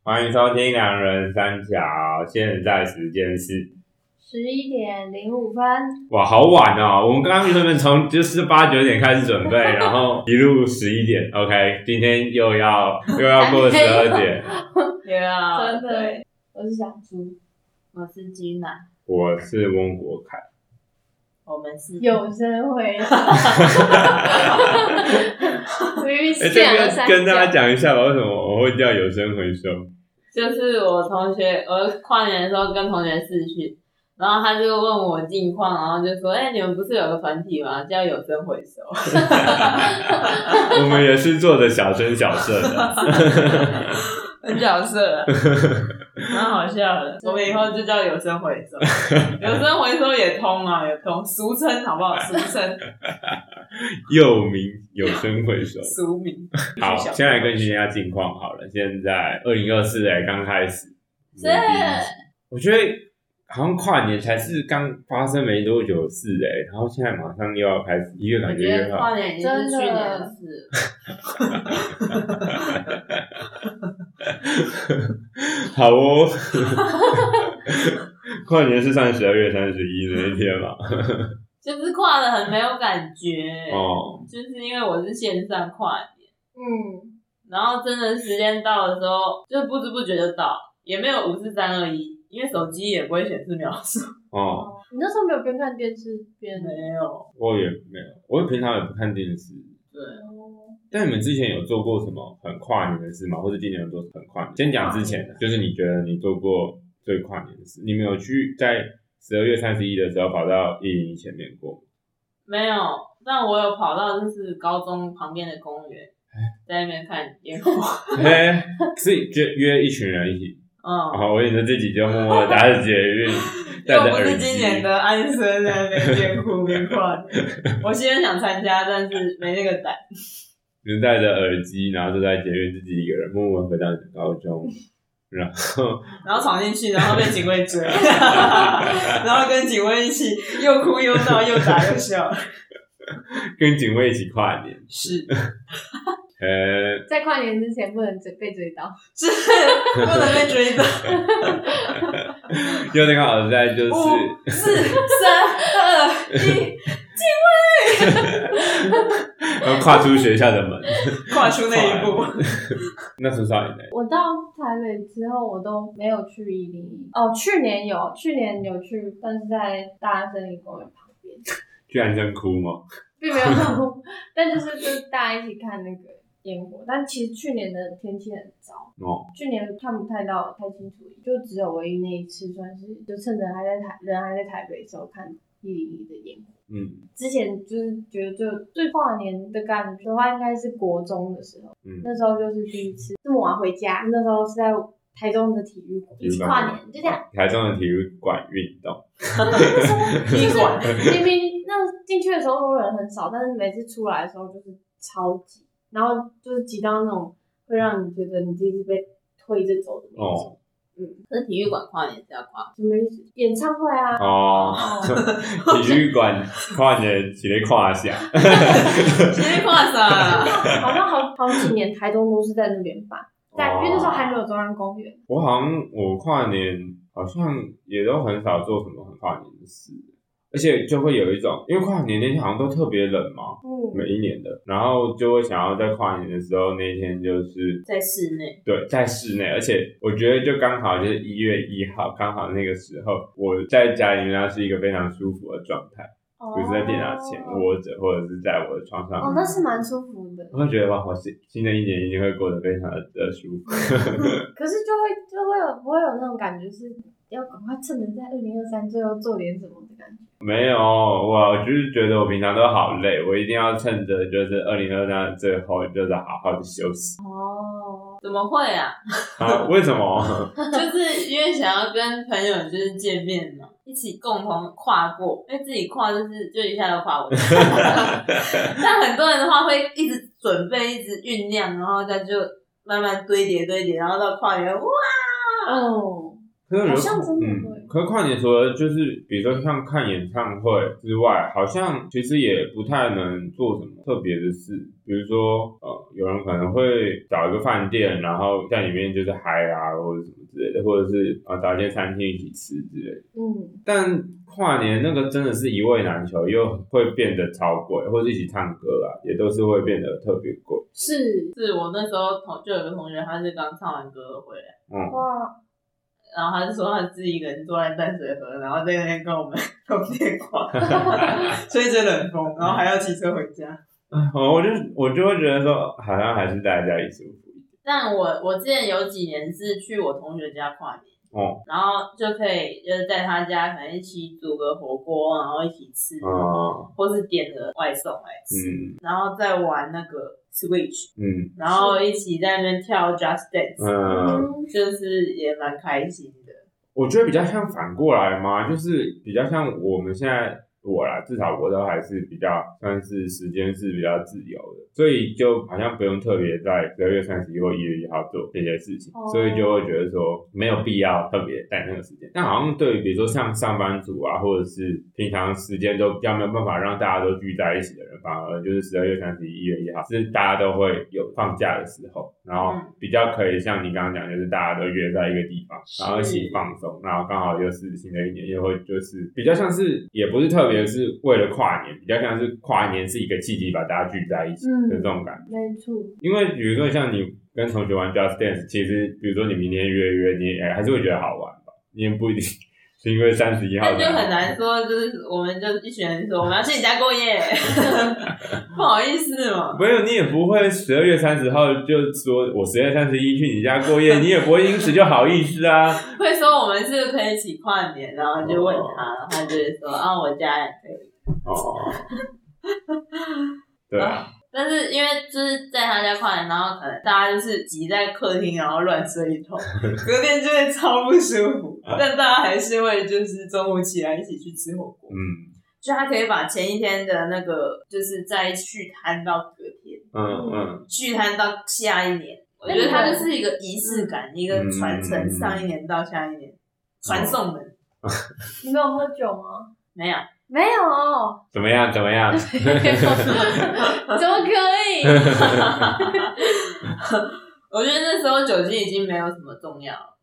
欢迎收听两人三角，现在时间是 11:05。 哇，好晚哦！我们刚刚原本从就是8、9点开始准备，然后一路11点 ，OK， 今天又要过12点， 真的。我是小猪， 我是吉娜， 我是翁国凯， 我们是有声回收。 这边跟大家讲一下吧，为什么我会叫有声回收？ 就是我跨年的时候跟同学视讯，然后他就问我近况，然后就说：“你们不是有个团体吗？叫有声回收。” 我们也是做的小声小色的， 很角色，蛮好笑的。我们以后就叫有声回收，有声回收也通啊，也通，俗称好不好？俗称。 又名有声回收， 俗名。 好，先来更新一下近况好了。现在2024刚开始， 是， 我觉得好像跨年才是刚发生没多久的事然后现在马上又要开始，一个感觉越好。 我觉得跨年已经是去年的事。 好哦，跨年是算12月31那一天嘛？ 就是跨得很没有感觉哦， 就是因为我是线上跨年，然后真的时间到的时候，就不知不觉就到，也没有54321，因为手机也不会显示秒数。 哦， 你那时候没有边看电视边？ 没有， 我也没有，我平常也不看电视。 对。 但你们之前有做过什么很跨年的事吗？或者今年有做很跨年？先讲之前的，就是你觉得你做过最跨年的事，你们有去在12月31的时候跑到101前面过吗？ 没有，但我有跑到就是高中旁边的公园，在那边看烟火。 是约一群人一起。我以为自己就默默的搭着捷运，戴着耳机。 又不是今年的安生在那边边哭边跨年。我其实想参加，但是没那个胆。 就戴着耳机，然后就在捷运自己一个人默默回到高中，然后闯进去，然后被警卫追，然后跟警卫一起又哭又闹又打又笑， 跟警卫一起跨年。 是。 在跨年之前不能被追到， 是不能被追到。 又那个好在就是5、 4、3、2、1，警卫！ 然后跨出学校的门， 跨出那一步。 那是少年我到台北之后，我都没有去101。去年有去，但是在大安森林公园旁边。 去安生哭吗？ 并没有哭，但就是大家一起看那个烟火。但其实去年的天气很糟，去年看不太清楚，就只有唯一那一次算是就趁着人还在台北的时候看101的烟火。之前就是觉得就最跨年的感觉的话，应该是国中的时候，那时候就是第一次这么晚回家，那时候是在台中的体育馆一起跨年，就这样。 台中的体育馆运动， 体育馆明明那进去的时候人很少，但是每次出来的时候就是超级，然后就是挤到那种会让你觉得你自己是被推着走的那种。 可是体育馆跨年是要跨什么意思？演唱会啊！ 体育馆跨年是在跨啥？ 是在跨啥？ 好像好几年台中都是在那边办，因为那时候还没有中央公园。 我跨年好像也都很少做什么很跨年的事。而且就会有一种，因为跨年那天好像都特别冷嘛，每一年的，然后就会想要在跨年的时候那一天就是在室内， 对，在室内，而且我觉得就刚好就是1月1号，刚好那个时候我在家里面是一个非常舒服的状态，比如在电脑前窝着，或者是在我的床上， 那是蛮舒服的。 我会觉得哇，我新的一年一定会过得非常的舒服。 可是就不会有那种感觉是要赶快趁着在2023最后做点什么的感觉。 没有，我就是觉得我平常都好累，我一定要趁着就是2023的最后，就是好好的休息。 怎么会啊？ 为什么？ 就是因为想要跟朋友就是见面嘛，一起共同跨过，因为自己跨就一下就跨过。但很多人的话会一直准备，一直酝酿，然后再就慢慢堆叠，然后到跨年，哇！ 好像真的会。 可是跨年除了就是比如说像看演唱会之外，好像其实也不太能做什么特别的事，比如说有人可能会找一个饭店，然后在里面就是嗨啊或者什么之类的，或者是找一些餐厅一起吃之类的。但跨年那个真的是一位难求，又会变得超贵，或者一起唱歌啊，也都是会变得特别贵。 是我那时候就有个同学，他是刚唱完歌回来，哇，然后他就说他自己一个人坐在淡水河，然后在那边跟我们通电话，吹着冷风，然后还要骑车回家。 我就会觉得说，好像还是待在家里舒服一点。 但我之前有几年是去我同学家跨年。然后就可以就是在他家可能一起煮个火锅，然后一起吃，或是点个外送来吃，然后再玩那个 Switch，然后一起在那边跳 Just Dance，就是也蛮开心的。 我觉得比较像反过来嘛，就是比较像我们现在至少我都还是比较算是时间是比较自由的，所以就好像不用特别在12月31或1月1号做这些事情，所以就会觉得说没有必要特别在那个时间。但好像对于比如说像上班族啊，或者是平常时间都比较没有办法让大家都聚在一起的人，反而就是12月31、1月1号是大家都会有放假的时候，然后比较可以像你刚刚讲，就是大家都约在一个地方，然后一起放松，然后刚好又是新的一年，又会就是比较像是也不是特别是为了跨年，比较像是跨年是一个契机把大家聚在一起的这种感觉。 没错。 因为比如说像你跟同学玩 Just Dance， 其实比如说你明天约，你还是会觉得好玩吧？你也不一定是因为31号。 那就很难说，就是我们就一群人说我们要去你家过夜，不好意思嘛。 没有，你也不会12月30号就说我12月31去你家过夜，你也不会因此就好意思啊。 会说我们是不是可以一起跨年，然后就问他，他就会说我家也可以。 对啊。 但是因为就是在他家跨年，然后可能大家就是挤在客厅，然后乱睡一通，隔天就会超不舒服。但大家还是会就是中午起来一起去吃火锅。就他可以把前一天的那个就是再续摊到隔天，续摊到下一年。我觉得它就是一个仪式感，一个传承上一年到下一年，传送门。 你没有喝酒吗？ 没有。 没有。 怎么样？ 怎么可以？ 我觉得那时候酒精已经没有什么重要了。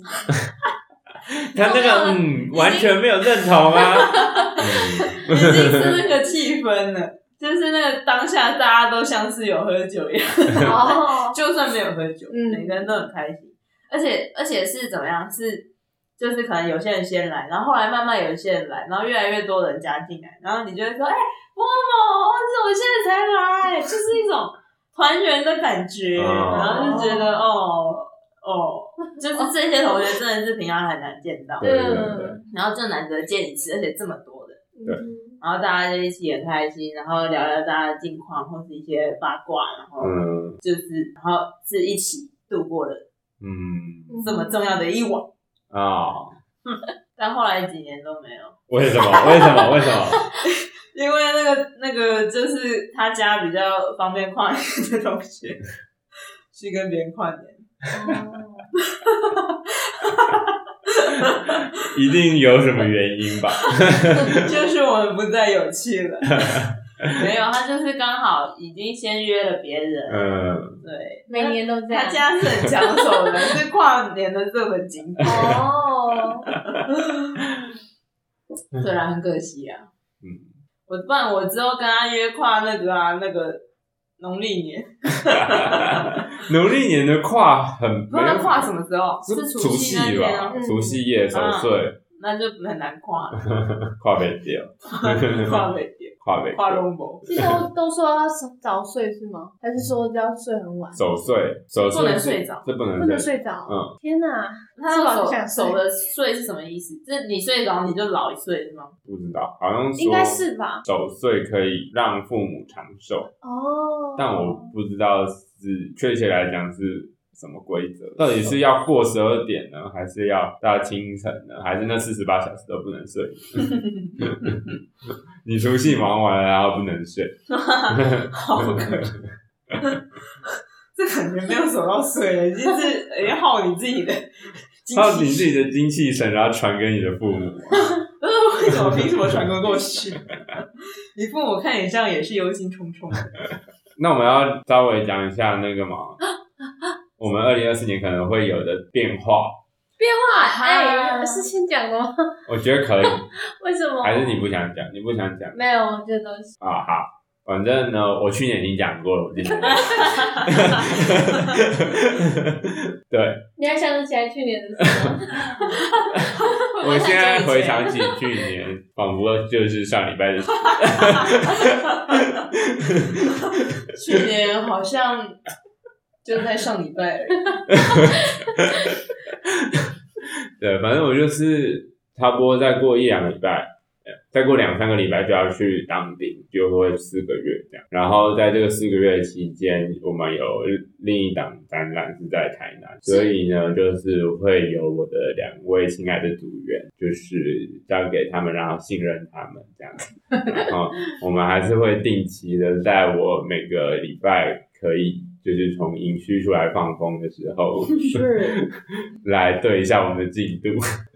他那个完全没有认同啊。 已经是那个气氛了，就是那个当下大家都像是有喝酒一样。就算没有喝酒，每个人都很开心。而且是怎么样？就是可能有些人先来，然后后来慢慢有一些人来，然后越来越多人加进来，然后你就会说，某某，我现在才来，就是一种团圆的感觉，然后就觉得就是这些同学真的是平常很难见到，然后就难得见一次，而且这么多人，然后大家就一起很开心，然后聊聊大家的近况或是一些八卦，然后然后是一起度过了这么重要的一晚。但后来几年都没有。为什么？因为那个就是他家比较方便跨年的同学去跟别人跨年。 一定有什么原因吧？ 就是我们不再有趣了。没有，他就是刚好已经先约了别人。对， 每年都这样。 他家是很抢手的，是跨年的热门景点。虽然很可惜啊。不然我之后跟他约跨那个农历年。 农历年的跨很。 不知道跨什么时候？是除夕那天吧？除夕夜守岁。 那就很难跨。 跨不掉。 跨龙博。 其实都说要早睡是吗？还是说要睡很晚？ 守岁不能睡着， 这不能睡着。天哪！ 他守的睡是什么意思？就是你睡着你就老一岁是吗？ 不知道，好像说应该是吧。 守岁可以让父母长寿。但我不知道是确切来讲是什么规则？到底是要过12点呢，还是要到清晨呢，还是那48小时都不能睡？你除夕忙完了，然后不能睡， 好可这感觉没有守到睡了，已经是耗你自己的靠你自己的精气神，然后传给你的父母为什么凭什么传过去？你父母看你这样也是忧心忡忡的。 那我们要稍微讲一下那个嘛，我们2024年可能会有的变化。 变化，是先讲的吗？ 我觉得可以。 为什么？ 还是你不想讲？你不想讲？ 没有，我觉得都是。 啊，好，反正呢，我去年已经讲过了，我今年。对。 你还想得起来去年的事吗？ 我现在回想起去年，仿佛就是上礼拜的事。 去年好像就在上礼拜而已。 对，反正我就是差不多再过1-2个礼拜，再过2-3个礼拜就要去当兵，就会4个月这样。然后在这个4个月期间，我们有另一档展览是在台南，所以呢，就是会有我的2位亲爱的组员，就是交给他们，然后信任他们这样子。然后我们还是会定期的，在我每个礼拜可以。就是从营区出来放风的时候， 是来对一下我们的进度。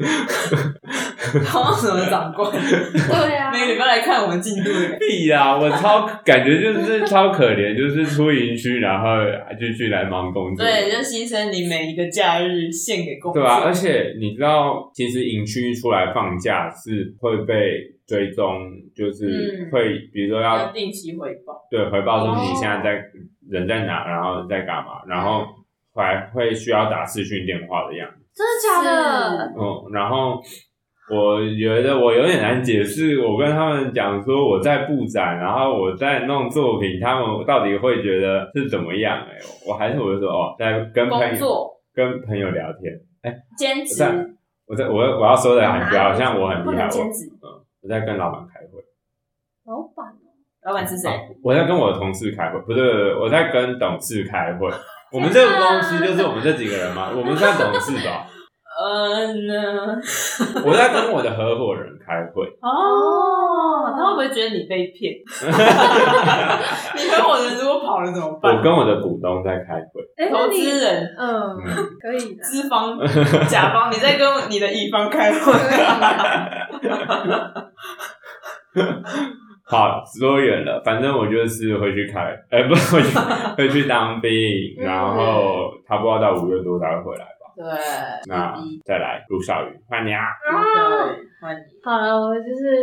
当什么长官？ 对啊， 每个礼拜来看我们进度的。 屁啦！我感觉就是超可怜，就是出营区，然后就去来忙工作。 对，就牺牲你每一个假日献给工作。 对啊，而且你知道，其实营区出来放假是会被追踪，就是会，比如说要定期回报。 对，回报说你现在人在哪，然后在干嘛，然后还会需要打视讯电话的样子。 真的假的？ 然后我觉得我有点难解释，我跟他们讲说我在布展，然后我在弄作品，他们到底会觉得是怎么样？我就说在跟朋友聊天， 兼职。 我要说的感觉好像我很厉害，我在跟老板开会。 老板是谁？ 我在跟我的同事开会，不是，我在跟董事开会。我们这个公司就是我们这几个人嘛，我们算董事吧。我在跟我的合伙人开会。 他会不会觉得你被骗？你合伙人如果跑了怎么办？ 我跟我的股东在开会。 投资人， 可以的。 资方、甲方，你在跟你的乙方开会。 好，说远了，反正我就是会去会去当兵，然后差不多到5月多才会回来吧。 对， 那再来陆少宇，换你啊！ 换你。 好了，我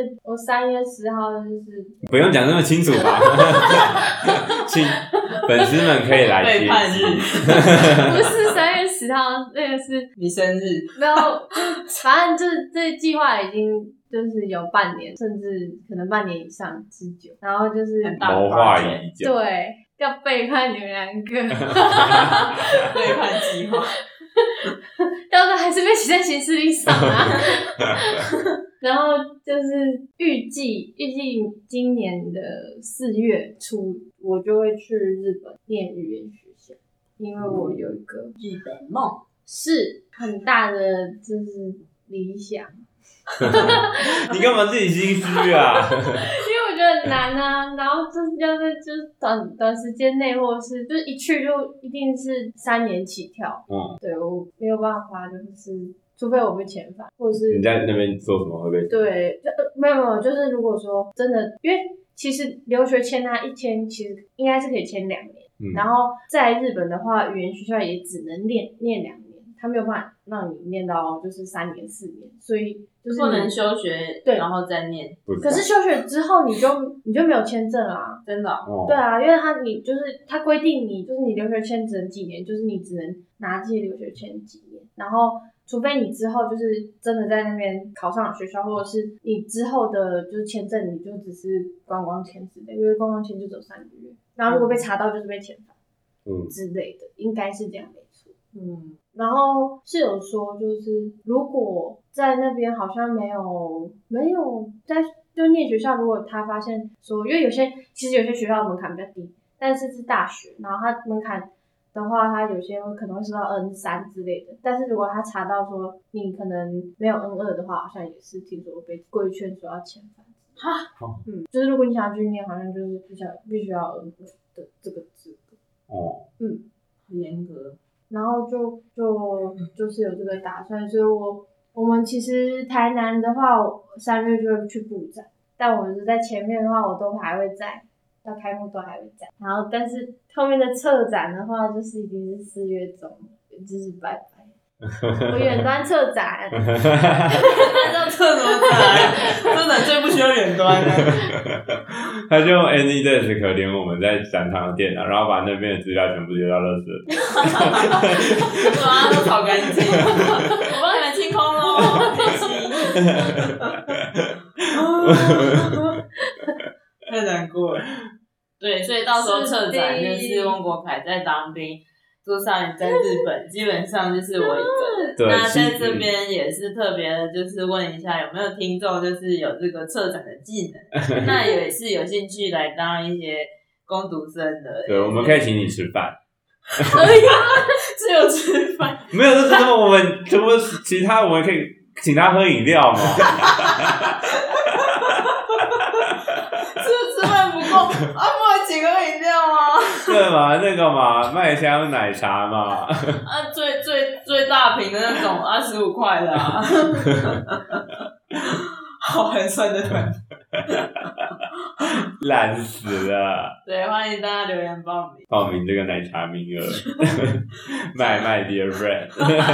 3月10号就是不用讲那么清楚吧，请粉丝们可以来接。 背叛日。 不是3月10号，那个是你生日。 没有，反正这计划已经就是有半年，甚至可能半年以上之久，然后就是谋划已久。 对，要背叛你们2个。 背叛计划。 到时候还是被写在行事历上啊。然后就是预计今年的4月初，我就会去日本念语言学校，因为我有一个日本梦， 是很大的就是理想。 你干嘛自己心虚啊？ 因为我觉得很难啊，然后就是短时间内，或者是就是一去就一定是3年起跳。对，我没有办法，就是除非我被遣返，或者是你在那边做什么会被？ 对，没有，就是如果说真的，因为其实留学签它一签，其实应该是可以签2年，然后在日本的话，语言学校也只能念2年，他没有办法让你念到就是3年4年，所以就是不能休学，对，然后再念。 可是休学之后你就没有签证啦， 真的。 对啊，因为他规定你就是你留学签只能几年，就是你只能拿这些留学签几年，然后除非你之后就是真的在那边考上了学校，或者是你之后的就是签证你就只是观光签之类，因为观光签就只有3个月，然后如果被查到就是被遣返之类的，应该是这样没错。然后是有说就是如果在那边好像没有在就念学校，如果他发现说，因为其实有些学校门槛比较低，但是大学，然后他门槛的话，他有些可能会收到 N3 之类的，但是如果他查到说你可能没有 N2 的话，好像也是听说被规劝说要遣返。就是如果你想要去念，好像就是必须要 N2 的这个资格。 很严格。 然后就是有这个打算，所以我们其实台南的话，3月就会去布展，但我是在前面的话，我都还会在，到开幕都还会在，然后但是后面的策展的话，就是已经是4月中，就是拜拜。我远端策展， 那叫策什么展？策展最不需要远端的。 他就用 AnyDesk 连我们在展场的电脑，然后把那边的资料全部丢到垃圾。 哇，都炒干净，我帮你们清空咯，太难过了。对，所以到时候策展就是翁国凯在当兵。朱少云在日本，基本上就是我一个人。那在这边也是特别的，就是问一下有没有听众，就是有这个策展的技能，那也是有兴趣来当一些工读生的。 对，我们可以请你吃饭。 可以啊，只有吃饭， 没有，就是我们全部其他我们可以请他喝饮料嘛。 吃饭不够，不能请喝饮料吗？ 对嘛，那个嘛，麦香奶茶嘛。 最大瓶的那种15块的啊。好寒酸的团。 烂死了。 对，欢迎大家留言报名这个奶茶名额。My dear friend。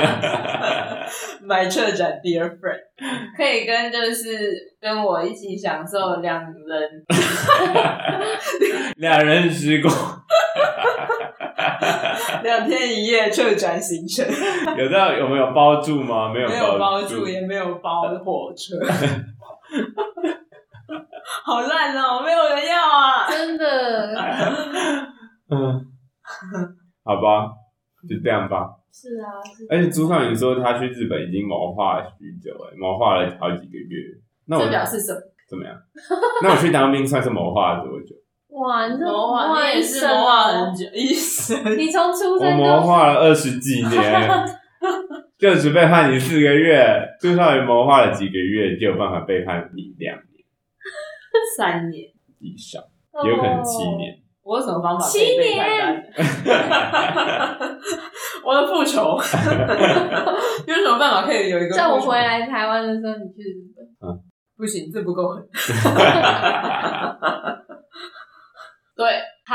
买策展 dear friend， 可以跟我一起享受两人时光。 2天1夜策展行程。 有没有包住吗？没有包住，也没有包火车。好烂哦，没有人要啊！ 真的。 好吧，就这样吧。 是啊。 而且朱少云说他去日本已经谋划了许久，谋划了好几个月。那这表示什么？ 怎么样？那我去当兵算是谋划了多久？ 哇，你谋划也是谋划很久，一生。 你从出生我谋划了20几年，就只背叛你4个月。朱少云谋划了几个月，就有办法背叛你2年、 3年以上，也有可能7年。 我有什么方法可以背叛他？我的复仇。有什么办法可以有一个？ 叫我回来台湾的时候，你去日本。 不行，这不够狠。对，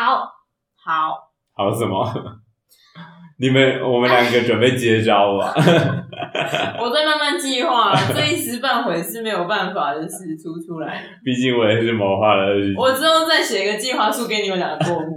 好什么？我们2个准备接招吧。 我在慢慢计划，这一时半会是没有办法的事出来。 毕竟我也是谋划了20。 我之后再写一个计划书给你们2个过目。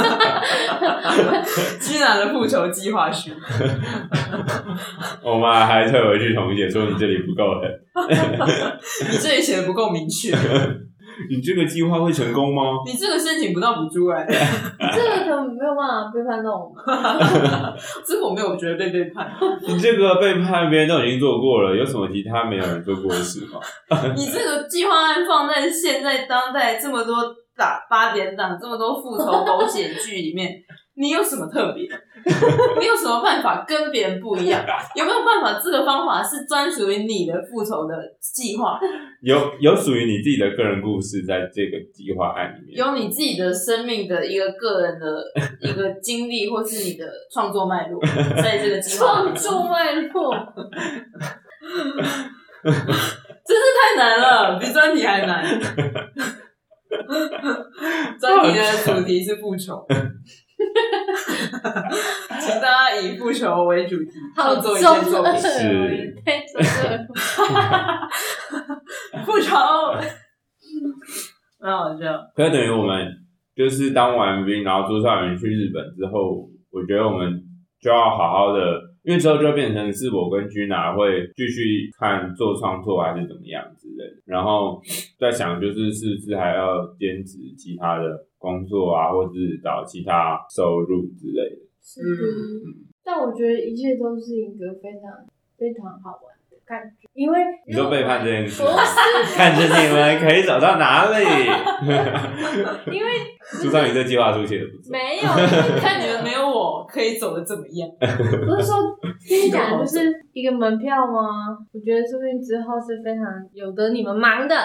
居然的复仇计划书。 我妈还退回去重写，说你这里不够狠。 你这里写的不够明确。 你这个计划会成功吗？ 你这个申请不到补助这个可能没有办法背叛到我们。 这个我没有觉得被背叛。 你这个背叛别人都已经做过了，有什么其他没有人做过的事吗？ 你这个计划案放在现在当代这么多8点档，这么多复仇狗血剧里面，你有什么特别？你有什么办法跟别人不一样？有没有办法这个方法是专属于你的复仇的计划？ 有属于你自己的个人故事在这个计划案里面， 有你自己的生命的一个个人的一个经历，或是你的创作脉络，在这个计划里面。 创作脉络。 真是太难了，比专题还难。专题的主题是复仇。请大家以复仇为主题创作一件作品。 是。 复仇。蛮好笑。 可是等于我们就是当完兵，然后朱少云去日本之后，我觉得我们就要好好的，因为之后就变成是我跟Gina会继续看做创作还是怎么样之类的，然后在想就是是不是还要兼职其他的工作啊，或者是找其他收入之类的。 是的。但我觉得一切都是一个非常非常好玩的感觉，因为你说背叛这件事， 不是看着你们可以走到哪里。 因为朱少云这计划书写的不错， 没有看你们没有我可以走得怎么样。 不是说跟你讲就是一个门票吗？我觉得说不定之后是非常有得你们忙的。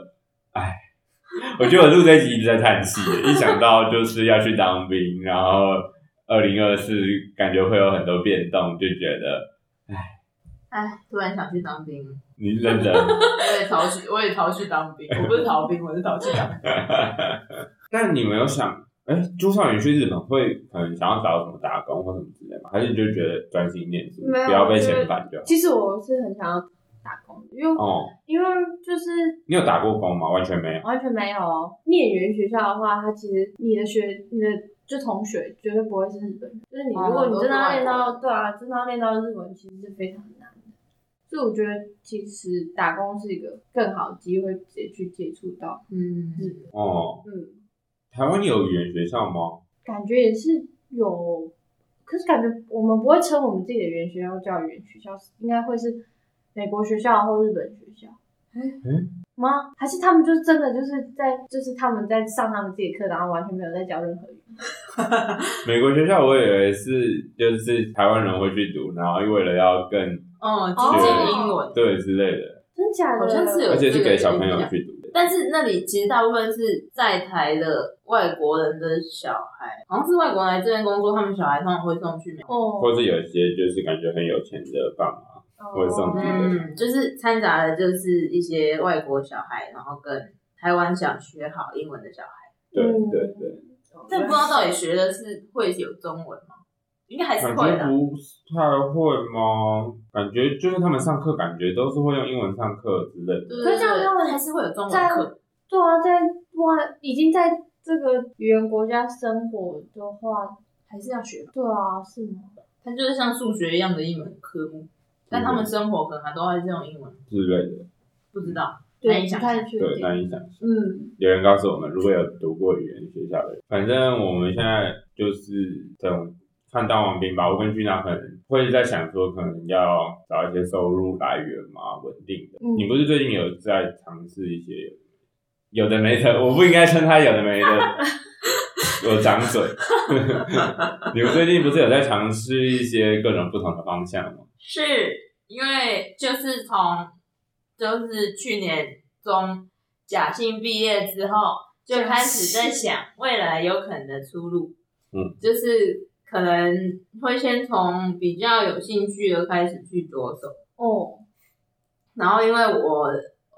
我觉得我录这一集一直在叹气，一想到就是要去当兵，然后 2024感觉会有很多变动，就觉得突然想去当兵。 你认真？ 我也逃去当兵，我不是逃兵，我是逃去当兵。 但你没有想，朱少云去日本会可能想要找什么打工或什么之类吗？还是你就觉得专心念书，不要被遣返就好？ 其实我是很想要打工的，因为就是你有打过工吗？完全没有， 完全没有哦。念语言学校的话，它其实你的就同学绝对不会是日本人，就是你如果你真的要练到真的要练到日文，其实是非常难的。所以我觉得其实打工是一个更好的机会，直接去接触到日本。 台湾有语言学校吗？ 感觉也是有，可是感觉我们不会称我们自己的语言学校叫语言学校，应该会是美国学校或日本学校。吗？还是他们就是真的就是他们在上他们自己的课，然后完全没有在教任何语言。 美国学校我以为是就是台湾人会去读，然后为了要更精进英文对之类的。 真假的？ 好像是有， 而且是给小朋友去读的。 但是那里其实大部分是在台的外国人的小孩，好像是外国人来这边工作，他们小孩通常会送去美国， 或是有一些就是感觉很有钱的爸妈会送去的。 就是掺杂的就是一些外国小孩，然后跟台湾想学好英文的小孩。 对。 但不知道到底学的是会有中文吗？应该还是会的。 感觉不太会吗？感觉就是他们上课感觉都是会用英文上课之类的。 可是这样他们还是会有中文课。 对啊，已经在这个语言国家生活的话， 还是要学吧。 对啊，是吗？ 它就是像数学一样的一门科目，但他们生活可能都还是用英文之类的。 不知道。 难以想象。对， 难以想象。有人告诉我们，如果有读过语言学校的人，反正我们现在就是这种看当完兵吧。我跟君娜可能会在想说，可能要找一些收入来源嘛，稳定的。你不是最近有在尝试一些有的没的？我不应该称他有的没的。我长嘴。你们最近不是有在尝试一些各种不同的方向吗？ 是因为就是去年中甲信毕业之后，就开始在想未来有可能的出路。就是可能会先从比较有兴趣的开始去着手。然后因为我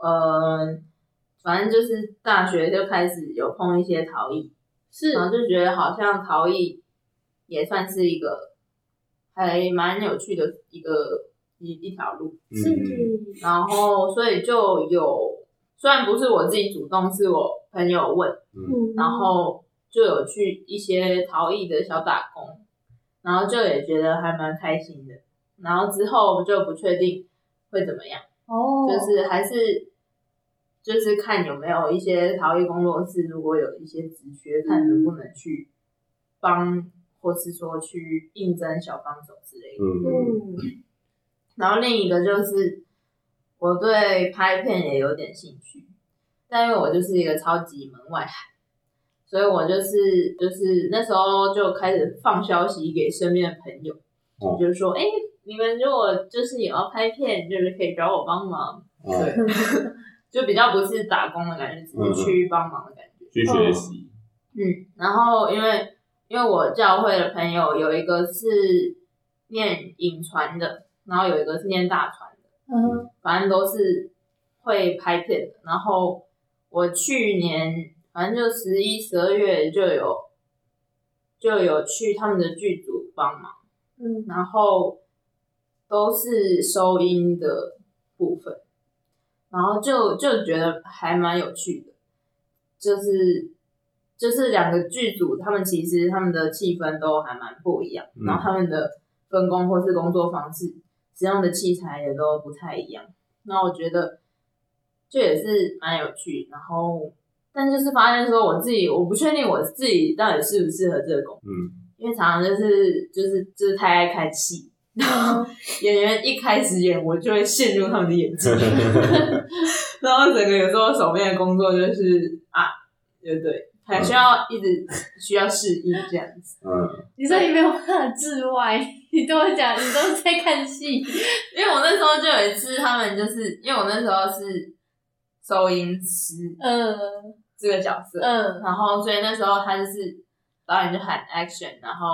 反正就是大学就开始有碰一些陶艺，然后就觉得好像陶艺也算是一个还蛮有趣的一条路。然后所以就有，虽然不是我自己主动，是我朋友问，然后就有去一些陶艺的小打工，然后就也觉得还蛮开心的。然后之后就不确定会怎么样，就是还是就是看有没有一些陶艺工作室，如果有一些职缺，看能不能去帮，或是说去应征小帮手之类的。然后另一个就是我对拍片也有点兴趣，但因为我就是一个超级门外汉，所以我就是那时候就开始放消息给身边的朋友，就是说你们如果就是也要拍片，就是可以找我帮忙。对。就比较不是打工的感觉，只是去帮忙的感觉， 去学习。 然后因为我教会的朋友有一个是念影传的，然后有一个是念大传的，反正都是会拍片的。然后我去年反正就11、12月就有去他们的剧组帮忙，然后都是收音的部分。然后就觉得还蛮有趣的，就是两个剧组，他们其实他们的气氛都还蛮不一样，然后他们的分工或是工作方式，使用的器材也都不太一样。那我觉得这也是蛮有趣，然后但就是发现说我不确定我自己到底适不适合这个工作，因为常常就是太爱看戏。演员一开始演，我就会陷入他们的演技，然后整个有时候手边的工作就是对，还需要一直需要适应这样子。 你说你没有办法置外，你都会讲，你都是在看戏。 因为我那时候就有一次，他们就是因为我那时候是收音师，这个角色，然后所以那时候他就是导演就喊 action， 然后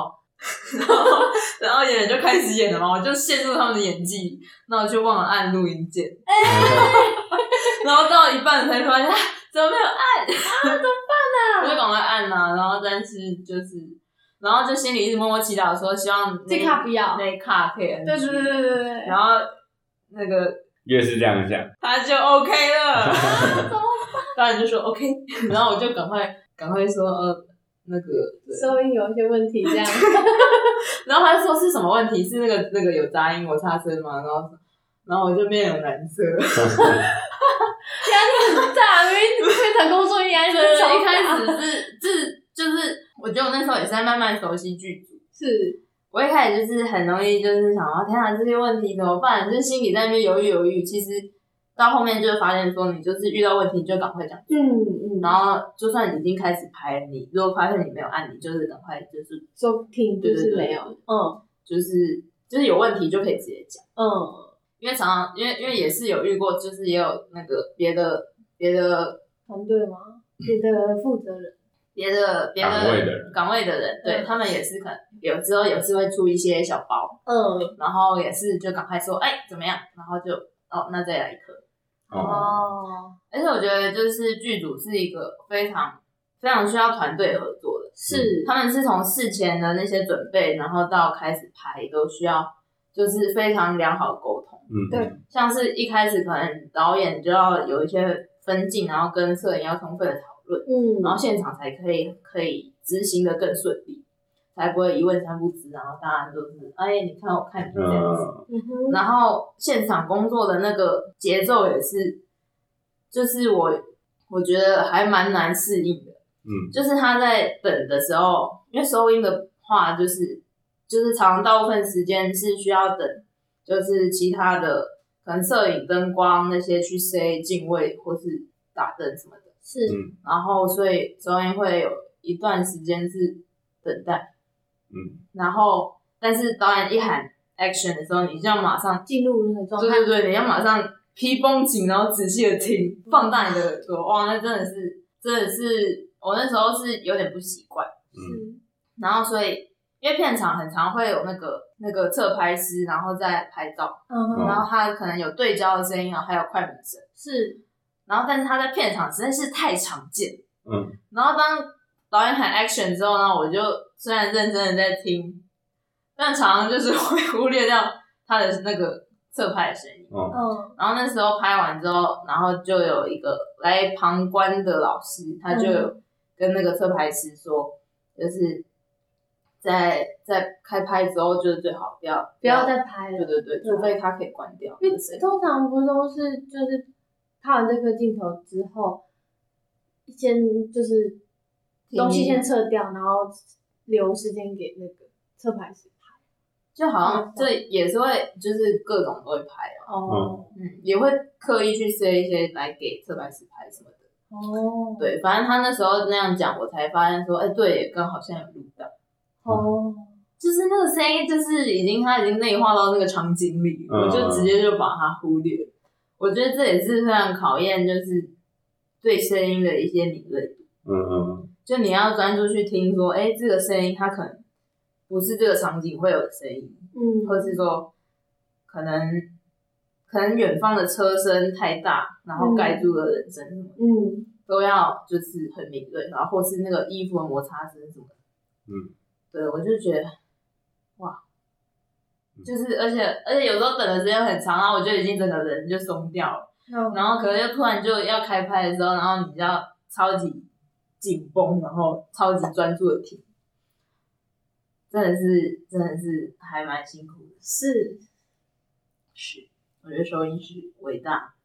然后演员就开始演了嘛，我就陷入他们的演技，然后我就忘了按录音键，然后到一半才发现怎么没有按怎么办啊？ 我就赶快按啊，然后但是就是，然后就心里一直默默祈祷说，希望这卡不要， 那卡可以 NG， 对， 然后那个越是这样想， 他就 OK 了， 怎么办？ 当然就说 OK， 然后我就赶快说那个收音有一些问题这样， 然后他就说是什么问题？是那个有杂音，我插声吗？然后我就面有难色， 压力很大，因为非常工作压力很大。 一开始就是，我觉得我那时候也是在慢慢熟悉剧组。 是， 我一开始就是很容易就是想天啊这些问题怎么办？就是心里在那边犹豫。其实到后面就会发现说，你就是遇到问题你就赶快讲。然后就算已经开始拍了，你如果发现你没有按，你就是赶快就是收听，就是没有， 就是有问题就可以直接讲。因为常常因为也是有遇过，就是也有那个别的团队吗？别的负责人， 别的岗位的人，对他们也是可能有时候也是会出一些小包，然后也是就赶快说怎么样，然后就那再来一颗。而且我觉得就是剧组是一个非常非常需要团队合作的， 是他们是从事前的那些准备，然后到开始拍都需要就是非常良好的沟通。 对， 像是一开始可能导演就要有一些分镜，然后跟摄影要充分的讨论，然后现场才可以执行的更顺利，才不会一问三不知，然后大家都是你看我看你这样子，然后现场工作的那个节奏也是，就是我觉得还蛮难适应的，就是他在等的时候，因为收音的话就是常常大部分时间是需要等。就是其他的可能摄影、灯光那些去塞镜位或是打灯什么的， 是， 然后所以收音会有一段时间是等待，然后但是导演一喊 action 的时候，你就要马上进入那个状态， 对，你要马上披绷紧，然后仔细的听，放大你的耳朵，哇，那真的是我那时候是有点不习惯，然后所以。因为片场很常会有那个侧拍师，然后再拍照，然后他可能有对焦的声音，然后还有快门声， 是， 然后但是他在片场实在是太常见，然后当导演喊 action 之后呢，我就虽然认真的在听，但常常就是会忽略掉他的那个侧拍的声音，然后那时候拍完之后，然后就有一个来旁观的老师，他就有跟那个侧拍师说，就是。在开拍之后，就是最好不要再拍了。 对，除非他可以关掉。 因为通常不都是就是拍完这颗镜头之后，先就是东西先撤掉，然后留时间给那个侧拍师拍。 就好像这也是会，就是各种都会拍也会刻意去塞一些来给侧拍师拍什么的。对，反正他那时候那样讲，我才发现说，对，刚好像有录到。就是那个声音，就是他已经内化到那个场景里，我就直接就把它忽略。我觉得这也是非常考验，就是对声音的一些敏锐度。就你要专注去听，说，这个声音它可能不是这个场景会有的声音，或是说可能远方的车声太大，然后盖住了人声什么的，都要就是很敏锐，然后或是那个衣服的摩擦声什么的。对，我就觉得，哇，就是而且有时候等的时间很长，然后我就已经整个人就松掉了，然后可能又突然就要开拍的时候，然后你就要超级紧绷，然后超级专注的听，真的是还蛮辛苦的。是，我觉得收音师伟大。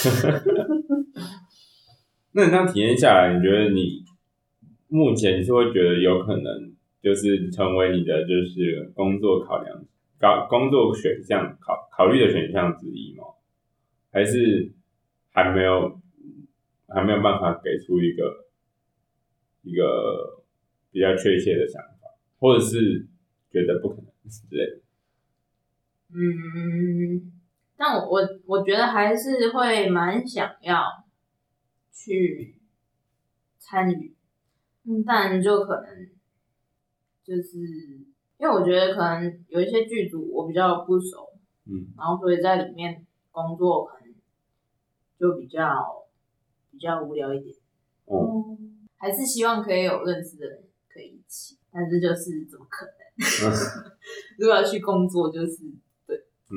那你这样体验下来，你觉得你目前你是会觉得有可能就是成为你的就是工作工作选项考虑的选项之一吗？还是还没有办法给出一个比较确切的想法，或者是觉得不可能之类的？ 但我觉得还是会蛮想要去参与，但就可能就是因因为我觉得可能有一些剧组我比较不熟，然后所以在里面工作可能就比较无聊一点。还是希望可以有认识的人可以一起，但是就是怎么可能？如果要去工作，就是对，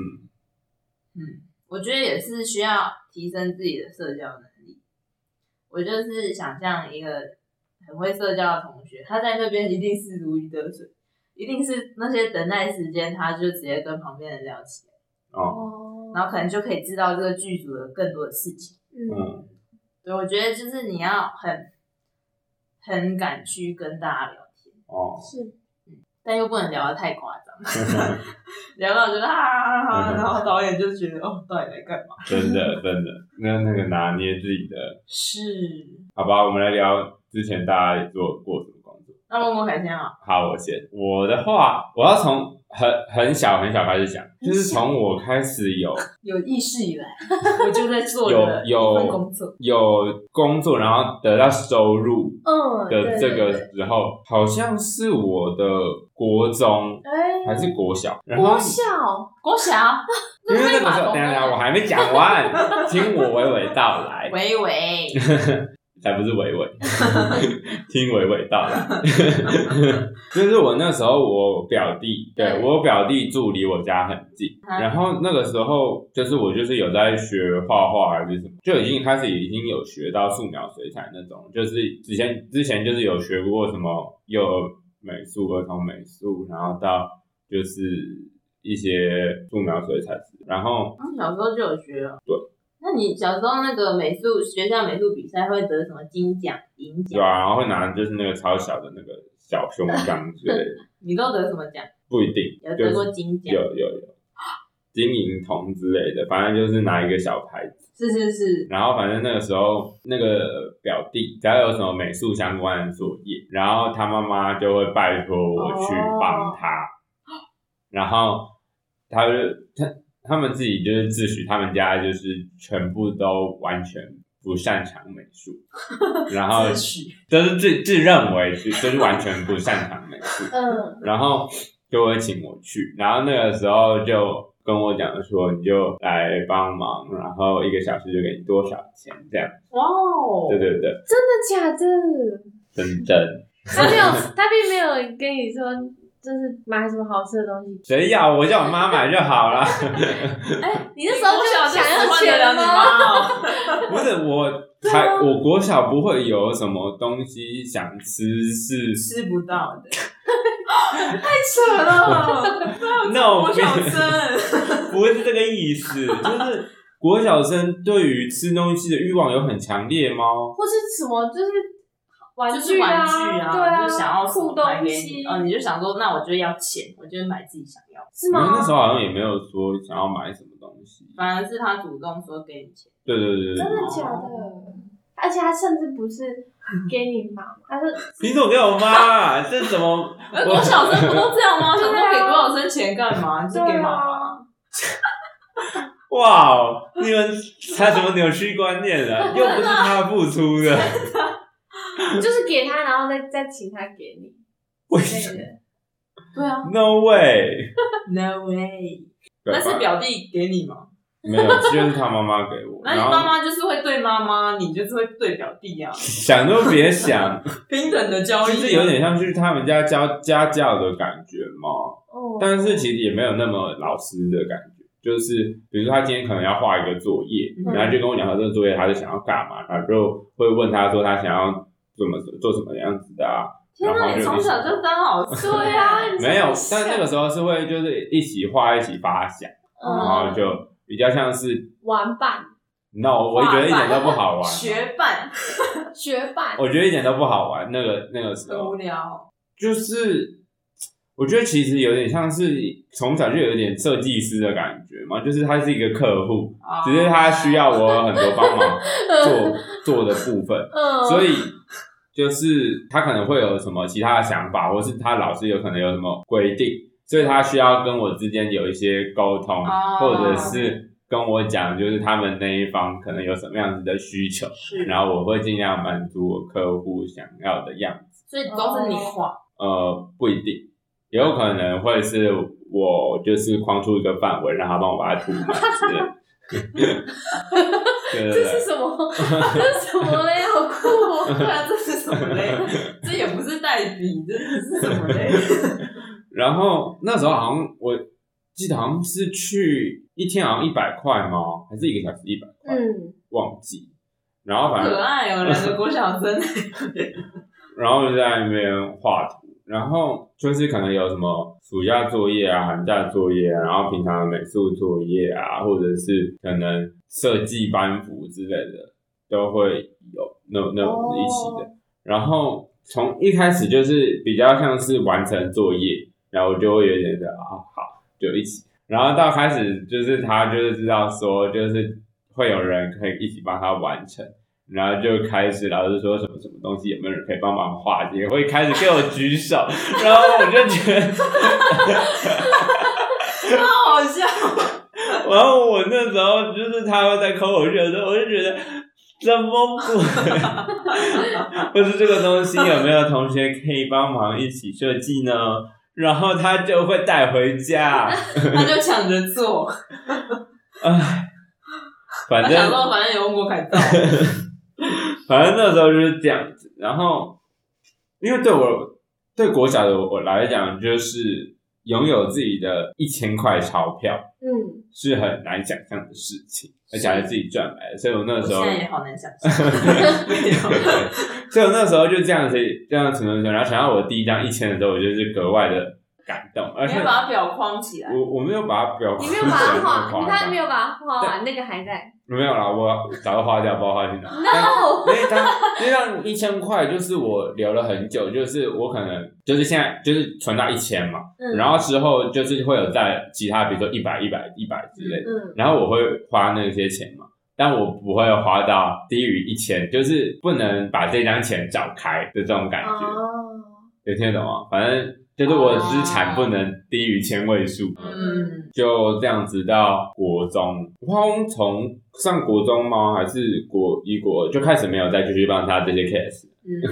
我觉得也是需要提升自己的社交能力。我就是想象一个很会社交的同学，他在那边一定是如鱼得水，一定是那些等待时间，他就直接跟旁边人聊起来，然后可能就可以知道这个剧组的更多的事情。对，我觉得就是你要很敢去跟大家聊天， 是， 但又不能聊得太夸张，聊到觉得然后导演就觉得到底在干嘛？ 真的，那个拿捏自己的是， 好吧，我们来聊之前大家也做过什么工作。 那默默凯先啊， 好，我先。我的话，我要从很小开始讲，就是从我开始有意识以来，我就在做的一份工作， 有工作，然后得到收入的这个时候，好像是我的国中还是国小，然后国小， 因为那个时候，等一下我还没讲完，听我娓娓道来，才不是娓娓，听娓娓道来。就是我那时候，我表弟住离我家很近，然后那个时候就是我就是有在学画画还是什么，就已经有学到素描、水彩那种，就是之前就是有学过什么幼儿美术、儿童美术，然后到就是一些素描、水彩，然后小时候就有学了， 对。 那你小时候那个学校美术比赛会得什么金奖、银奖？ 对啊，然后会拿就是那个超小的那个小胸章之类的。 你都得什么奖？ 不一定， 有得过金奖？ 有金银铜之类的，反正就是拿一个小牌子。 是。然后反正那个时候那个表弟只要有什么美术相关的作业，然后他妈妈就会拜托我去帮他，然后他们自己就是自诩他们家就是全部都完全不擅长美术，然后就是自认为就是完全不擅长美术，然后就会请我去，然后那个时候就跟我讲说你就来帮忙，然后1个小时就给你多少钱这样。 哇哦！ 对， 真的假的？ 真。 他并没有跟你说。就是买什么好吃的东西？ 谁要我叫我妈买就好了。 你那时候就想要钱吗？ 不是我国小不会有什么东西想吃是吃不到的，太扯了。 No， 国小生不是这个意思，就是国小生对于吃东西的欲望有很强烈吗？ 或是什么就是。玩具啊， 对啊， 就想要酷东西， 你就想说，那我就要钱，我就买自己想要， 是吗？ 那时候好像也没有说想要买什么东西， 反而是他主动说给你钱。 对， 真的假的？而且他甚至不是给你妈，他是凭什么给我妈？这怎么？ 国小生不都这样吗？想说给国小生钱干嘛？就是给妈妈。 哇，你们才什么扭曲观念了？又不是他付出的。 就是给他，然后再请他给你。 为什么？ 对啊 ，No way，No way。那是表弟给你吗？ 没有，就是他妈妈给我。 那你妈妈就是会对妈妈，你就是会对表弟啊。 想都别想， 平等的交易， 就是有点像去他们家家教的感觉嘛。但是其实也没有那么老师的感觉。就是比如说他今天可能要画一个作业，然后就跟我讲说这个作业他是想要干嘛，然后就会问他说他想要做什么样子的啊。 天哪，你从小就当老师？ 对啊， 没有，但那个时候是会就是一起画一起发想，然后就比较像是玩伴。 No， 我觉得一点都不好玩。 学伴， 我觉得一点都不好玩。那个时候很无聊。 就是我觉得其实有点像是从小就有点设计师的感觉嘛，就是他是一个客户，只是他需要我有很多帮忙做的部分，所以就是他可能会有什么其他的想法，或是他老师有可能有什么规定，所以他需要跟我之间有一些沟通，或者是跟我讲就是他们那一方可能有什么样子的需求，然后我会尽量满足我客户想要的样子。 所以都是你画？ 不一定。 也有可能会是我就是框出一个范围，让他帮我把它涂满之类的。对， 这是什么？这是什么嘞？好酷哦！ 对啊，这是什么嘞？这也不是代笔，这是什么嘞？ 然后那时候好像我记得好像是去一天好像100块吗？还是1个小时100块？忘记。然后反正可爱哦，2个国小生。 然后就在那边画图，然后就是可能有什么暑假作业啊、寒假作业啊，然后平常的美术作业啊，或者是可能设计班服之类的，都会有那种一起的。然后从一开始就是比较像是完成作业，然后我就会有点好，就一起。然后到开始就是他就是知道说，就是会有人可以一起帮他完成。然后就开始老师说什么东西有没有人可以帮忙画，也会开始给我举手，然后我就觉得好笑。 然后我那时候就是他会在抠我血的时候，我就觉得怎么或是这个东西有没有同学可以帮忙一起设计呢？然后他就会带回家， 他就抢着做。 反正有问过凯照。 反正那时候就是这样子，然后因为对国小的我来讲，就是拥有自己的1000块钞票，是很难想象的事情，而且还是自己赚来的，所以我那时候现在也好难想象。 所以我那时候就这样存，然后想到我第一张1000的时候，我就是格外的感动，而且你要把它裱框起来。 我没有把它裱框起来， 你没有把它画，你看没有把它画完，那个还在。 没有啦，我早就花掉，不知道花去哪。 No， 那张1000块就是我留了很久，就是我可能就是现在就是存到1000嘛，然后之后就是会有在其他比如说100之类的，然后我会花那些钱嘛，但我不会花到低于1000，就是不能把这张钱找开的这种感觉，有听得懂吗？反正。就是我的资产不能低于1000位数，就这样子到国中，我从上国中吗？还是国1、国2就开始没有再继续帮他这些 case，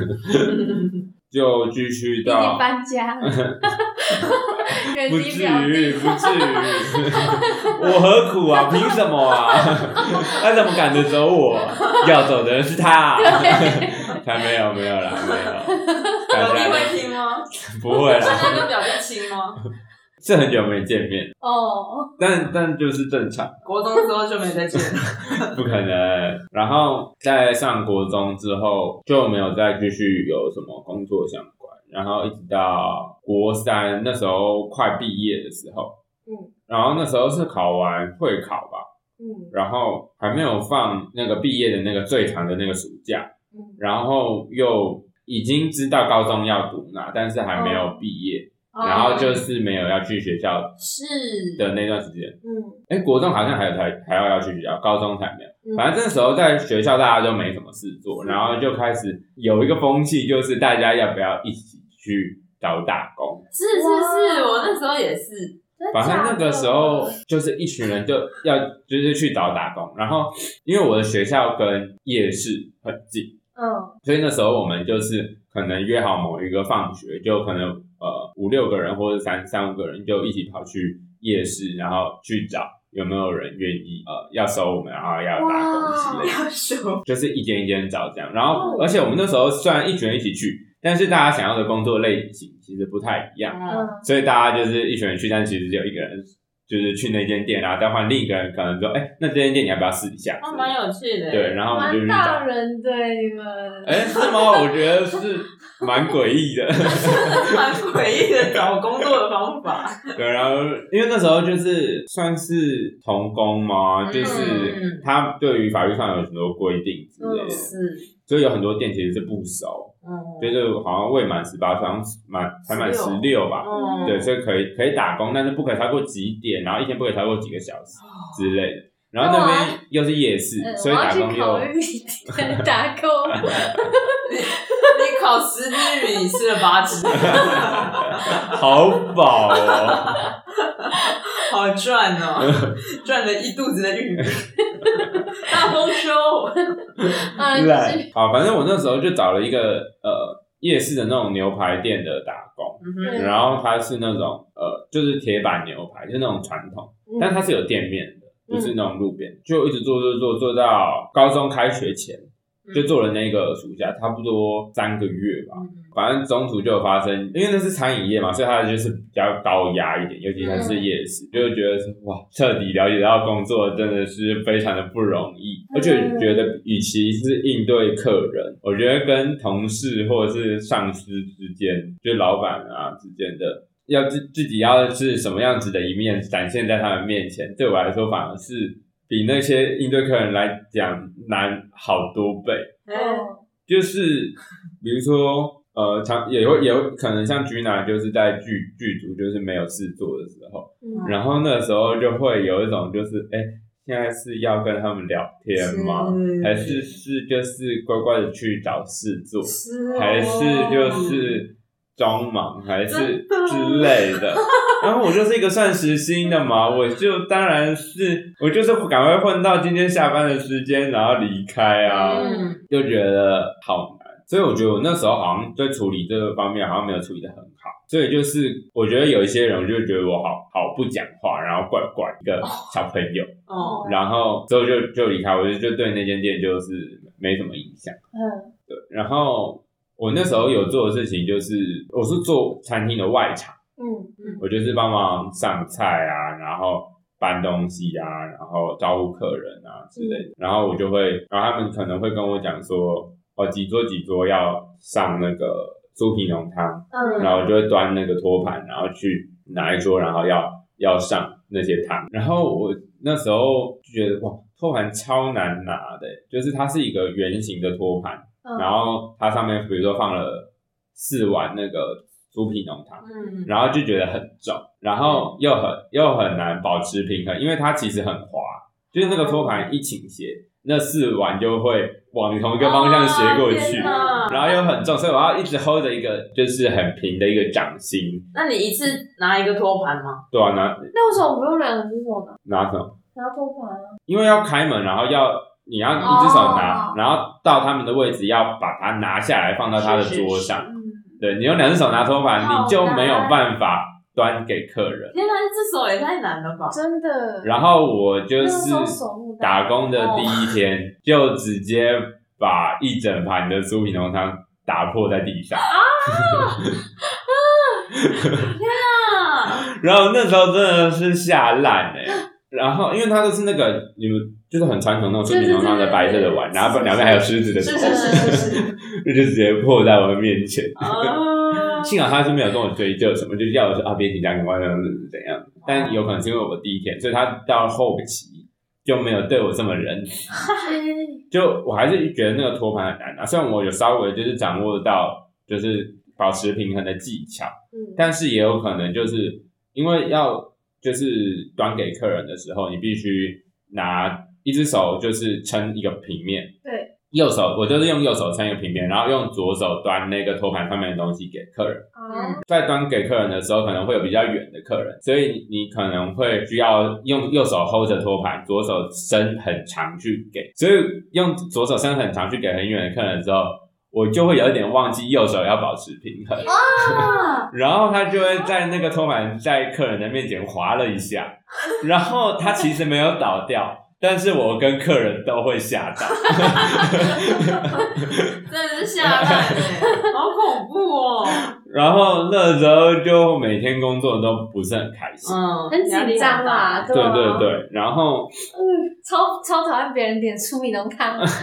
就继续到已经搬家了， 不至于，我何苦啊？凭什么啊？他怎么赶得走我？要走的人是他，才没有啦，没有。 表弟会听吗？ 不会啦。 现在跟表弟亲吗？ 是很久没见面哦， 但就是正常。 国中之后就没再见， 不可能。然后在上国中之后就没有再继续有什么工作相关，然后一直到国3那时候快毕业的时候，然后那时候是考完会考吧，然后还没有放那个毕业的那个最长的那个暑假，然后又已经知道高中要读哪，但是还没有毕业。然后就是没有要去学校的那段时间，国中好像还要去学校，高中才没有。反正这时候在学校大家都没什么事做，然后就开始有一个风气，就是大家要不要一起去找打工？ 是，我那时候也是。 反正那个时候就是一群人就是去找打工，然后因为我的学校跟夜市很近，所以那时候我们就是可能约好某一个放学，就可能5、6个人或者3、5个人就一起跑去夜市，然后去找有没有人愿意要收我们，然后要打工之类的， 要收， 就是一间一间找这样。然后而且我们那时候虽然一群人一起去，但是大家想要的工作类型其实不太一样，所以大家就是一群人去，但其实只有一个人就是去那间店，然后再换另一个人可能说，那这间店你要不要试一下？ 蛮有趣的。 对，然后我们就去找。 蛮大人对你们。 是吗？我觉得是蛮诡异的。 蛮诡异的找工作的方法。 对，然后因为那时候就是算是童工嘛，就是他对于法律上有很多规定之类的，所以有很多店其实是不收。就是好像未满18岁，好像才满16吧，对，所以可以打工，但是不可以超过几点，然后一天不可以超过几个小时之类的。然后那边又是夜市，所以打工又打工。 你考10只鱼，你吃了8只， 好饱哦， 好赚哦，赚了一肚子的玉米。大丰收。 好，反正我那时候就找了一个夜市的那种牛排店的打工，然后他是那种就是铁板牛排，就是那种传统，但它是有店面的，不是那种路边，就一直做到高中开学前，就做了那个暑假，差不多3个月吧。反正中途就有发生，因为那是餐饮业嘛，所以它就是比较高压一点，尤其它是夜市，就会觉得是哇，彻底了解到工作真的是非常的不容易，而且觉得与其是应对客人，我觉得跟同事或者是上司之间，就老板啊之间的，要自己要是什么样子的一面展现在他们面前，对我来说反而是比那些应对客人来讲难好多倍。就是比如说也会可能像 Gina 就是在剧组就是没有事做的时候，然后那时候就会有一种就是现在是要跟他们聊天吗？还是就是乖乖的去找事做，还是就是装忙，还是之类的。然后我就是一个算时薪的嘛，我就当然是我就是赶快混到今天下班的时间，然后离开啊，就觉得好难。所以我觉得我那时候好像在处理这个方面好像没有处理得很好，所以就是我觉得有一些人就觉得我好不讲话，然后怪怪一个小朋友，然后之后就离开，我就对那间店就是没什么影响。对，然后我那时候有做的事情就是我是做餐厅的外场，我就是帮忙上菜啊，然后搬东西啊，然后招呼客人啊之类的，然后我就会，然后他们可能会跟我讲说几桌要上那个酥皮浓汤，然后我就会端那个托盘，然后去拿一桌，然后要上那些汤。然后我那时候就觉得哇，托盘超难拿的，就是它是一个圆形的托盘，然后它上面比如说放了4碗那个酥皮浓汤，然后就觉得很重，然后又很难保持平衡，因为它其实很滑，就是那个托盘一倾斜，那4碗就会往同一个方向斜过去，然后又很重，所以我要一直 hold 着一个就是很平的一个掌心。 那你一次拿一个托盘吗？ 对啊， 那为什么不用2只手拿？ 拿什么？ 拿托盘啊。因为要开门，然后你要一只手拿，然后到他们的位置要把它拿下来放到他的桌上。对，你用2只手拿托盘，你就没有办法端给客人。 天哪，1只手也太难了吧！ 真的。 然后我就是打工的第一天，就直接把一整盘的酥皮浓汤打破在地上。 天啊！ 然后那时候真的是吓烂然后因为它都是那个你们就是很传统那种酥皮浓汤的白色的碗，然后两边还有狮子的头，就直接破在我的面前。幸好他是没有跟我追究什么，就叫我说别紧张，赶快怎样。但有可能是因为我第一天，所以他到后期就没有对我这么仁慈。就我还是觉得那个托盘很难拿，虽然我有稍微就是掌握到就是保持平衡的技巧，但是也有可能就是因为要就是端给客人的时候，你必须拿一只手就是撑一个平面， 对。 右手我就是用右手撑一个平面，然后用左手端那个托盘上面的东西给客人。在端给客人的时候，可能会有比较远的客人，所以你可能会需要用右手 hold 着托盘，左手伸很长去给。所以用左手伸很长去给很远的客人的时候，我就会有一点忘记右手要保持平衡。然后他就会在那个托盘在客人的面前滑了一下，然后他其实没有倒掉。但是我跟客人都会吓到， 真的是吓烂好恐怖哦！ 然后那时候就每天工作都不是很开心， 很紧张啦， 对对对，然后超讨厌别人点酥皮浓汤，而且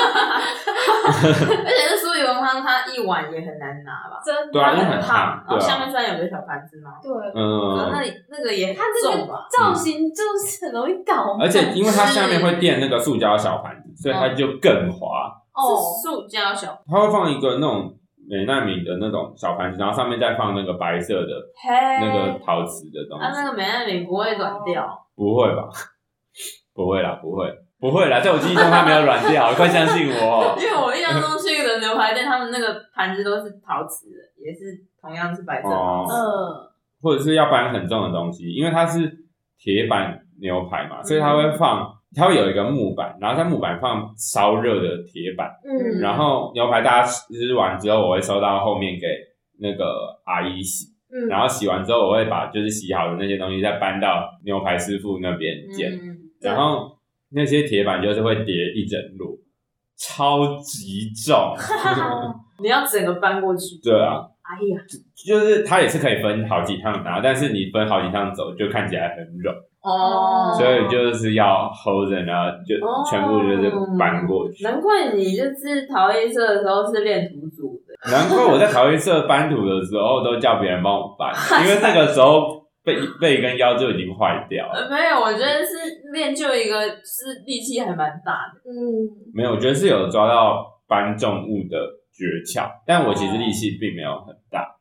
那酥皮浓汤它一碗也很难拿吧？ 真的， 对啊，因为很烫， 然后下面虽然有个小盘子嘛， 对， 那个也很重吧？ 造型就是很容易倒， 而且因为它下面会垫那个塑胶小盘子，所以它就更滑。 是塑胶小， 它会放一个那种美奈皿的那种小盘子，然后上面再放那个白色的那个陶瓷的东西。 那个美奈皿不会软掉？ 不会吧？不会啦，不会啦，在我记忆中它没有软掉，快相信我。 因为我印象中去的牛排店，他们那个盘子都是陶瓷的，也是同样是白色陶瓷。 或者是要搬很重的东西，因为它是铁板牛排嘛，所以它会放它会有一个木板，然后在木板放烧热的铁板，然后牛排大家吃完之后，我会收到后面给那个阿姨洗，然后洗完之后，我会把就是洗好的那些东西再搬到牛排师傅那边煎，然后那些铁板就是会叠一整摞，超级重， 你要整个搬过去。 对啊， 哎呀， 就是它也是可以分好几趟拿，但是你分好几趟走就看起来很软。所以就是要 hold 着，然后就全部就是搬过去。 难怪你就是陶艺社的时候是练土组的。 难怪我在陶艺社搬土的时候都叫别人帮我搬，因为那个时候背跟腰就已经坏掉了。 没有，我觉得是练就一个是力气还蛮大的。 没有，我觉得是有抓到搬重物的诀窍，但我其实力气并没有很大。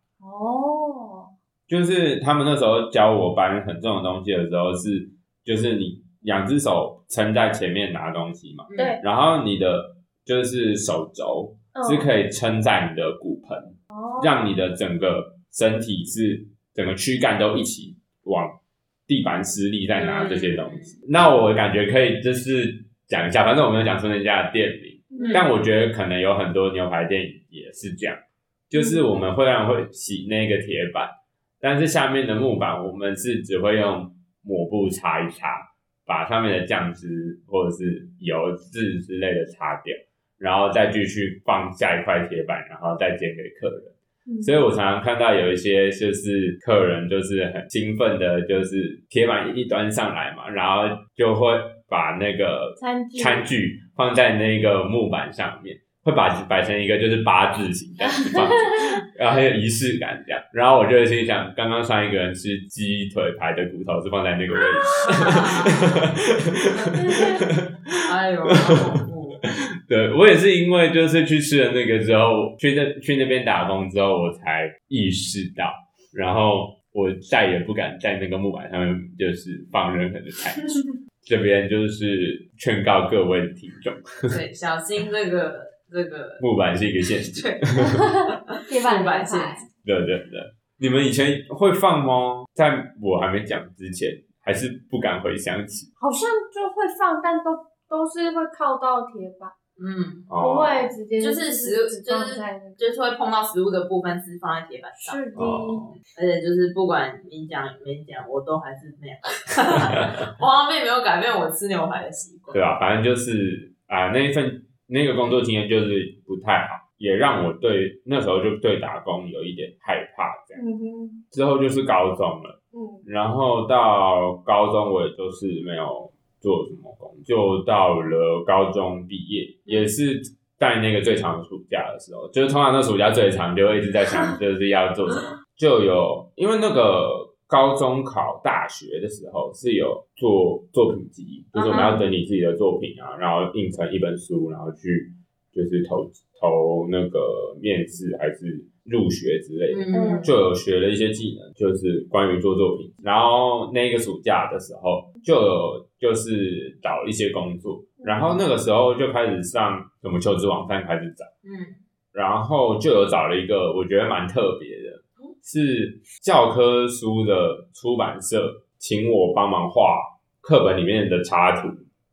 就是他们那时候教我搬很重的东西的时候就是你两只手撑在前面拿东西嘛， 对， 然后你的就是手肘是可以撑在你的骨盆，让你的整个身体是整个躯干都一起往地板施力在拿这些东西。那我感觉可以就是讲一下，反正我没有讲出那家的店名，但我觉得可能有很多牛排店也是这样，就是我们会洗那个铁板。但是下面的木板，我们是只会用抹布擦一擦，把上面的酱汁或者是油渍之类的擦掉，然后再继续放下一块铁板，然后再煎给客人。所以我常常看到有一些就是客人就是很兴奋的，就是铁板一端上来嘛，然后就会把那个餐具放在那个木板上面。会摆成一个就是八字形这样子放，然后很有仪式感这样。然后我就心想，刚刚上一个人吃鸡腿排的骨头是放在那个位置。 哎呦， 对，我也是因为就是去吃了那个之后，去那边打工之后，我才意识到，然后我再也不敢在那个木板上面就是放任何的餐具。这边就是劝告各位听众， 对，小心这个木板是一个陷阱， 铁板陷阱。 对，你们以前会放吗？在我还没讲之前，还是不敢回想起。 好像就会放，但都是会靠到铁板，不会直接就是食物就是会碰到食物的部分是放在铁板上。 是的， 而且就是不管你讲没讲，我都还是那样。我好像并没有改变我吃牛排的习惯。 对啊，反正就是那个工作经验就是不太好，也让我那时候就对打工有一点害怕这样。之后就是高中了，然后到高中我也就是没有做什么工，就到了高中毕业，也是在那个最长的暑假的时候，就是通常那暑假最长，就会一直在想就是要做什么，就有因为那个高中考大学的时候是有做作品集，就是我们要整理自己的作品啊，然后印成一本书，然后去就是投那个面试还是入学之类的，就有学了一些技能，就是关于做作品。然后那个暑假的时候就有就是找一些工作，然后那个时候就开始上什么求职网站开始找，然后就有找了一个我觉得蛮特别的，是教科书的出版社请我帮忙画课本里面的插图，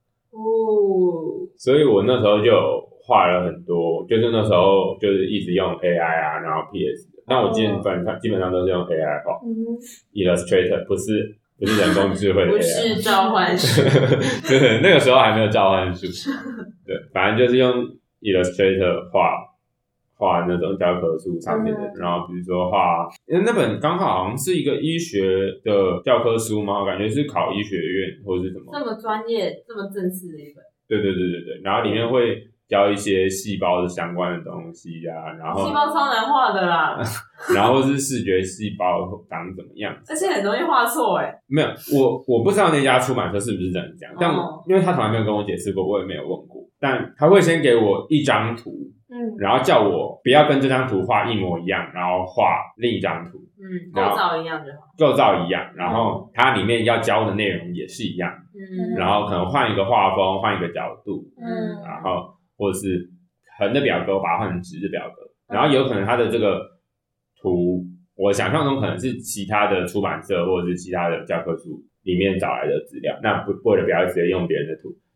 所以我那时候就有画了很多，就是那时候就是一直用 AI 啊，然后 PS 的，但我基本上都是用 AI 画，Illustrator 不是人工智慧的 AI， 不是召唤术， 对，那个时候还没有召唤术，对，反正就是用 Illustrator 画那种教科书上面的，然后比如说画，那本刚好好像是一个医学的教科书嘛，我感觉是考医学院或者是什么， 这么专业、这么正式的一本， 对，然后里面会教一些细胞的相关的东西啊，然后细胞超难画的啦， 然后是视觉细胞长怎么样， 而且很容易画错没有，我不知道那家出版社是不是真的这样，但因为他从来没有跟我解释过，我也没有问过，但他会先给我一张图，然后叫我不要跟这张图画一模一样，然后画另一张图， 构造一样就好， 构造一样，然后它里面要教的内容也是一样，然后可能换一个画风，换一个角度，然后或者是横的表格把它换成直的表格，然后有可能它的这个图，我想象中可能是其他的出版社或者是其他的教科书里面找来的资料，那为了不要直接用别人的图，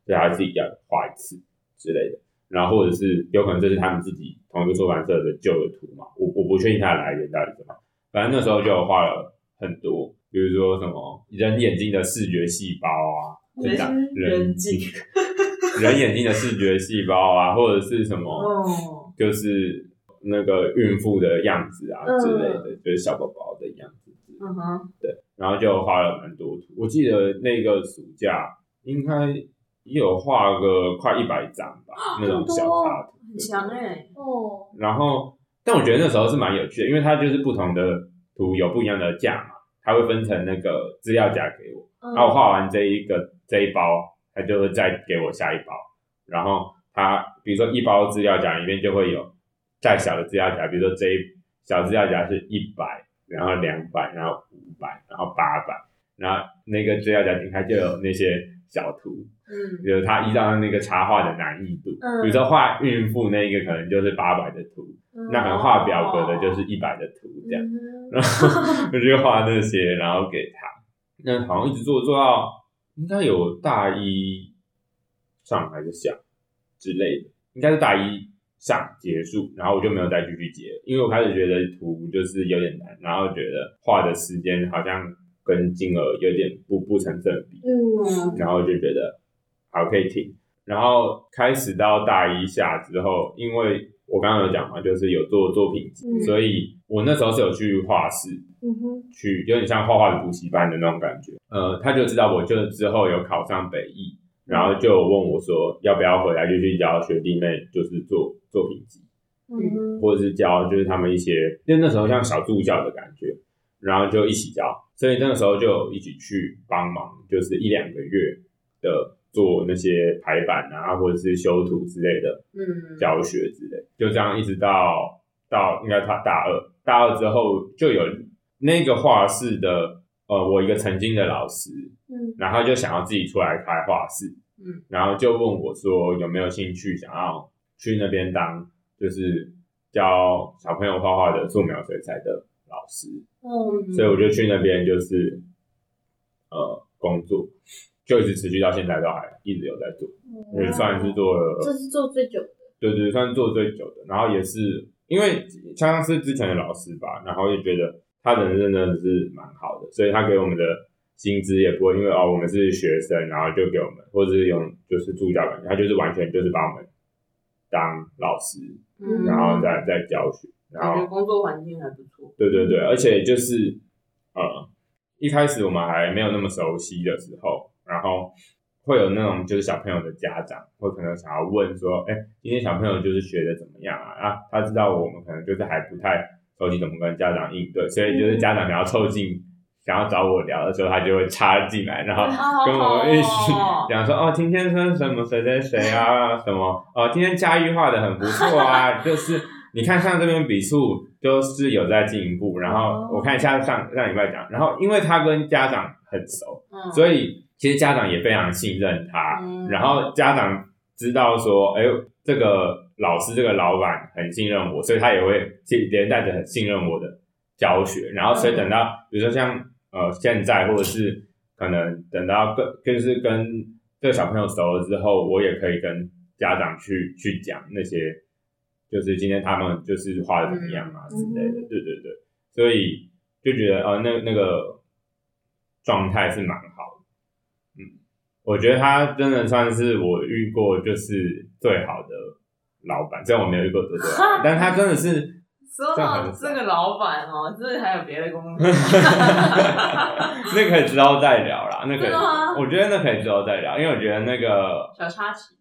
所以他自己要画一次之类的。然后或者是有可能这是他们自己同一个出版社的旧的图嘛，我不确定它的来源到底是什么。反正那时候就有画了很多，比如说什么人眼睛的视觉细胞啊，人眼睛的视觉细胞啊，或者是什么，就是那个孕妇的样子啊之类的，就是小宝宝的样子。对，然后就画了蛮多图。我记得那个暑假应该也有画个快100张吧，那种小插图， 很强然后，但我觉得那时候是蛮有趣的，因为它就是不同的图有不一样的价嘛，它会分成那个资料夹给我，然后我画完这一包，它就会再给我下一包，然后它比如说一包资料夹里面就会有再小的资料夹，比如说这一小资料夹是100，然后200，然后500，然后800，然后那个资料夹点开就有那些小图。就是它依照那个插画的难易度，比如说画孕妇那个可能就是800的图，那可能画表格的就是100的图这样，然后我就画那些，然后给他，那好像一直做到应该有大一上还是下之类的，应该是大一上结束，然后我就没有再继续接了，因为我开始觉得图就是有点难，然后觉得画的时间好像跟金额有点不成正比，然后就觉得好可以停，然后开始到大一下之后，因为我刚刚有讲嘛，就是有做作品集，所以我那时候是有去画室，去有点像画画的补习班的那种感觉。他就知道我就之后有考上北艺，然后就问我说要不要回来就去教学弟妹，就是做作品集，或者是教就是他们一些，因为那时候像小助教的感觉，然后就一起教，所以那个时候就一起去帮忙，就是1-2个月的做那些排版啊，或者是修图之类的，教学之类，就这样一直到应该他大二之后就有那个画室的我一个曾经的老师，然后就想要自己出来开画室，然后就问我说有没有兴趣想要去那边当就是教小朋友画画的素描水彩的老师，所以我就去那边就是工作。就一直持续到现在都还一直有在做，也算是做了， 这是做最久的， 对，算是做最久的。然后也是因为像是之前的老师吧，然后就觉得他人真的是蛮好的，所以他给我们的薪资也不会因为我们是学生，然后就给我们，或者是用就是助教感觉，他就是完全就是把我们当老师，然后再教学，然后感觉工作环境还不错。 对，而且就是一开始我们还没有那么熟悉的时候。然后会有那种就是小朋友的家长会可能想要问说，今天小朋友就是学的怎么样啊？他知道我们可能就是还不太熟悉怎么跟家长应对，所以就是家长想要凑近，想要找我聊的时候，他就会插进来，然后跟我们一起讲说，今天说什么谁啊，什么今天嘉义画的很不错啊，就是你看像这边笔触就是有在进步，然后我看一下上礼拜讲，然后因为他跟家长很熟，所以其实家长也非常信任他，然后家长知道说，这个老师这个老板很信任我，所以他也会连带着很信任我的教学，然后所以等到比如说像现在或者是可能等到就是跟这个小朋友熟了之后，我也可以跟家长去讲那些，就是今天他们就是画的怎么样啊之类的，对，所以就觉得那个状态是蛮好的。我觉得他真的算是我遇过就是最好的老板，虽然我没有遇过多老板，但他真的是说到这个老板这还有别的工作， 那可以之后再聊啦。那可以，我觉得那可以之后再聊，因为我觉得那个小插曲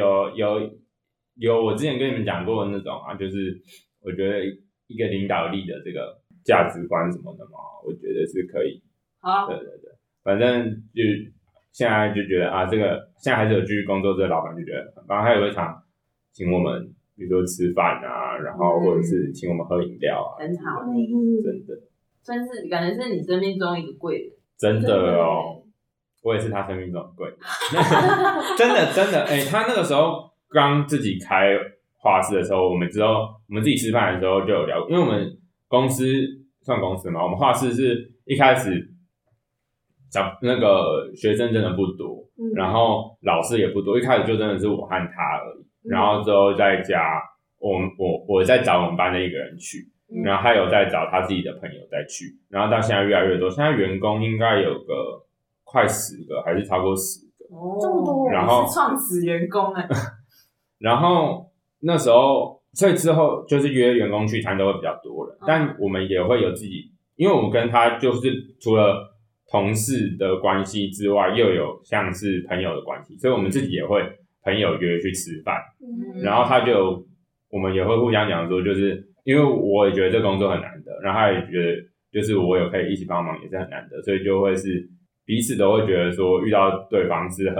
有我之前跟你们讲过的那种就是我觉得一个领导力的这个价值观什么的嘛，我觉得是可以。 好， 对，反正就。现在就觉得这个现在还是有继续工作，这个老板就觉得很棒，他也会常请我们，比如说吃饭啊，然后或者是请我们喝饮料啊， 很好， 真的， 算是感觉是你生命中一个贵人， 真的我也是他生命中的贵人，真的，他那个时候刚自己开画室的时候，我们自己吃饭的时候就有聊，因为我们公司算公司嘛，我们画室是一开始。 那个学生真的不多，然后老师也不多，一开始就真的是我和他而已，然后之后再加我在找我们班的一个人去，然后他有在找他自己的朋友再去，然后到现在越来越多，现在员工应该有个快10个，还是超过10个， 这么多， 然后是创始员工然后那时候，所以之后就是约员工聚餐都会比较多人，但我们也会有自己，因为我们跟他就是除了同事的关系之外，又有像是朋友的关系，所以我们自己也会朋友约去吃饭，然后我们也会互相讲说，就是因为我也觉得这工作很难得，然后他也觉得就是我有可以一起帮忙也是很难得，所以就会是彼此都会觉得说遇到对方是很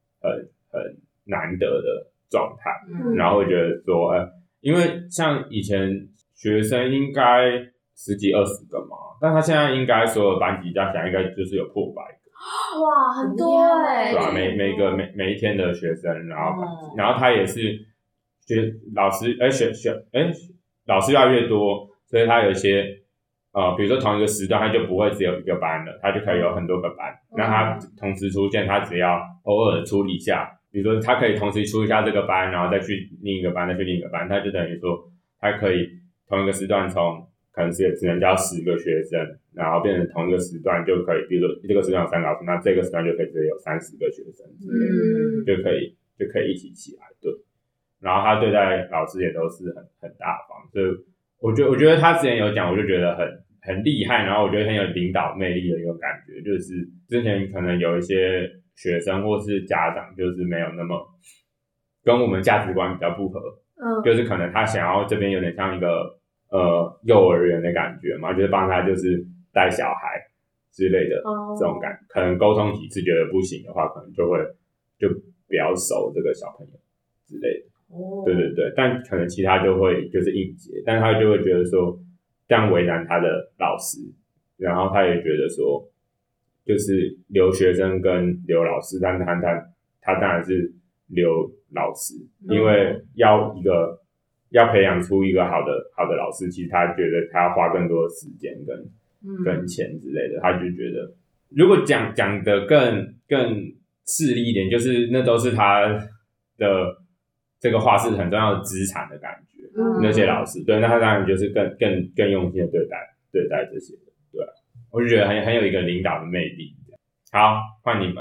难得的状态，然后会觉得说，因为像以前学生应该10几20个嘛，但他现在应该所有班级加起来应该就是有破100个， 哇，很多对吧？每一天的学生，然后他也是老师老师越来越多，所以他有一些比如说同一个时段，他就不会只有一个班了，他就可以有很多个班，那他同时出现，他只要偶尔出一下。比如说，他可以同时出一下这个班，然后再去另一个班，再去另一个班，他就等于说，他可以同一个时段从可能是只能教10个学生，然后变成同一个时段就可以，比如说这个时段有3个老师，那这个时段就可以只有30个学生之类的，就可以一起起来对。然后他对待老师也都是很大方，所以我觉得他之前有讲，我就觉得很厉害，然后我觉得很有领导魅力的一个感觉，就是之前可能有一些学生或是家长就是没有那么跟我们价值观比较不合，就是可能他想要这边有点像一个幼儿园的感觉嘛，就是帮他就是带小孩之类的这种感觉，可能沟通几次觉得不行的话，可能就不要收这个小朋友之类的，对对对，但可能其他就会就是应接，但他就会觉得说这样为难他的老师，然后他也觉得说。就是留学生跟留老师，但他当然是留老师，因为要培养出一个好的老师，其实他觉得他要花更多的时间跟钱之类的，他就觉得如果讲的更势利一点，就是那都是他的这个画室很重要的资产的感觉，那些老师，对，那他当然就是更用心的对待这些的，对。我就觉得很有一个领导的魅力。好，换你们。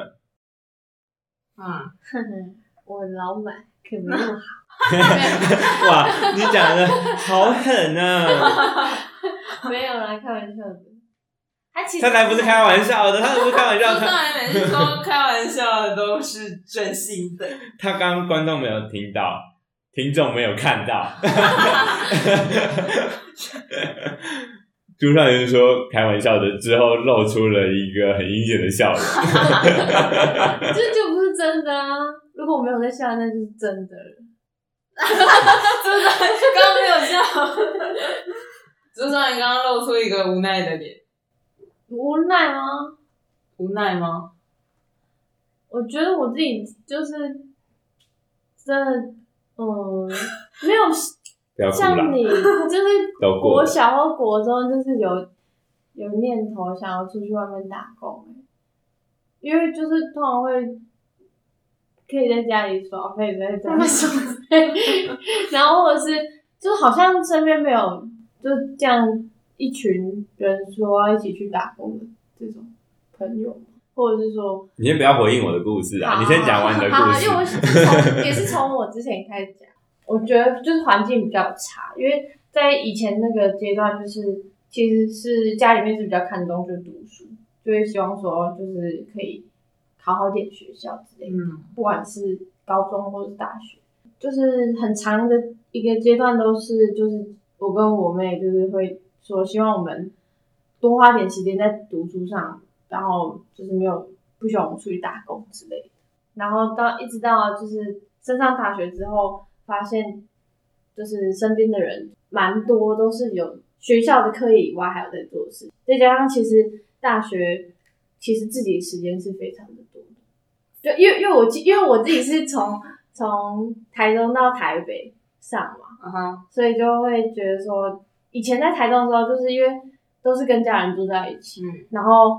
我老板可没那么好。 哇，你讲的好狠啊！ 没有啦，开玩笑的。 他才不是开玩笑的，他不是开玩笑的。 他每次说开玩笑的都是真心的。 他刚刚观众没有听到，听众没有看到。朱少元说开玩笑的之后露出了一个很阴险的笑容。 这就不是真的啊！如果我没有在笑，那就是真的了。 真的，刚刚没有笑。朱少元刚刚露出一个无奈的脸。 无奈吗？ 无奈吗？ 我觉得我自己就是真的，没有。像你，就是国小或国中，就是有念头想要出去外面打工，因为就是通常会可以在家里耍废，在家里耍废，然后或者是就是好像身边没有就这样一群人说要一起去打工的这种朋友，或者是说， 你先不要回应我的故事啊，你先讲完你的故事， 因为我也是从我之前开始讲。我觉得就是环境比较差，因为在以前那个阶段，就是其实是家里面是比较看重就是读书，就会希望说就是可以考好点学校之类的，不管是高中或者是大学，就是很长的一个阶段都是就是我跟我妹就是会说希望我们多花点时间在读书上，然后就是不希望我们出去打工之类的，然后一直到就是升上大学之后。发现就是身边的人蛮多都是有学校的课业以外还有在做事，再加上其实大学其实自己的时间是非常的多的，就因为我自己是从台中到台北上嘛，所以就会觉得说以前在台中的时候，就是因为都是跟家人住在一起，然后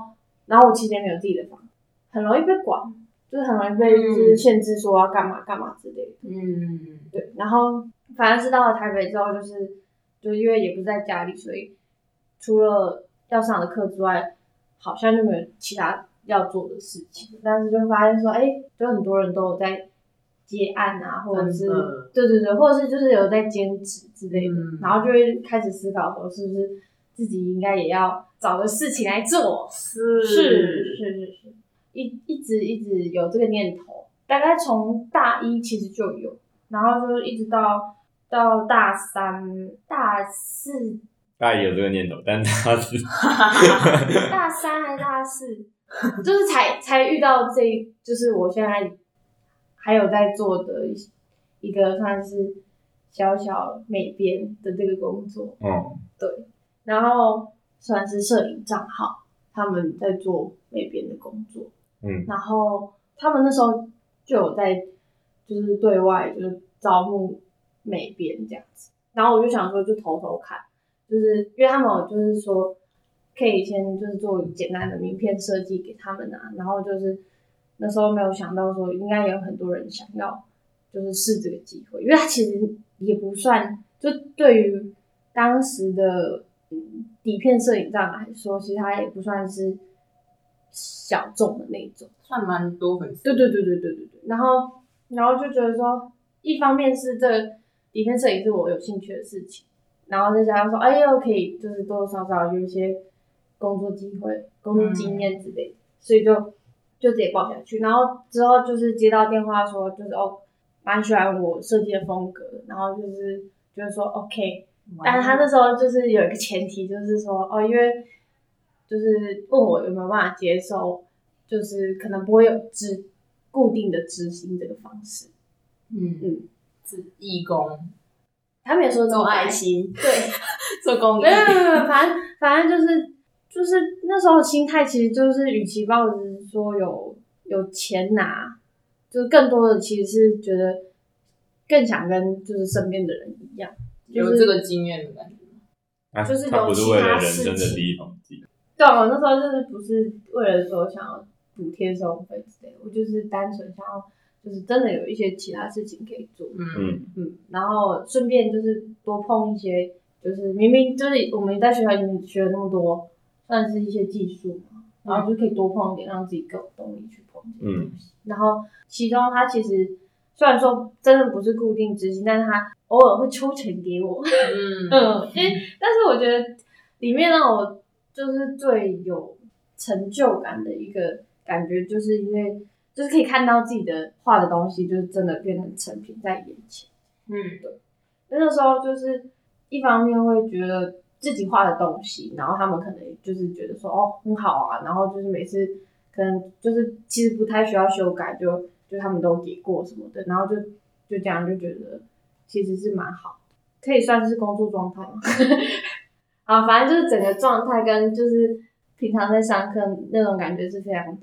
然后我其实也没有自己的房，很容易被管，就是很容易被就是限制说要干嘛干嘛之类的。对。然后反正是到了台北之后，就因为也不是在家里，所以除了要上的课之外，好像就没有其他要做的事情。但是就发现说，就很多人都有在接案啊，或者是对，或者是就是有在兼职之类的，然后就会开始思考说，是不是自己应该也要找个事情来做？是，一直有这个念头，大概从大一其实就有，然后就一直到大三、大四。 大一有这个念头，但大四大三还是大四，就是才遇到就是我现在还有在做的一个算是小小美编的这个工作。对，然后算是摄影账号，他们在做美编的工作。然后他们那时候就有在就是对外就是招募美编这样子，然后我就想说就偷看。就是因为他们就是说可以先就是做简单的名片设计给他们啊，然后就是那时候没有想到说应该有很多人想要就是试这个机会，因为它其实也不算，就对于当时的底片摄影站来说，其实它也不算是小众的那种， 算蛮多粉丝。 对，然后就觉得说，一方面是这个底片摄影是我有兴趣的事情。然后再加上说，又可以就是多多少少有一些工作机会、工作经验之类的，所以就直接报下去。然后之后就是接到电话说，就是蛮喜欢我设计的风格，然后就是说 OK， 但是他那时候就是有一个前提，就是说因为就是问我有没有办法接受，就是可能不会有固定的执行这个方式。 是义工。 他们也说做爱心， 对， 做公益， 没有，反正就是那时候心态其实就是，与其抱着说有钱拿，就更多的其实是觉得更想跟就是身边的人一样， 有这个经验的感觉， 就是他不是为了人生的第一桶金。 对，我那时候就是不是为了说想要补贴生活费之类的，我就是单纯想要。就是真的有一些其他事情可以做，然后顺便就是多碰一些，就是明明就是我们在学校里面学了那么多，算是一些技术嘛，然后就可以多碰一点，让自己更有动力去碰这些东西。然后其中它其实虽然说真的不是固定执行，但是它偶尔会抽成给我，但是我觉得里面让我就是最有成就感的一个感觉，就是因为。就是可以看到自己的画的东西，就是真的变成成品在眼前。对。那时候就是一方面会觉得自己画的东西，然后他们可能就是觉得说很好啊，然后就是每次可能就是其实不太需要修改，就他们都给过什么的，然后就这样就觉得其实是蛮好，可以算是工作状态嘛。好，反正就是整个状态跟就是平常在上课那种感觉是非常的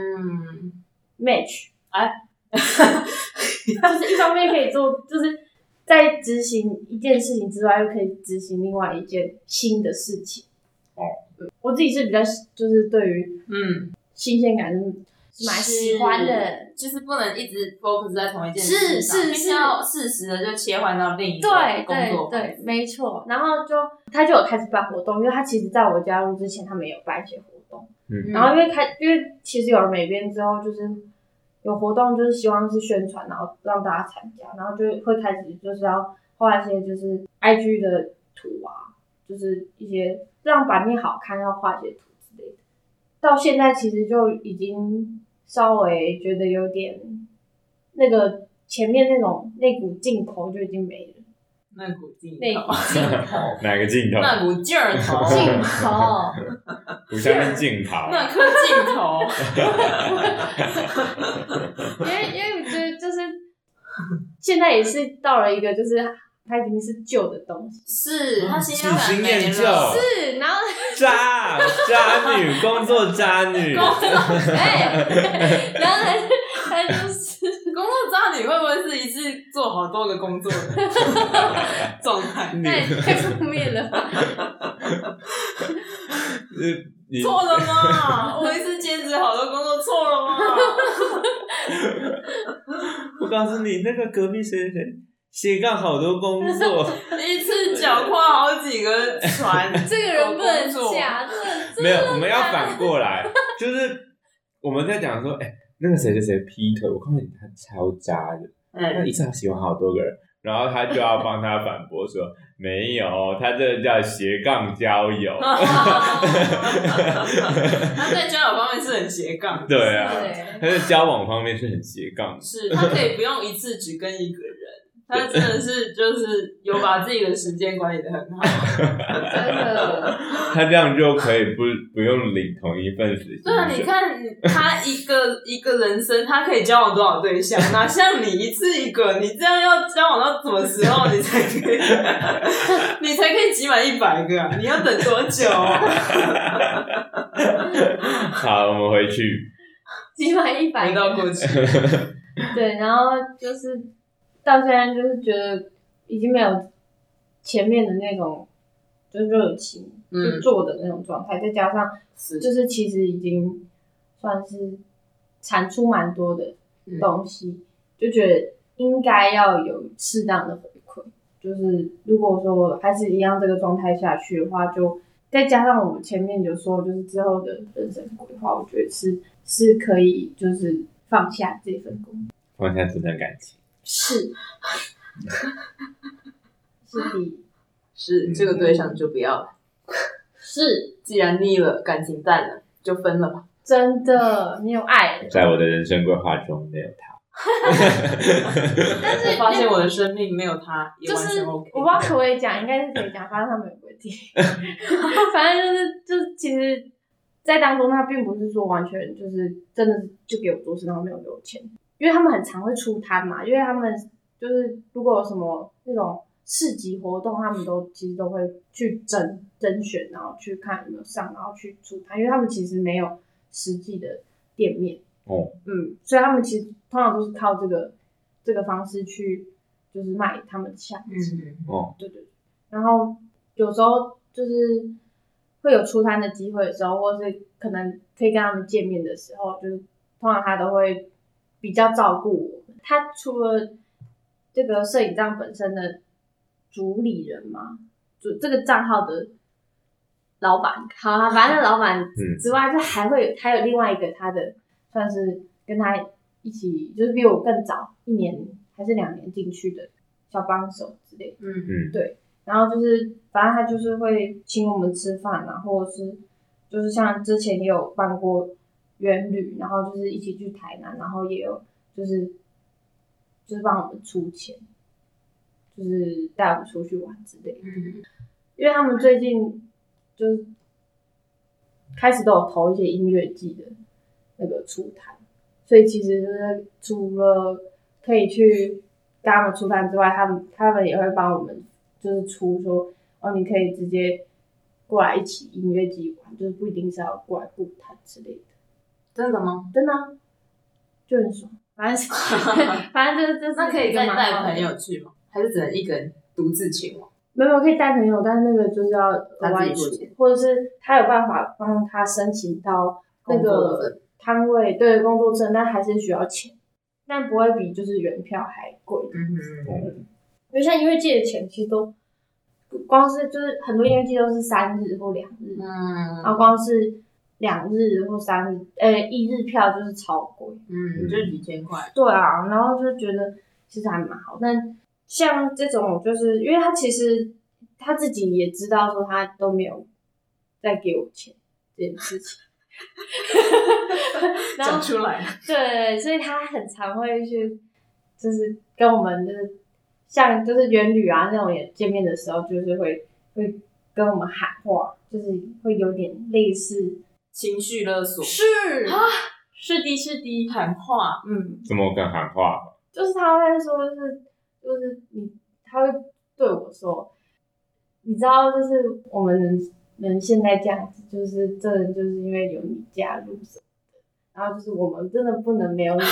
match， 就是一方面可以做，就是在执行一件事情之外，又可以执行另外一件新的事情。我自己是比较就是对于新鲜感是蛮喜欢的， 就是不能一直 focus 在同一件事上，必须要适时的就切换到另一个工作。 对，没错。然后他就有开始办活动，因为他其实在我加入之前，他们有办一些活动。然后因为其实有了美编之后，就是有活动，就是希望是宣传，然后让大家参加，然后就会开始就是要画一些就是 IG 的图啊，就是一些让版面好看，要画一些图之类的。到现在其实就已经稍微觉得有点那个前面那股劲头就已经没了。 那股劲头， 哪个劲头？ 那股劲儿头， 劲头， 不像是劲头， 那颗劲头。 因为我觉得就是现在也是到了一个就是它已经是旧的东西， 是它新喜新厌旧， 是然后渣女工作渣女， 然后他就是工作渣女会不会是一次做好多个工作的状态？ 太负面了吧。 错了吗？我一次兼职好多工作错了吗？ 我告诉你，那个隔壁谁斜杠好多工作， 一次脚跨好几个船， 这个人不能假， 没有，我们要反过来，就是我们在讲说，那个谁谁谁劈腿，我告诉你，他超渣的，他一次要喜欢好多个人。然后他就要帮他反驳说，没有，他这个叫斜杠交友。 他在交友方面是很斜杠的。 对啊，他在交往方面是很斜杠的。 是，他可以不用一次只跟一个人，他真的是就是有把自己的时间管理得很好。 真的。 他这样就可以不用领同一份时薪。 对啊，你看他一个人生，他可以交往多少对象？哪像你一次一个，你这样要交往到什么时候你才可以？你才可以集满100个啊？你要等多久？ 好，我们回去。 集满100个。 回到过去。 对，然后就是到现在就是觉得已经没有前面的那种就热情去做的那种状态，再加上就是其实已经算是产出蛮多的东西，就觉得应该要有适当的回馈。就是如果说还是一样这个状态下去的话，就再加上我们前面就说就是之后的人生规划，我觉得是可以就是放下这份工作， 放下这段感情。 是的， 是这个对象就不要了。 是， 既然腻了，感情淡了，就分了吧。 真的，你有爱了。 在我的人生规划中没有他。 但是我发现我的生命没有他，也完全 OK。 我不知道可不可以讲，应该是可以讲，反正他们也不会听。反正就是其实，在当中他并不是说完全就是真的就给我做事，然后没有给我钱，因为他们很常会出摊嘛，因为他们就是如果有什么那种市集活动，他们其实都会去甄选，然后去看有没有上，然后去出摊，因为他们其实没有实际的店面。所以他们其实通常都是靠这个方式去就是卖他们的项目。对。然后有时候就是会有出摊的机会的时候，或是可能可以跟他们见面的时候，就是通常他都会比较照顾我们。他除了这个摄影账本身的主理人嘛，就这个账号的老板，好，反正老板之外，就还有另外一个他的算是跟他一起，就是比我更早1年还是2年进去的小帮手之类的。对。然后就是反正他就是会请我们吃饭啊，或者是就是像之前也有办过员旅，然后就是一起去台南，然后也有就是帮我们出钱，就是带我们出去玩之类的。因为他们最近就是开始都有投一些音乐季的那个出摊，所以其实就是除了可以去跟他们出摊之外，他们也会帮我们就是出说你可以直接过来一起音乐季玩，就是不一定是要过来布摊之类的。 真的吗？ 真的啊，就很爽。反正就是那可以再带朋友去吗？还是只能一个人独自前往？ 没有，可以带朋友，但是那个就是要额外出，或者是他有办法帮他申请到那个摊位对工作证，但还是需要钱，但不会比就是原票还贵。因为像音乐季的钱其实都光是就是很多音乐季都是3日或2日，然后光是2日或3日，1日票就是超贵， 就是几千块。 对啊，然后就觉得其实还蛮好，但像这种就是因为他其实他自己也知道说他都没有在给我钱这件事情， 讲出来。 对，所以他很常会去就是跟我们就是像就是员旅啊那种也见面的时候，就是会跟我们喊话，就是会有点类似情绪勒索。 是的喊话。 怎么跟喊话？ 就是他会说就是他会对我说，你知道就是我们人现在这样子，就是这人就是因为有你加入什么的，然后就是我们真的不能没有你。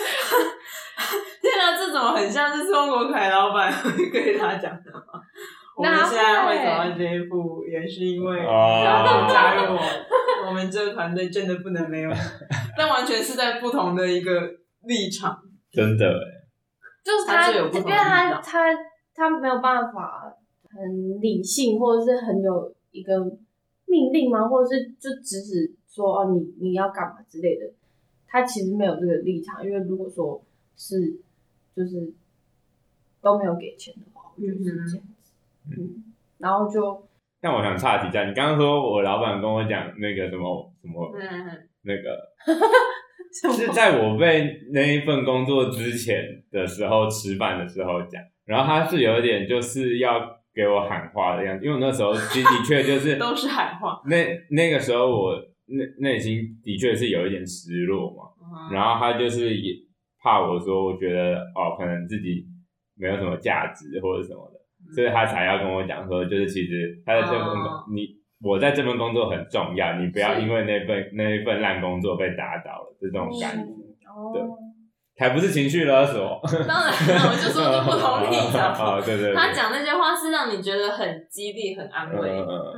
天啊，这怎么很像是中国凯老板会对他讲的吗？ 我们现在会走到这一步，也是因为要加入我们这个团队，真的不能没有，但完全是在不同的一个立场。 真的就是他因为他没有办法很理性，或者是很有一个命令吗？或者是就只说哦你要干嘛之类的，他其实没有这个立场。因为如果说是就是都没有给钱的话，我觉得是这样子。然后就， 但我想岔题一下，你刚刚说我老板跟我讲那个什么那个。是在我被那一份工作之前的时候吃饭的时候讲，然后他是有点就是要给我喊话的样子，因为我那时候其实的确就是都是喊话。 那个时候我内心的确是有一点失落嘛，然后他就是也怕我说我觉得可能自己没有什么价值或者什么的，所以他才要跟我讲说，就是其实他的这份我在这份工作很重要，你不要因为那一份烂工作被打倒了，这种感觉。对，才不是情绪勒索。 当然，我就说是不同立场。 对。 他讲那些话是让你觉得很激励、很安慰。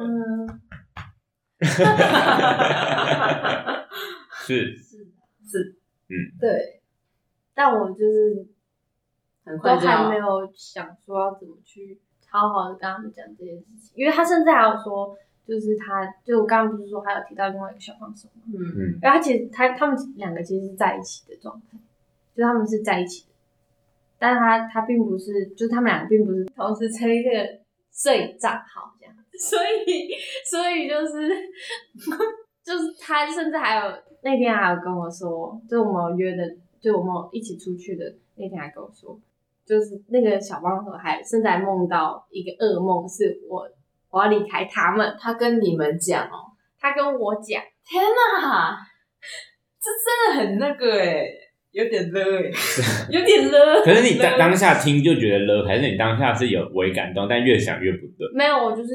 是。 对。但我就是很快都还没有想说要怎么去好好的跟他们讲这件事情，因为他甚至还有说。就是就我刚刚不是说还有提到另外一个小帮手吗？因为他其实他们两个其实是在一起的状态，就他们是在一起的，但是他并不是，就是他们两个并不是同时成立这个摄影账号这样，所以就是他甚至还有那天还有跟我说，就我们约的，就我们一起出去的那天还跟我说，就是那个小帮手还甚至还梦到一个噩梦，是我要离开他们。 他跟你们讲哦？ 他跟我讲。 天哪，这真的很那个有点勒有点勒。 可是你当下听就觉得勒，还是你当下是有微感动，但越想越不对？ 没有，我就是，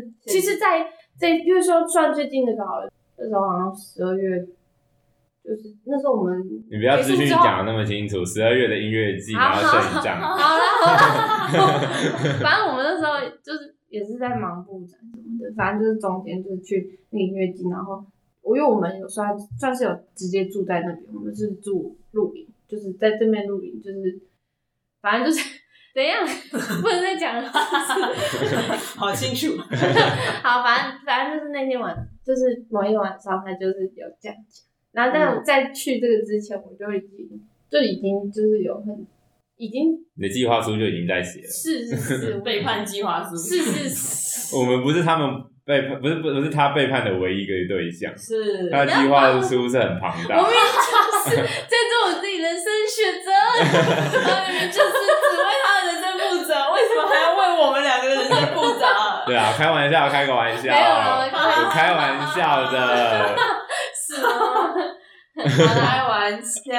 其实在因为说算最近的好了，那时候好像12月，就是那时候我们你不要资讯讲的那么清楚，12月的音乐季，然后摄影展。 好了，反正我们那时候就是也是在忙布展什么的，反正就是中间就是去那个音乐季，然后因为我们有算是有直接住在那边，我们是住露营，就是在这边露营，就是反正就是怎样不能再讲了， 好清楚。 好，反正就是那天就是某一个晚上，他就是有这样讲。然后但我在去这个之前，我就已经就是有已经你的计划书就已经在写了。 是背叛计划书。 是。 我们不是他们背叛，不是他背叛的唯一一个对象。 是。 他的计划书是很庞大。 我明明就是在做我自己人生选择，他明明就是只为他的人生负责，为什么还要为我们两个人生负责？ 对啊，开玩笑，开个玩笑。没有，我开玩笑的。 是吗？ 开玩笑。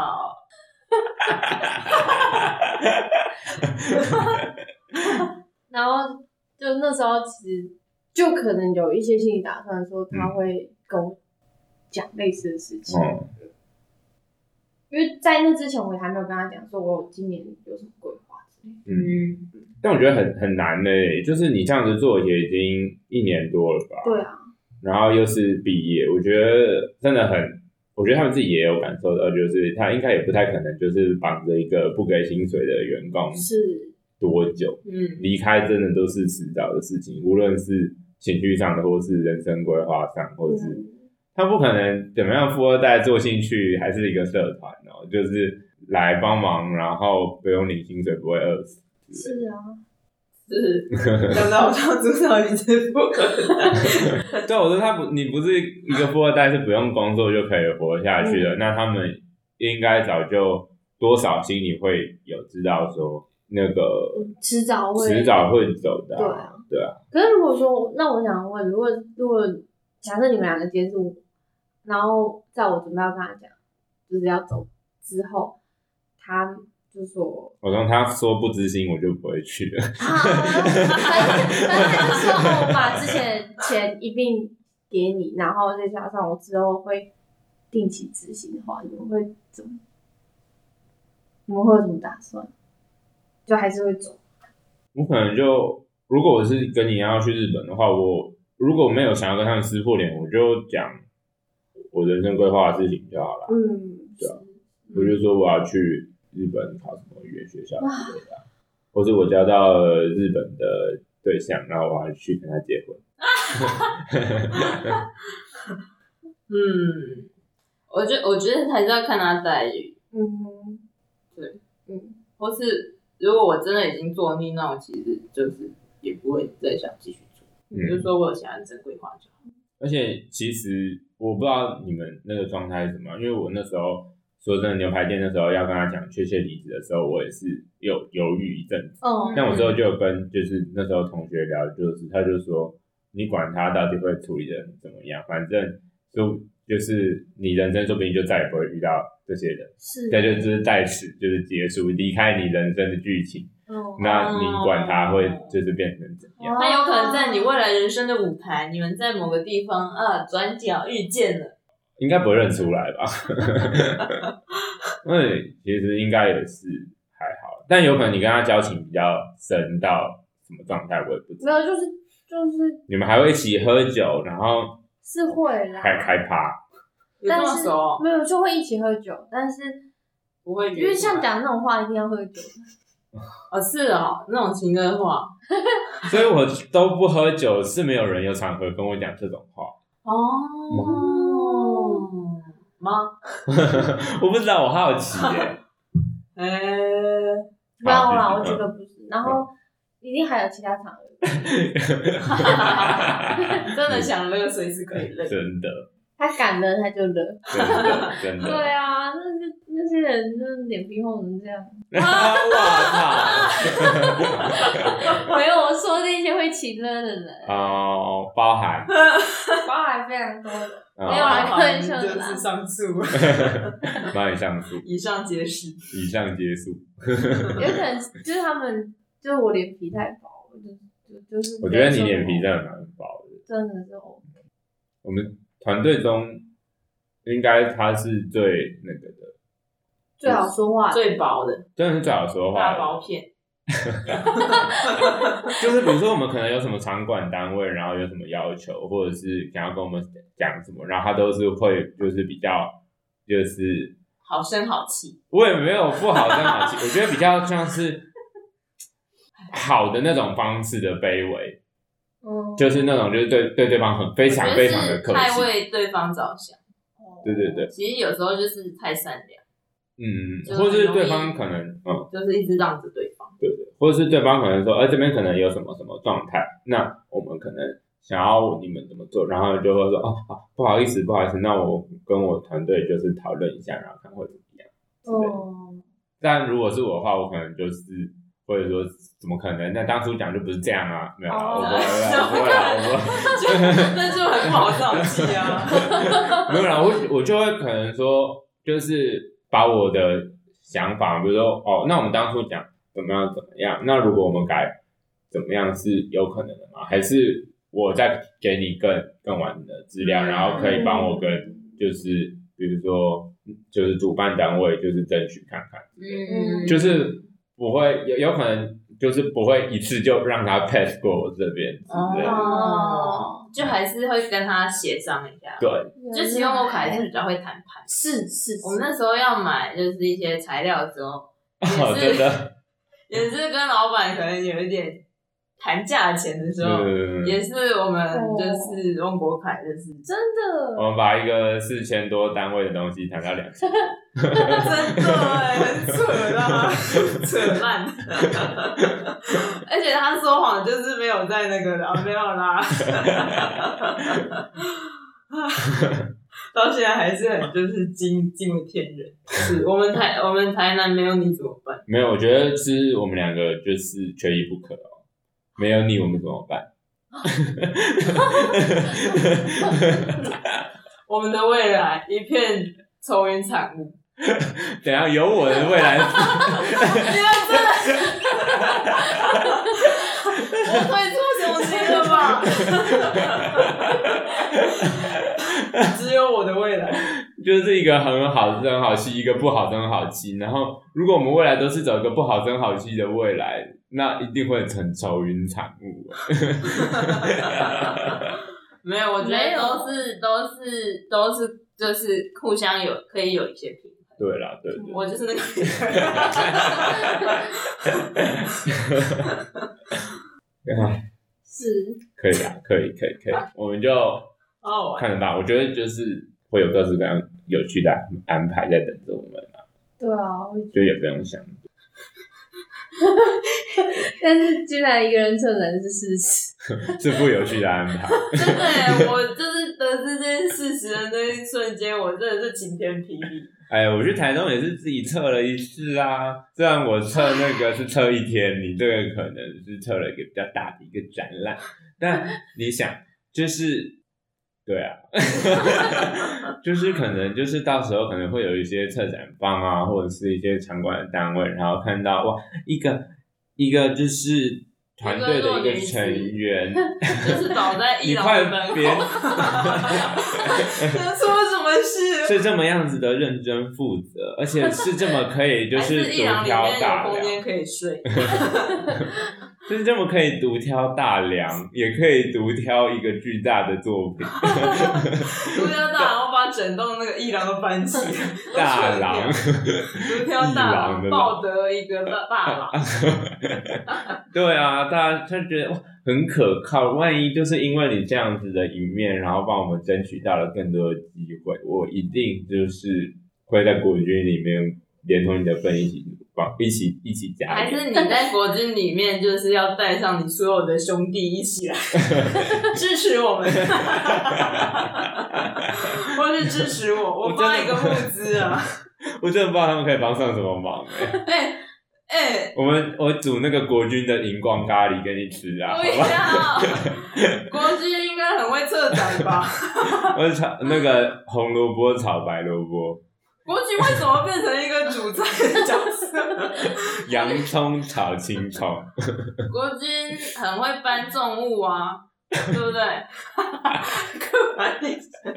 然后就那时候其实就可能有一些心理打算，说他会跟我讲类似的事情。因为在那之前我也还没有跟他讲说我今年有什么规划之类的。 但我觉得很难就是你这样子做也已经1年多了吧？ 对啊。然后又是毕业，我觉得真的我觉得他们自己也有感受到，就是他应该也不太可能就是绑着一个不给薪水的员工是多久，离开真的都是迟早的事情，无论是情绪上的，或是人生规划上，或是他不可能怎么样富二代做兴趣还是一个社团就是来帮忙，然后不用领薪水，不会饿死。 是啊。 是，讲到我想至少你是不可能。 对，我说你不是一个富二代，是不用工作就可以活下去的。那他们应该早就多少心里会有知道说那个迟早会走的。对啊。 可是如果说，那我想问，如果假设你们两个结束，然后在我准备要跟他讲，就是要走之后，他。就说， 我跟他说不知心，我就不会去了。 但是说我把之前钱一并给你，然后再加上我之后会定期执行的话，你们会有什么打算？就还是会走？ 我可能就如果我是跟你要去日本的话，我如果没有想要跟他们撕破脸，我就讲我人生规划的事情就好了。对啊，我就说我要去日本考什么语言学校之类的，或是我交到了日本的对象，然后我要去跟他结婚。 我觉得还是要看他待遇。对，或是如果我真的已经做腻，那我其实就是也不会再想继续做。就是说我有想要人生规划就好。 而且其实我不知道你们那个状态是什么，因为我那时候说真的，牛排店那时候要跟他讲确切离职的时候，我也是有犹豫一阵子。但我之后就有跟就是那时候同学聊，就是他就说你管他到底会处理的怎么样，反正就是你人生说不定就再也不会遇到这些人，那就是在此就是结束，离开你人生的剧情。那你管他会就是变成怎样？ 他有可能在你未来人生的舞台，你们在某个地方转角遇见了， 应该不会认出来吧？其实应该也是还好，但有可能你跟他交情比较深到什么状态，我也不知道。 没有，就是你们还会一起喝酒，然后是会啦， 开趴， 但是没有就会一起喝酒，但是不会因为像讲那种话一定要喝酒。 是哦，那种情歌话， 所以我都不喝酒，是没有人有场合跟我讲这种话。 吗？ 我不知道，我好奇耶。 不要啦，我觉得不是。然后一定还有其他场合。 真的想乐，随时可以乐。 真的。 他敢乐，他就乐。 真的。 对啊，那些人就是脸皮厚成这样。 我操！ 没有，我说那些会起乐的人。 包含非常多的。没有啦，开玩笑的啦。 就是上诉。 帮你上诉。 以上皆是。 以上皆是。 有可能就是他们，就是我脸皮太薄，就是。 我觉得你脸皮真的蛮薄的。 真的是 OK。 我们团队中，应该他是最那个的， 最好说话、 最薄的， 真的是最好说话的。 大薄片。 就是比如说我们可能有什么场馆单位，然后有什么要求，或者是想要跟我们讲什么，然后他都是会就是比较就是好声好气。我也没有不好声好气，我觉得比较像是好的那种方式的卑微。就是那种就是对对方非常非常的客气， 太为对方着想。 对对对， 其实有时候就是太善良。 或者是对方可能就是一直让着对方。 对对，或者是对方可能说，这边可能有什么什么状态，那我们可能想要你们怎么做，然后就会说不好意思，那我跟我团队就是讨论一下，然后看会怎么样。但如果是我的话，我可能就是或者说怎么可能？那当初讲就不是这样啊，没有啦，我不会， 那就很不好造气啊。 没有啦，我就会可能说，就是把我的想法，比如说那我们当初讲怎么样，那如果我们改怎么样是有可能的吗？还是我再给你更完整的资料，然后可以帮我跟就是比如说就是主办单位就是争取看看，就是不会有可能就是不会一次就让他 pass 过我这边之类的， 就还是会跟他协商一下。 对， 就其实我还是比较会谈判。 是， 我们那时候要买就是一些材料的时候， 真的也是跟老板可能有一点谈价钱的时候，也是我们就是翁国凯，就是真的， 我们把一个4000多单位的东西谈到2000， 真的很扯啦，扯烂。而且他说谎就是没有在那个的，没有啦。到现在还是很就是惊为天人。是我们台南没有你怎么办？ 没有，我觉得是我们两个就是缺一不可哦。没有你，我们怎么办？ 我们的未来一片愁云惨雾。 等一下有我的未来。 你们真的，我会出雄心了吧？只有我的未来。 就是一个很好真好期，一个不好真好期。然后，如果我们未来都是走一个不好真好期的未来，那一定会成愁云惨雾。 没有，我觉得都是就是互相可以有一些平衡。 对啦，对。 我就是那个。 是。 可以啊，可以，我们就看得到。我觉得就是会有各式各样有趣的安排在等着我们啊。 对啊， 就有这种想法。 但是居然一个人策展是事实， 是不有趣的安排。 真的耶，我就是得知这件事实的那一瞬间，我真的是晴天霹雳。 哎，我去台东也是自己测了一次啊，虽然我测那个是测一天，你这个可能是测了一个比较大的一个展览，但你想，就是对啊，就是可能就是到时候可能会有一些策展方啊，或者是一些场馆的单位，然后看到哇，一个就是团队的一个成员， 就是倒在一楼门口，出了什么事？ 是这么样子的认真负责，而且是这么可以就是独挑大梁， 空间可以睡， 就是这么可以独挑大梁，也可以独挑一个巨大的作品， 独挑大梁，我把整栋那个艺廊都搬起来， 大廊， 独挑大梁，抱得一个大廊。 对啊，大家就觉得哇很可靠，万一就是因为你这样子的一面，然后帮我们争取到了更多的机会，我一定就是会在国军里面连同你的份一起加油。还是你在国军里面就是要带上你所有的兄弟一起来支持我们，或是支持我发一个物资啊。 我真的不知道他们可以帮上什么忙我煮那个国军的荧光咖喱给你吃啊！ 不要，国军应该很会策展吧？ 我炒那个红萝卜炒白萝卜。 国军为什么变成一个主菜的角色？ 洋葱炒青葱。 国军很会搬重物啊，对不对？刻板印象。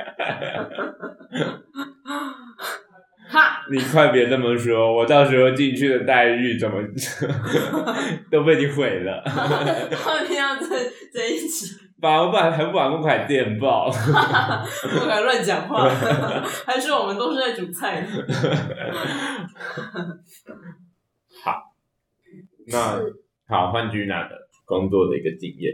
哈！ 你快别这么说，我到时候进去的待遇怎么都被你毁了。 后面要这一集， 还不把公凯电爆， 不敢乱讲话，还是我们都是在煮菜的。 好，那好，换Gina的工作的一个经验。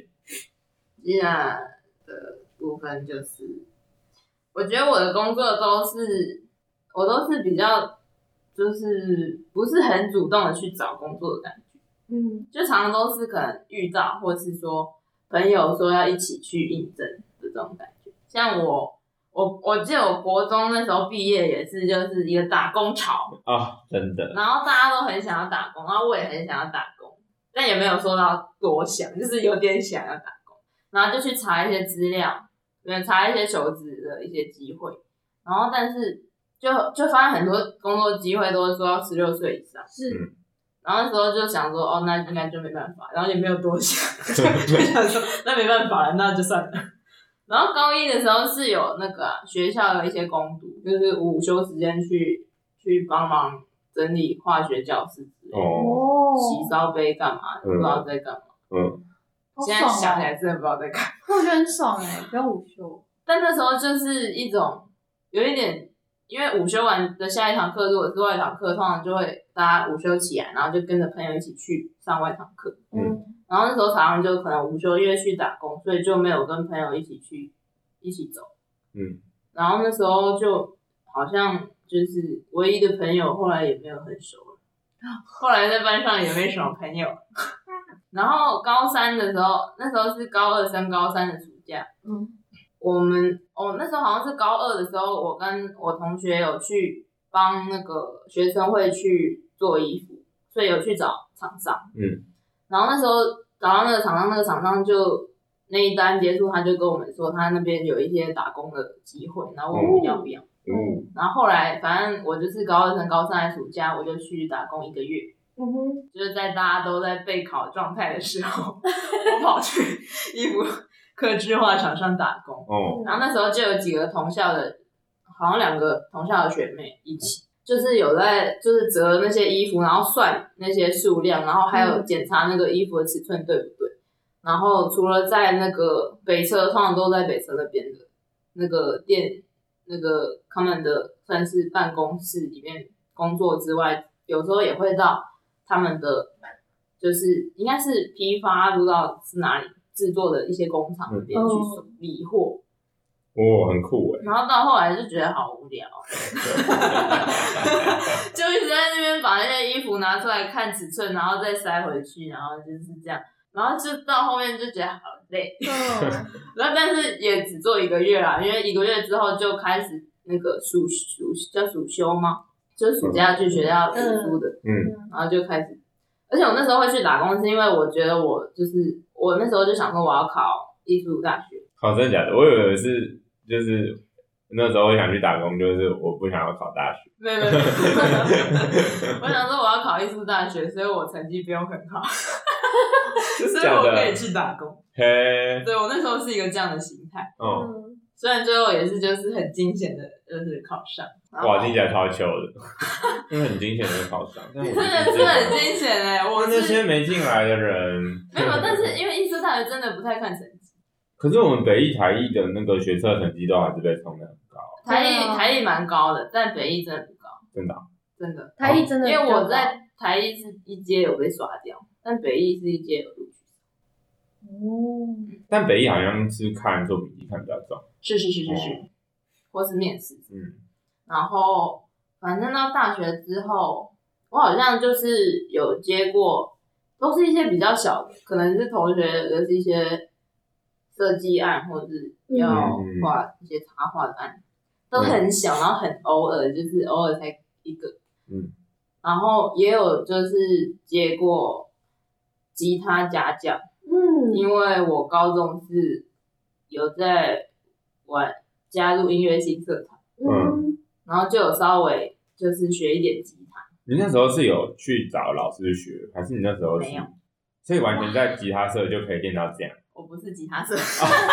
Gina的部分就是，我觉得我的工作我都是比较，就是不是很主动的去找工作的感觉，就常常都是可能遇到，或是说朋友说要一起去应征的这种感觉。像我记得我国中那时候毕业也是就是一个打工潮啊，真的。 然后大家都很想要打工，然后我也很想要打工，但也没有说到多想，就是有点想要打工，然后就去查一些资料，查一些求职的一些机会，然后但是。就发现很多工作机会都是说要16岁以上， 是， 然后那时候就想说，那应该就没办法，然后也没有多想，就想说那没办法了，那就算了。然后高一的时候是有那个学校有一些工读，就是午休时间去帮忙整理化学教室之类的，洗烧杯干嘛的，不知道在干嘛。现在想起来真的不知道在干嘛。 我觉得很爽不用午休。 但那时候就是一种有一点。因为午休完的下一堂课，如果是外堂课，通常就会大家午休起来，然后就跟着朋友一起去上外堂课。然后那时候常常就可能午休因为去打工，所以就没有跟朋友一起走。然后那时候就好像就是唯一的朋友，后来也没有很熟了。后来在班上也没什么朋友。然后高三的时候，那时候是高2升高3的暑假。我们那时候好像是高2的时候，我跟我同学有去帮那个学生会去做衣服，所以有去找厂商。然后那时候找到那个厂商就那一单结束，他就跟我们说他那边有一些打工的机会，然后问我们要不要。然后后来反正我就是高2升高3的暑假，我就去打工1个月。就是在大家都在备考状态的时候，我跑去衣服客制化厂商打工。然后那时候就有几个同校的好像2个同校的学妹一起，就是有在就是折那些衣服，然后算那些数量，然后还有检查那个衣服的尺寸对不对。然后除了在那个北车，通常都在北车那边的那个店，那个他们的算是办公室里面工作之外，有时候也会到他们的就是应该是批发，不知道是哪里制作的一些工厂那边去理货。 很酷然后到后来就觉得好无聊，就一直在那边把那些衣服拿出来看尺寸，然后再塞回去，然后就是这样，然后就到后面就觉得好累。然后但是也只做1个月啦，因为1个月之后就开始那个暑修吗？就是暑假去学校读书的，然后就开始，而且我那时候会去打工，是因为我觉得我那时候就想说我要考艺术大学。 考真的假的？我以为是就是那时候我想去打工，就是我不想要考大学。 没有，我想说我要考艺术大学，所以我成绩不用很好，所以我可以去打工。 嘿， 对，我那时候是一个这样的心态。虽然最后也是就是很惊险的，就是考上。 哇，听起来超糗的，因为很惊险的考上，但我真的是很惊险我那些没进来的人没有，但是因为艺术大学真的不太看成绩。 可是我们北艺、台艺的那个学测成绩都还是被冲得很高。 台艺蛮高的，但北艺真的不高。 真的？ 真的。 台艺真的， 因为我在台艺是一阶有被刷掉，但北艺是一阶有录取。 但北艺好像是看做笔记看比较重。 是，或是面试。然后反正到大学之后，我好像就是有接过，都是一些比较小的，可能是同学的是一些设计案，或者是要画一些插画的案，都很小，然后很偶尔，就是偶尔才一个。然后也有就是接过吉他家教，因为我高中是有在加入音乐性社团，然后就有稍微就是学一点吉他。 你那时候是有去找老师学，还是你那时候没有？ 所以完全在吉他社就可以练到这样。 我不是吉他社。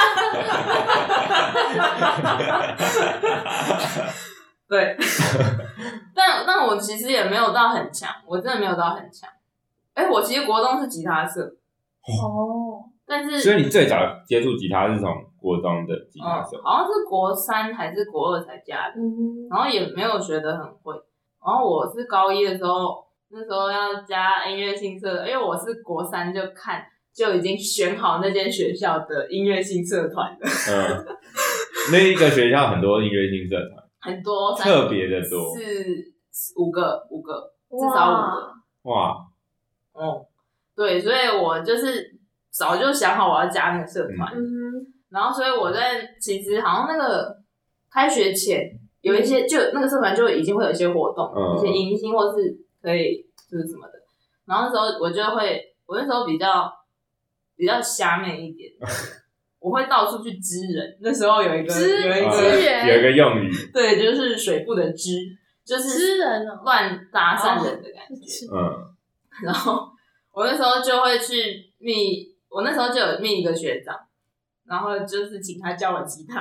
对。但我其实也没有到很强，我真的没有到很强。我其实国中是吉他社。但是所以你最早接触吉他是从国中的吉他社， 好像是国3还是国2才加的，然后也没有学得很会。然后我是高1的时候，那时候要加音乐性社，因为我是国3就已经选好那間学校的音乐性社团了。 那一个学校很多音乐性社团， 很多， 特别的多， 是5个，至少5个。 哇， 对，所以我就是早就想好我要加那个社团，然后所以我在其实好像那个开学前有一些，就那个社团就已经会有一些活动，一些迎新或是可以就是什么的，然后那时候我那时候比较虾妹一点，我会到处去支人。那时候有一个用语， 对，就是水部的支，就是支人乱搭讪人的感觉。然后我那时候就会去我那时候就有密一个学长，然后就是请他教我吉他，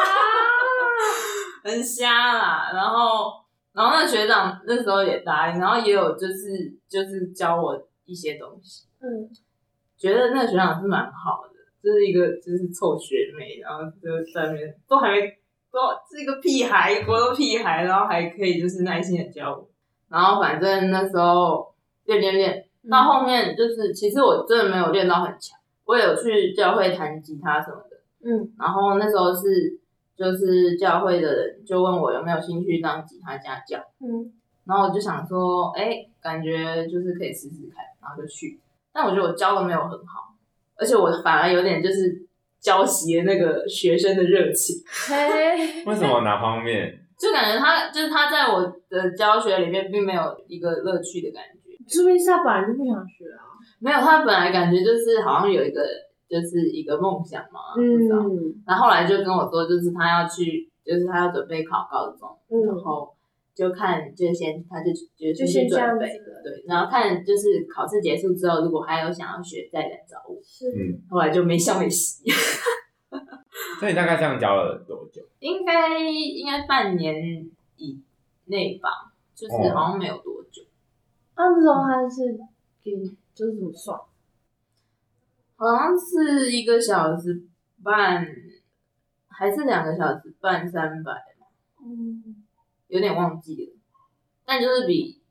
很瞎啦。然后那个学长那时候也答应，然后也有就是教我一些东西。觉得那个学长是蛮好的，就是一个就是臭学妹，然后就在那边都是一个屁孩，国中屁孩，然后还可以就是耐心的教我。然后反正那时候练，到后面就是其实我真的没有练到很强，我有去教会弹吉他什么的。然后那时候就是教会的人就问我有没有兴趣当吉他家教。然后我就想说，感觉就是可以试试看，然后就去。但我觉得我教的没有很好，而且我反而有点就是浇熄了那个学生的热情。 为什么？哪方面？ 就感觉他在我的教学里面并没有一个乐趣的感觉。 说明是他本来就不想学啊。 没有，他本来感觉就是好像有一个就是一个梦想嘛，不知道。然后后来就跟我说，就是他要准备考高中，然后就看他就先准备，对，然后看就是考试结束之后，如果还有想要学，再来找我。后来就没消没息。 所以你大概这样教了多久？ 应该半年以内吧，就是好像没有多久。 那时候他是就是怎么算？ 好像是1个小时半，还是2个小时半300，有点忘记了。但就是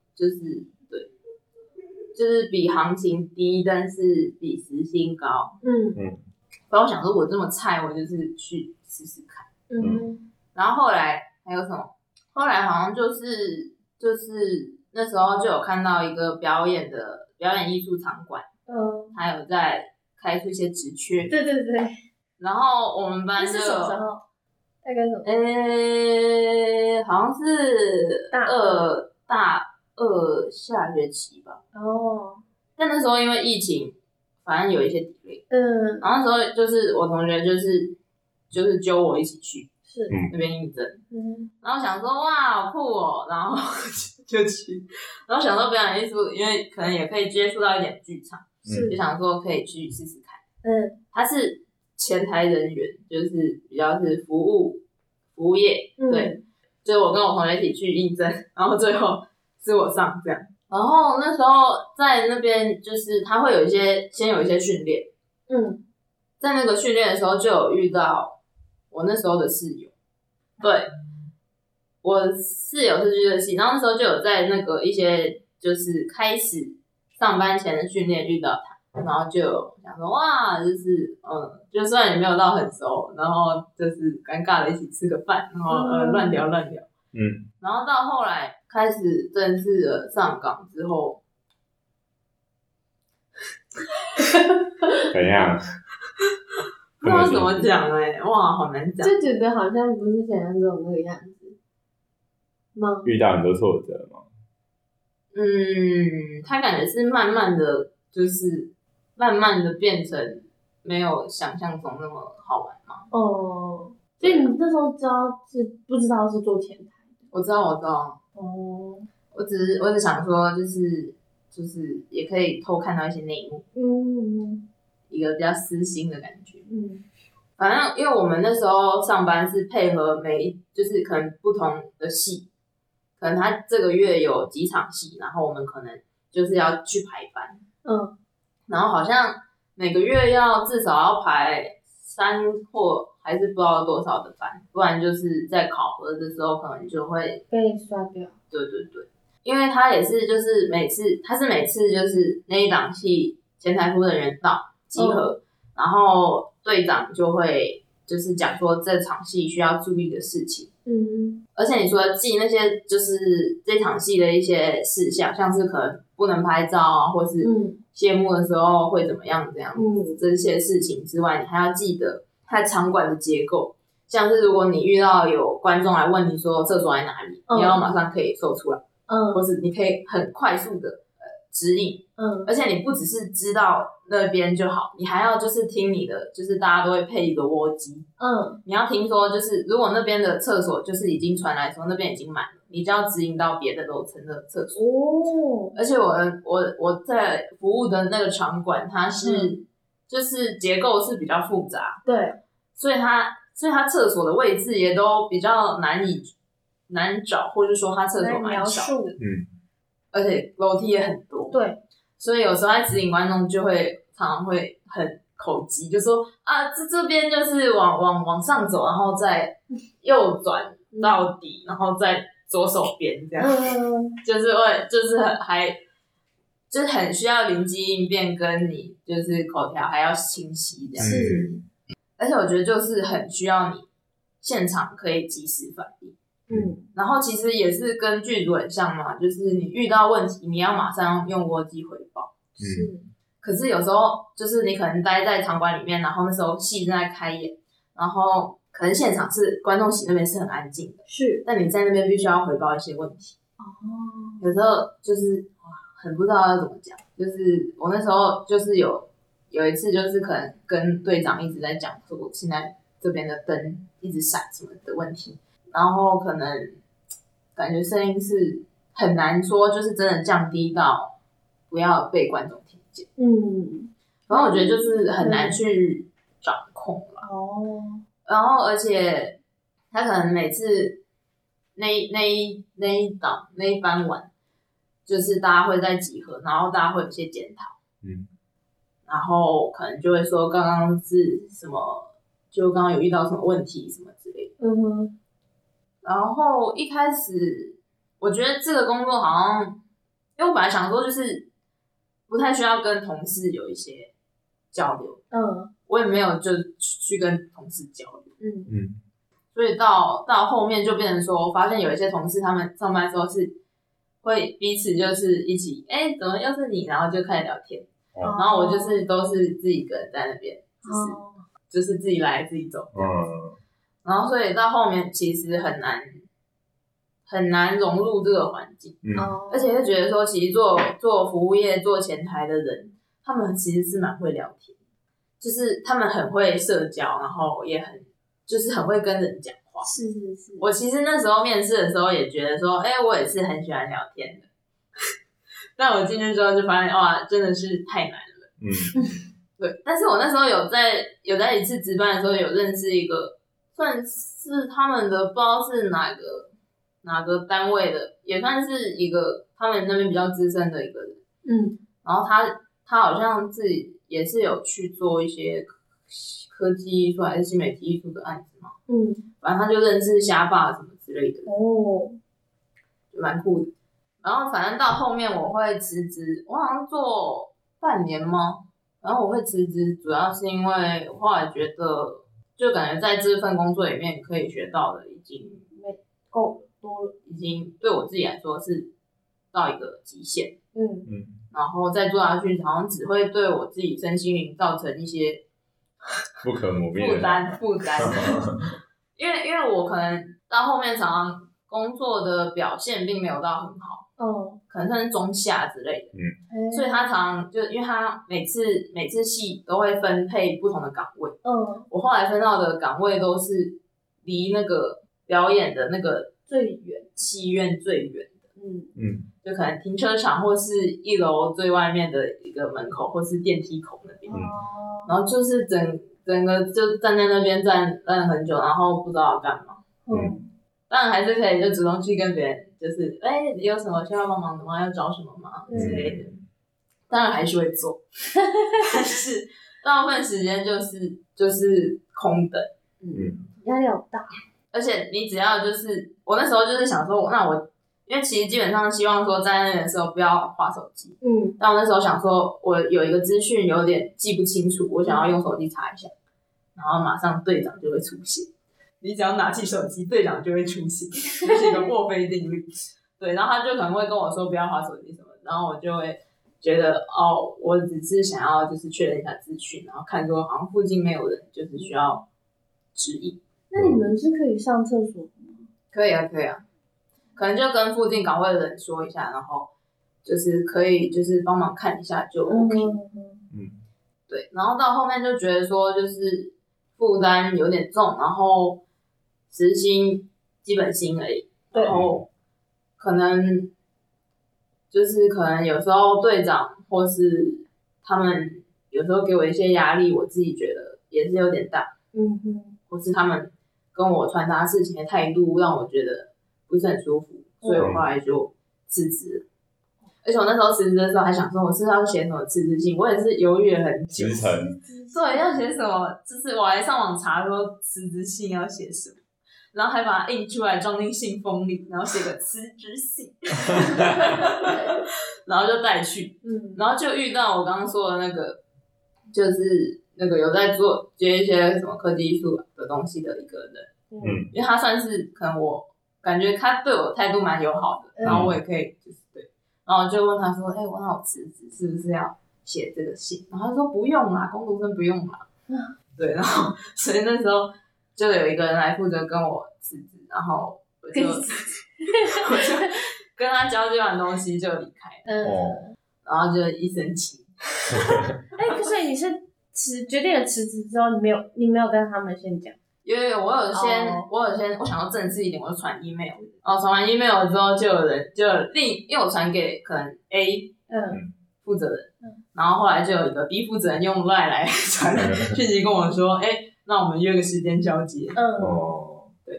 就是比行情低，但是比时薪高。然后我想说，我这么菜，我就是去试试看。然后后来还有什么？后来好像就是那时候就有看到一个表演艺术场馆，还有在开出一些职缺。 对。 然后我们班是什么时候？大概什么？ 好像是大二下学期吧。但那时候因为疫情，反正有一些 delay。然后那时候就是我同学就是揪我一起去那边应征。然后想说哇好酷哦，然后就去。然后想说表演艺术，因为可能也可以接触到一点剧场，就想说可以去试试看。他是前台人员，就是比较是服务业。对，就是我跟我同学一起去应征，然后最后是我上这样。然后那时候在那边就是他会先有一些训练。在那个训练的时候就有遇到我那时候的室友。对，我室友是剧社系，然后那时候就有在那个一些就是开始上班前的训练遇到他，然后就想说哇，就是就虽然也没有到很熟，然后就是尴尬的一起吃个饭，然后乱聊。然后到后来开始正式的上岗之后， 怎样？ 不知道怎么讲哇，好难讲。 就觉得好像不是想象中那个样子吗？ 遇到很多挫折吗？ 他感觉是慢慢的，就是慢慢的变成没有想象中那么好玩嘛。 所以你那时候不知道是做前台？ 我知道。我只想说，就是也可以偷看到一些内幕。一个比较私心的感觉。反正因为我们那时候上班是配合就是可能不同的系，可能他这个月有几场戏，然后我们可能就是要去排班。然后好像每个月要至少要排3或还是不知道多少的班，不然就是在考核的时候可能就会被刷掉。对， 因为他也是就是每次就是那一档戏前台服务人员到集合，然后队长就会就是讲说这场戏需要注意的事情。而且你除了记那些就是这场戏的一些事项，像是可能不能拍照啊，或是谢幕的时候会怎么样这样子，这些事情之外，你还要记得它场馆的结构，像是如果你遇到有观众来问你说厕所在哪里，你要马上可以说出来。或是你可以很快速的指引。而且你不只是知道那边就好，你还要就是听你的，就是大家都会配一个窝机。你要听说就是如果那边的厕所就是已经传来说那边已经满了，你就要指引到别的楼层的厕所。而且我在服务的那个场馆，它是就是结构是比较复杂。对，所以它厕所的位置也都比较难找，或者说它厕所蛮少的。而且楼梯也很多。对，所以有时候在指引观众就会常常会很口急，就说啊这边就是往上走，然后再右转到底，然后再左手边这样。就是很需要灵机应变，跟你就是口条还要清晰这样。而且我觉得就是很需要你现场可以及时反应。然后其实也是跟剧组很像嘛，就是你遇到问题，你要马上用窝机回报。可是有时候就是你可能待在场馆里面，然后那时候戏正在开演，然后可能现场是观众席那边是很安静的，但你在那边必须要回报一些问题。有时候就是很不知道要怎么讲，就是我那时候就是有一次就是可能跟队长一直在讲说现在这边的灯一直闪什么的问题。然后可能感觉声音是很难说，就是真的降低到不要被观众听见。然后我觉得就是很难去掌控了。 然后而且他可能每次那一班完，就是大家会在集合，然后大家会有一些检讨，然后可能就会说刚刚是什么，就刚刚有遇到什么问题什么之类的。然后一开始我觉得这个工作好像，因为我本来想说就是不太需要跟同事有一些交流，我也没有就去跟同事交流，所以到后面就变成说，我发现有一些同事他们上班的时候是会彼此就是一起，怎么又是你，然后就开始聊天，然后我就是都是自己一个人在那边，就是自己来自己走，然后所以到后面其实很难融入这个环境，而且就觉得说，其实做服务业做前台的人，他们其实是蛮会聊天，就是他们很会社交，然后也就是很会跟人讲话。 是。 我其实那时候面试的时候也觉得说，我也是很喜欢聊天的，但我进去之后就发现，哇，真的是太难了。对，但是我那时候有在一次值班的时候有认识一个，算是他们的不知道是哪个单位的，也算是一个他们那边比较资深的一个人。然后他好像自己也是有去做一些科技艺术还是新媒体艺术的案子嘛。反正他就认识虾爸什么之类的。就蛮酷的。然后反正到后面我会辞职，我好像做半年吗？然后我会辞职，主要是因为我后来觉得，就感觉在这份工作里面可以学到的已经够多了，已经对我自己来说是到一个极限。然后再做下去，好像只会对我自己身心灵造成一些不可磨灭的负担。因为我可能到后面常常工作的表现并没有到很好，可能算是中下之类的，所以他常就因为他每次系都会分配不同的岗位，我后来分到的岗位都是离那个表演的那个最远戏院最远的，就可能停车场或是一楼最外面的一个门口，或是电梯口那边，然后就是整个就站在那边站很久，然后不知道要干嘛。当然还是可以就主动去跟别人，就是有什么需要帮忙的吗？要找什么吗？之类的。当然还是会做，但是大部分时间就是空等。 压力好大。 而且你只要就是我那时候就是想说，那我因为其实基本上希望说在那边的时候不要滑手机。但我那时候想说，我有一个资讯有点记不清楚，我想要用手机查一下，然后马上队长就会出现。你只要拿起手机，队长就会出现，这是一个墨菲定律。对，然后他就可能会跟我说不要滑手机什么，然后我就会觉得我只是想要就是确认一下资讯，然后看说好像附近没有人，就是需要指引。 那你们是可以上厕所的吗？ 可以啊，可能就跟附近岗位的人说一下，然后就是可以就是帮忙看一下就 OK。对，然后到后面就觉得说就是负担有点重，然后时薪基本薪而已，然后可能有时候队长或是他们有时候给我一些压力，我自己觉得也是有点大，或是他们跟我传达事情的态度让我觉得不是很舒服，所以我后来就辞职了。而且我那时候辞职的时候还想说，我是要写什么辞职信，我也是犹豫了很久。对，要写什么？就是我还上网查说辞职信要写什么，然后还把它印出来装进信封里，然后写个辞职信，然后就带去，然后就遇到我刚刚说的那个，就是那个有在接一些什么科技艺术的东西的一个人，因为他算是可能我感觉他对我态度蛮友好的，然后我也可以就是对，然后就问他说，我那我辞职是不是要写这个信？然后他说不用啦，工读生不用啦。对，然后所以那时候就有一个人来负责跟我辞职，然后我就跟他交接完东西就离开了，然后就一生气。 所以你是决定了辞职之后，你没有跟他们先讲？ 因为我有先我想要正式一点，我就传 email， 然后传完 email 之后就有人因为我传给可能 A 负责人，然后后来就有一个 B 负责人用 LINE 来传讯息跟我说， 那我们约个时间交接。对。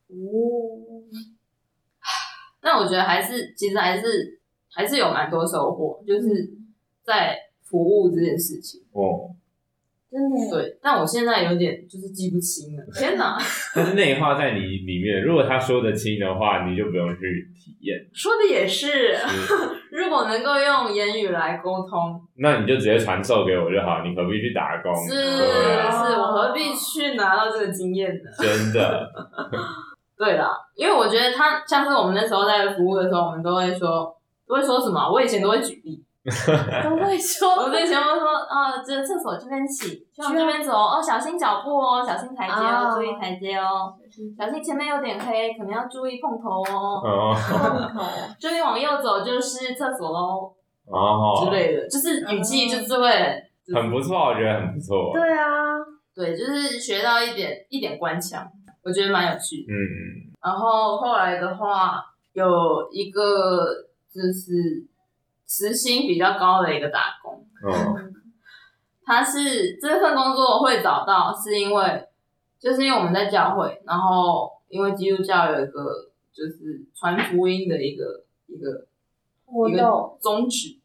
但我觉得其实还是有蛮多收获，就是在服务这件事情。 真的。 对，但我现在有点就是记不清了。天哪！ 它是内化在你里面，如果他说得清的话，你就不用去体验。 说的也是，如果能够用言语来沟通， 那你就直接传授给我就好，你何必去打工？ 是，我何必去拿到这个经验呢？ 真的。 对啦，因为我觉得他像是我们那时候在服务的时候，我们都会说什么？我以前都会举例。 都会说， 我以前会说这厕所这边起，就往这边走小心脚步哦，小心台阶哦，注意台阶哦，小心前面有点黑，可能要注意碰头哦。 碰头， 这边往右走就是厕所喽，之类的，就是语气就是会很不错，我觉得很不错。 对啊， 对，就是学到一点官腔，我觉得蛮有趣。然后后来的话，有一个就是时薪比较高的一个打工，他是这份工作会找到，是因为我们在教会，然后因为基督教有一个就是传福音的一个活动宗旨，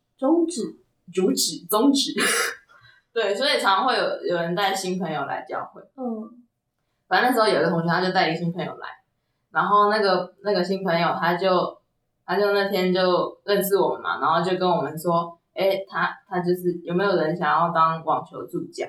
对，所以常常会有人带新朋友来教会。反正那时候有一个同学他就带一个新朋友来，然后那个新朋友他就那天就认识我们嘛，然后就跟我们说，他就是有没有人想要当网球助教？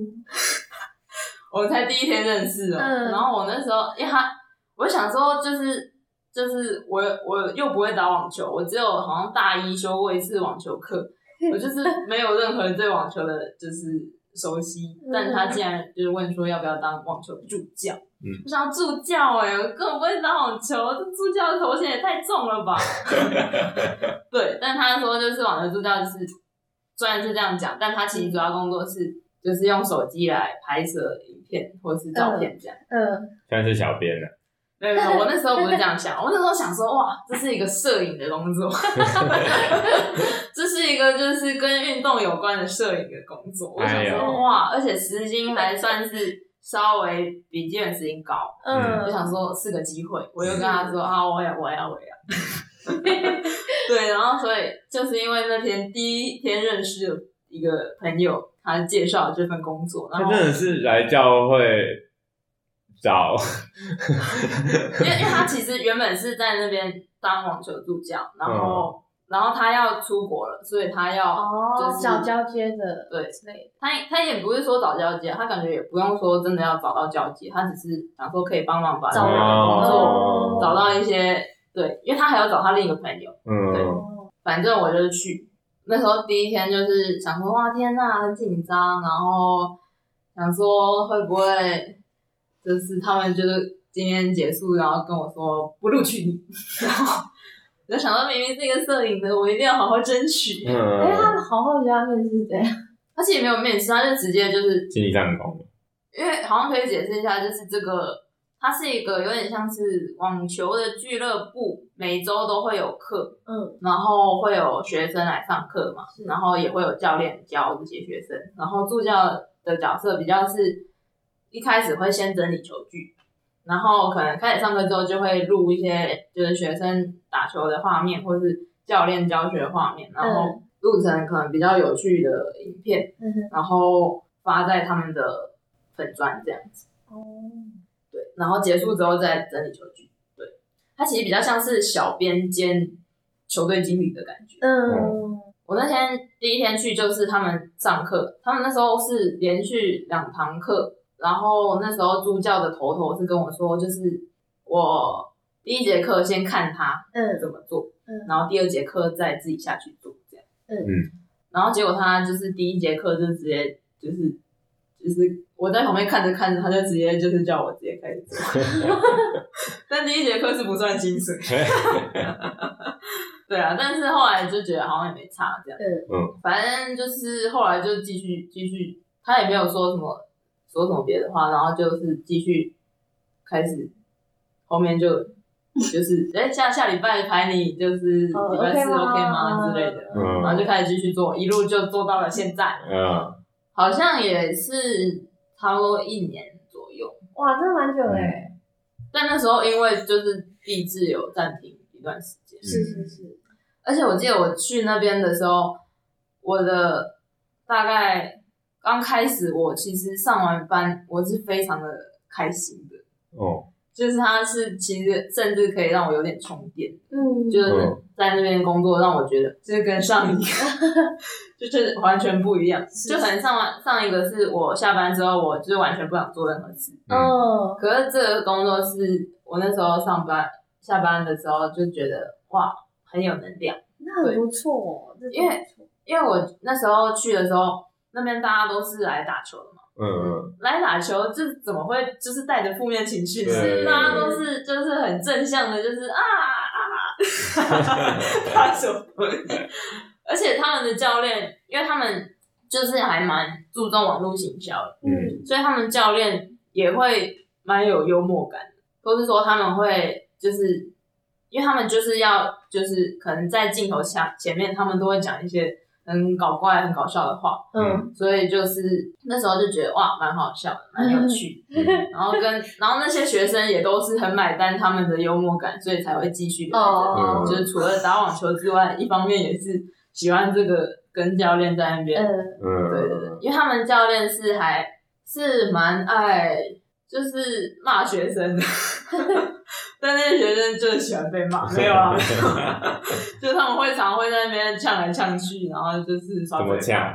我们才第一天认识然后我那时候，因为我想说就是我又不会打网球，我只有好像大一修过一次网球课，我就是没有任何对网球的就是熟悉，但他竟然就是问说要不要当网球助教。我想要助教我根本不会打网球，这助教的头衔也太重了吧。对，但他说就是网球助教，就是虽然是这样讲，但他其实主要工作是就是用手机来拍摄影片或是照片这样。 像是小编了。 没有，我那时候不是这样想，我那时候想说，哇，这是一个摄影的工作，这是一个就是跟运动有关的摄影的工作。我想说，哇，而且时薪还算是稍微比基本时薪高，我想说是个机会，我就跟他说我要。对，然后所以就是因为那天第一天认识的一个朋友，他介绍这份工作，然后他真的是来教会找， 因为他其实原本是在那边当网球助教，然后他要出国了，所以他要就是找交接的对之类的。 他也不是说找交接，他感觉也不用说真的要找到交接，他只是想说可以帮忙把这个工作找到一些对，因为他还要找他另一个朋友，对，反正我就是去。那时候第一天就是想说哇天哪，很紧张，然后想说会不会就是他们就是今天结束，然后跟我说不录取你，然后我就想到明明是一个摄影的，我一定要好好争取。 他好好加面试这样， 他其实没有面试，他就直接就是心理上高， 因为好像可以解释一下，就是这个它是一个有点像是网球的俱乐部，每周都会有课，然后会有学生来上课嘛，然后也会有教练教这些学生，然后助教的角色比较是一开始会先整理球具，然后可能开始上课之后就会录一些就是学生打球的画面，或是教练教学的画面，然后录成可能比较有趣的影片，然后发在他们的粉专这样子。对，然后结束之后再整理球具。对，它其实比较像是小编兼球队经理的感觉。我那天第一天去就是他们上课，他们那时候是连续2堂课，然后那时候助教的头是跟我说，就是我第一节课先看他怎么做，然后第2节课再自己下去做这样。然后结果他就是第1节课就直接就是我在旁边看着，他就直接就是叫我直接开始做。但第1节课是不算薪水。对啊，但是后来就觉得好像也没差这样。反正就是后来就继续，他也没有说什么别的话，然后就是继续开始，后面就是下礼拜排你就是礼拜4 OK 吗之类的，然后就开始继续做，一路就做到了现在。好像也是差不多1年左右。 哇，那蛮久嘞。 但那时候因为就是毕制有暂停一段时间。 是。 而且我记得我去那边的时候，我的大概刚开始，我其实上完班，我是非常的开心的。就是它是其实甚至可以让我有点充电。就是在那边工作让我觉得就是跟上一个就是完全不一样。就可能上一个是我下班之后我就是完全不想做任何事。可是这个工作是我那时候下班的时候就觉得哇很有能量。 那很不错哦。 因为我那时候去的时候，那边大家都是来打球的嘛。来打球就怎么会就是带着负面情绪？大家都是就是很正向的，就是打球。而且他们的教练，因为他们就是还蛮注重网络行销的，所以他们教练也会蛮有幽默感的，都是说他们会就是因为他们就是要就是可能在镜头前面，他们都会讲一些很搞怪、很搞笑的话。所以就是那时候就觉得哇，蛮好笑的，蛮有趣的。然后那些学生也都是很买单他们的幽默感，所以才会继续留在这边。就是除了打网球之外，一方面也是喜欢这个跟教练在那边。对，因为他们教练是蛮爱就是骂学生的。但那些学生就是喜欢被骂，没有啊，就是他们常会在那边呛来呛去，然后就是怎么呛？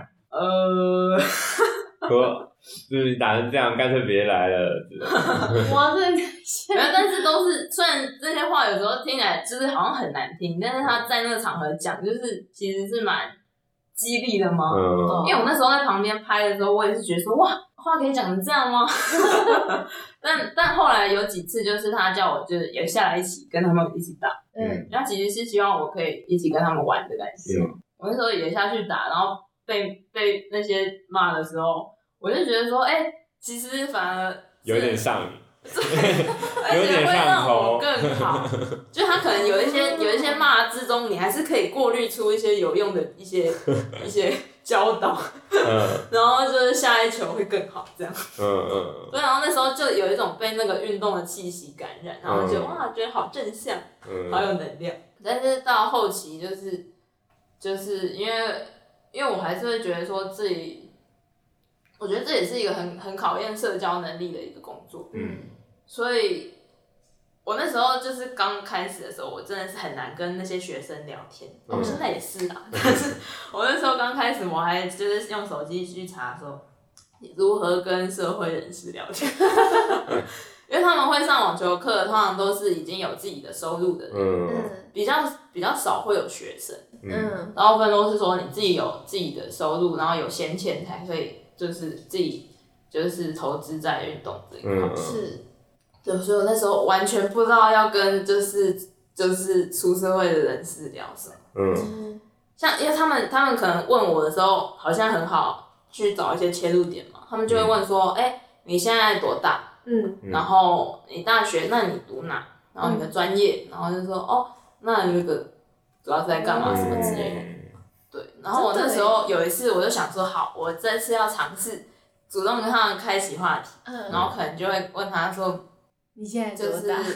就是打成这样，干脆别来了。 哇，真的。 但是都是虽然这些话有时候听起来就是好像很难听，但是他在那个场合讲，就是其实是蛮激励的嘛。因为我那时候在旁边拍的时候，我也是觉得说哇，话可以讲成这样吗？但后来有几次就是他叫我就是也下来一起跟他们一起打。然后其实是希望我可以一起跟他们玩的感觉。我那时候也下去打，然后被那些骂的时候，我就觉得说其实反而有点上瘾。 而且会让我更好。就他可能有一些骂之中，你还是可以过滤出一些有用的一些教导。然后就是下一球会更好这样。对，然后那时候就有一种被那个运动的气息感染，然后就哇觉得好正向，好有能量。但是到后期就是因为我还是会觉得说自己，我觉得这也是一个很考验社交能力的一个工作。所以我那时候就是刚开始的时候，我真的是很难跟那些学生聊天。我现在也是啦，但是我那时候刚开始，我还就是用手机去查说如何跟社会人士聊天。因为他们会上网球课，通常都是已经有自己的收入的人。比较少会有学生。大部分都是说你自己有自己的收入，然后有闲钱才可以就是自己就是投资在运动这一块。对，所以我那时候完全不知道要跟就是出社会的人士聊什么。像因为他们可能问我的时候，好像很好去找一些切入点嘛。他们就会问说，你现在多大？然后你大学，那你读哪？然后你的专业，然后就说那那个主要是在干嘛什么之类的。对，然后我那时候有一次，我就想说，好，我这次要尝试主动跟他们开启话题。然后可能就会问他说。 你现在多大？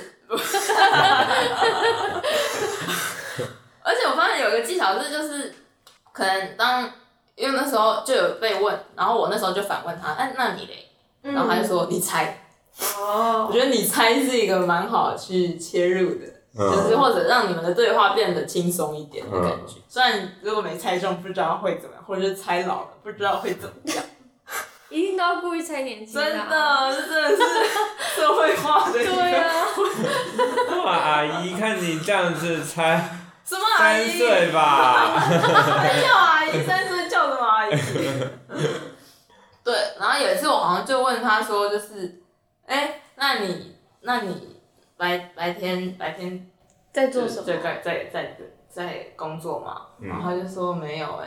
而且我发现有一个技巧是，就是可能因为那时候就有被问，然后我那时候就反问他，那你嘞？然后他就说你猜。我觉得你猜是一个蛮好去切入的，就是或者让你们的对话变得轻松一点的感觉。虽然如果没猜中，不知道会怎么样，或者是猜老了，不知道会怎么样。 一定都要故意猜年轻。 真的，这真的是社会化的。 对啊。 哇，阿姨，看你这样子才什么阿姨？3 岁吧？ 叫阿姨，3岁叫什么阿姨？对，然后有一次我好像就问他说，就是那你白天在做什么？ 对，在工作嘛。然后他就说没有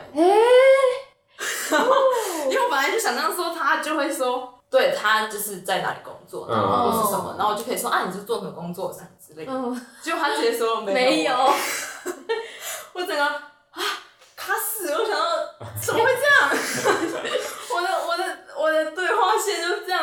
因为我本来就想象说他就会说，对他就是在哪里工作，然后或是什么，然后我就可以说你是做什么工作什么之类的。结果他直接说没有。我整个卡死，我想到怎么会这样？我的对话线就这样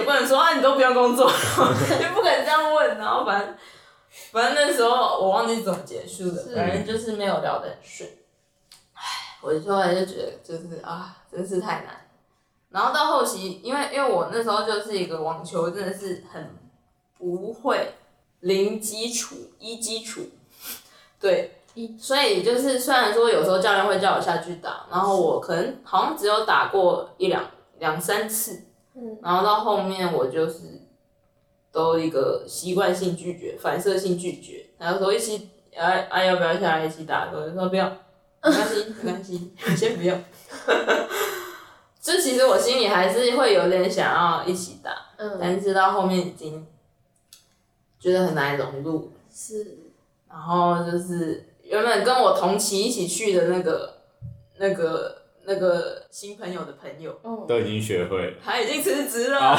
不能说你都不用工作，也不可能这样问。然后反正那时候我忘记怎么结束了，反正就是没有聊得很顺。我后来就觉得就是真是太难。然后到后期，因为我那时候就是一个网球真的是很不会，零基础，一基础，对。所以就是虽然说有时候教练会叫我下去打，然后我可能好像只有打过两三次，然后到后面我就是都一个习惯性拒绝，反射性拒绝，然后说一起要不要下来一起打，我就说不要，没关系，先不用。就其实我心里还是会有点想要一起打，但是到后面已经觉得很难融入， 是， 然后就是原本跟我同期一起去的那个新朋友的朋友， 都已经学会了， 他已经辞职了，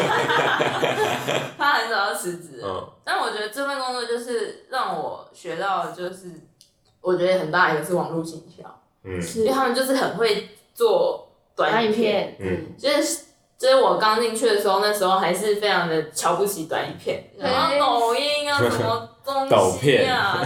他很早就辞职了。但我觉得这份工作就是让我学到，就是我觉得很大一个是网络行销，因为他们就是很会做短影片，就是我刚进去的时候，那时候还是非常的瞧不起短影片，然后抖音啊什么东西啊，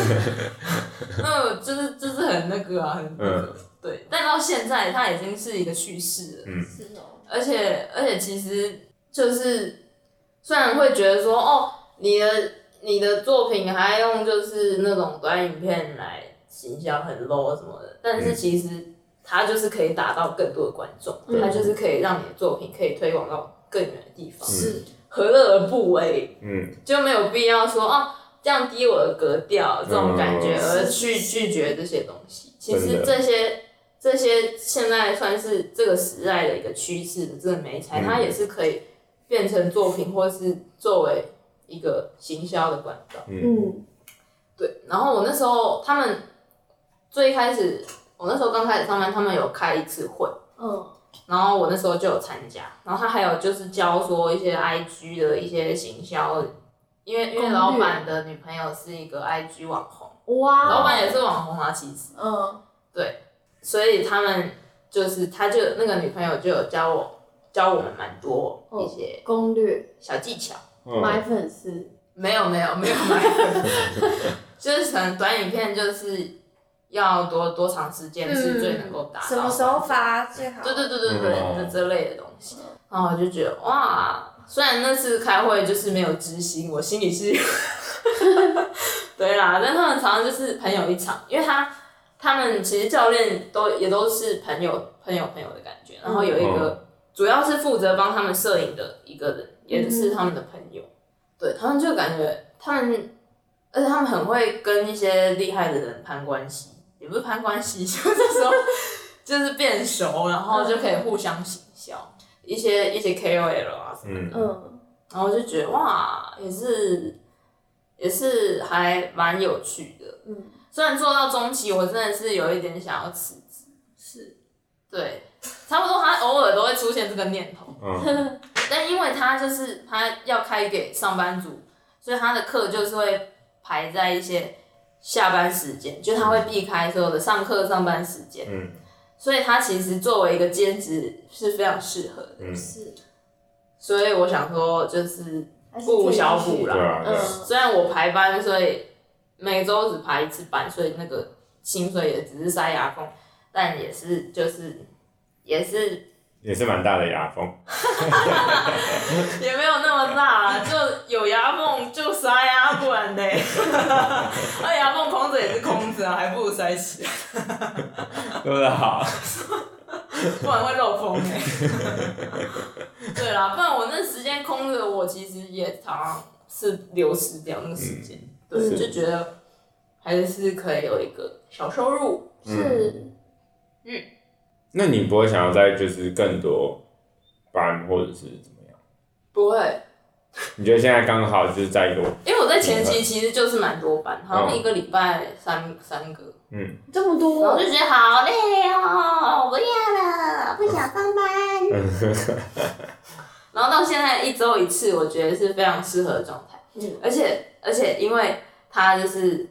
就是很那个啊，很对。但到现在，它已经是一个趋势了， 是哦。 而且其实就是虽然会觉得说你的作品还用就是那种短影片来行销很 low 什么的，但是其实它就是可以打到更多的观众，它就是可以让你的作品可以推广到更远的地方，何乐而不为？就没有必要说降低我的格调这种感觉而去拒绝这些东西。其实这些现在算是这个时代的一个趋势的这个媒材，它也是可以变成作品，或是作为一个行销的管道。对。然后我那时候他们最开始，我那时候刚开始上班，他们有开一次会，然后我那时候就有参加，然后他还有就是教说一些 IG 的一些行销，因为老板的女朋友是一个 IG 网红， 哇， 老板也是网红啊，其实，对，所以他们就是他就那个女朋友就有教我们蛮多一些攻略小技巧， 买粉丝没有买粉丝，就是可能短影片就是要多长时间是最能够达到， 什么时候发最好？ 对，就这类的东西。然后我就觉得哇，虽然那次开会就是没有执行，我心里是对啦，但他们常常就是朋友一场，因为他们其实教练也都是朋友的感觉，然后有一个主要是负责帮他们摄影的一个人，也是他们的朋友，对，他们就感觉而且他们很会跟一些厉害的人攀关系。也不是攀关系，就这时候就是变熟，然后就可以互相行销一些 KOL 啊什么的，然后我就觉得哇，也是还蛮有趣的，虽然做到中期，我真的是有一点想要辞职， 是， 对，差不多他偶尔都会出现这个念头，但因为他就是他要开给上班族，所以他的课就是会排在一些下班时间，就他会避开所有的上课上班时间，所以他其实作为一个兼职是非常适合的， 是， 所以我想说就是不小补啦，虽然我排班，所以每周只排一次班，所以那个薪水也只是塞牙缝，但也是蛮大的牙缝， 也没有那么大，就有牙缝就塞啊，不然嘞，那牙缝空着也是空着啊，还不如塞起来， 说得好， 不然会漏风对啦，不然我那时间空着，我其实也常常是流失掉那个时间，对，就觉得还是可以有一个小收入， 是， 那你不会想要再就是更多班或者是怎么样？ 不会。 你觉得现在刚好就是在一个？ 因为我在前期其实就是蛮多班，好像一个礼拜三个。 这么多， 我就觉得好累哦，不要了，不想上班。然后到现在一周一次，我觉得是非常适合的状态。而且因为它是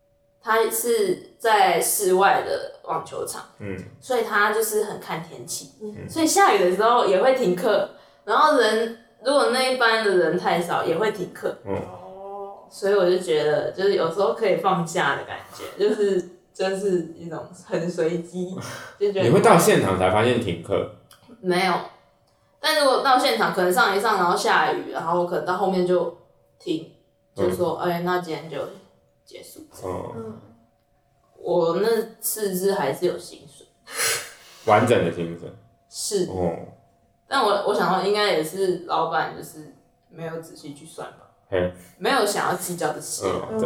在室外的网球场，所以它就是很看天气，所以下雨的时候也会停课，然后人如果那一班的人太少，也会停课。所以我就觉得，就是有时候可以放假的感觉，就是一种很随机，就觉得。 你会到现场才发现停课？ 没有，但如果到现场，可能上一上，然后下雨，然后可能到后面就停，就说，那今天就结束。我那次是还是有薪水， 完整的薪水。 是。但我想到应该也是老板就是没有仔细去算吧。没有想要计较这些。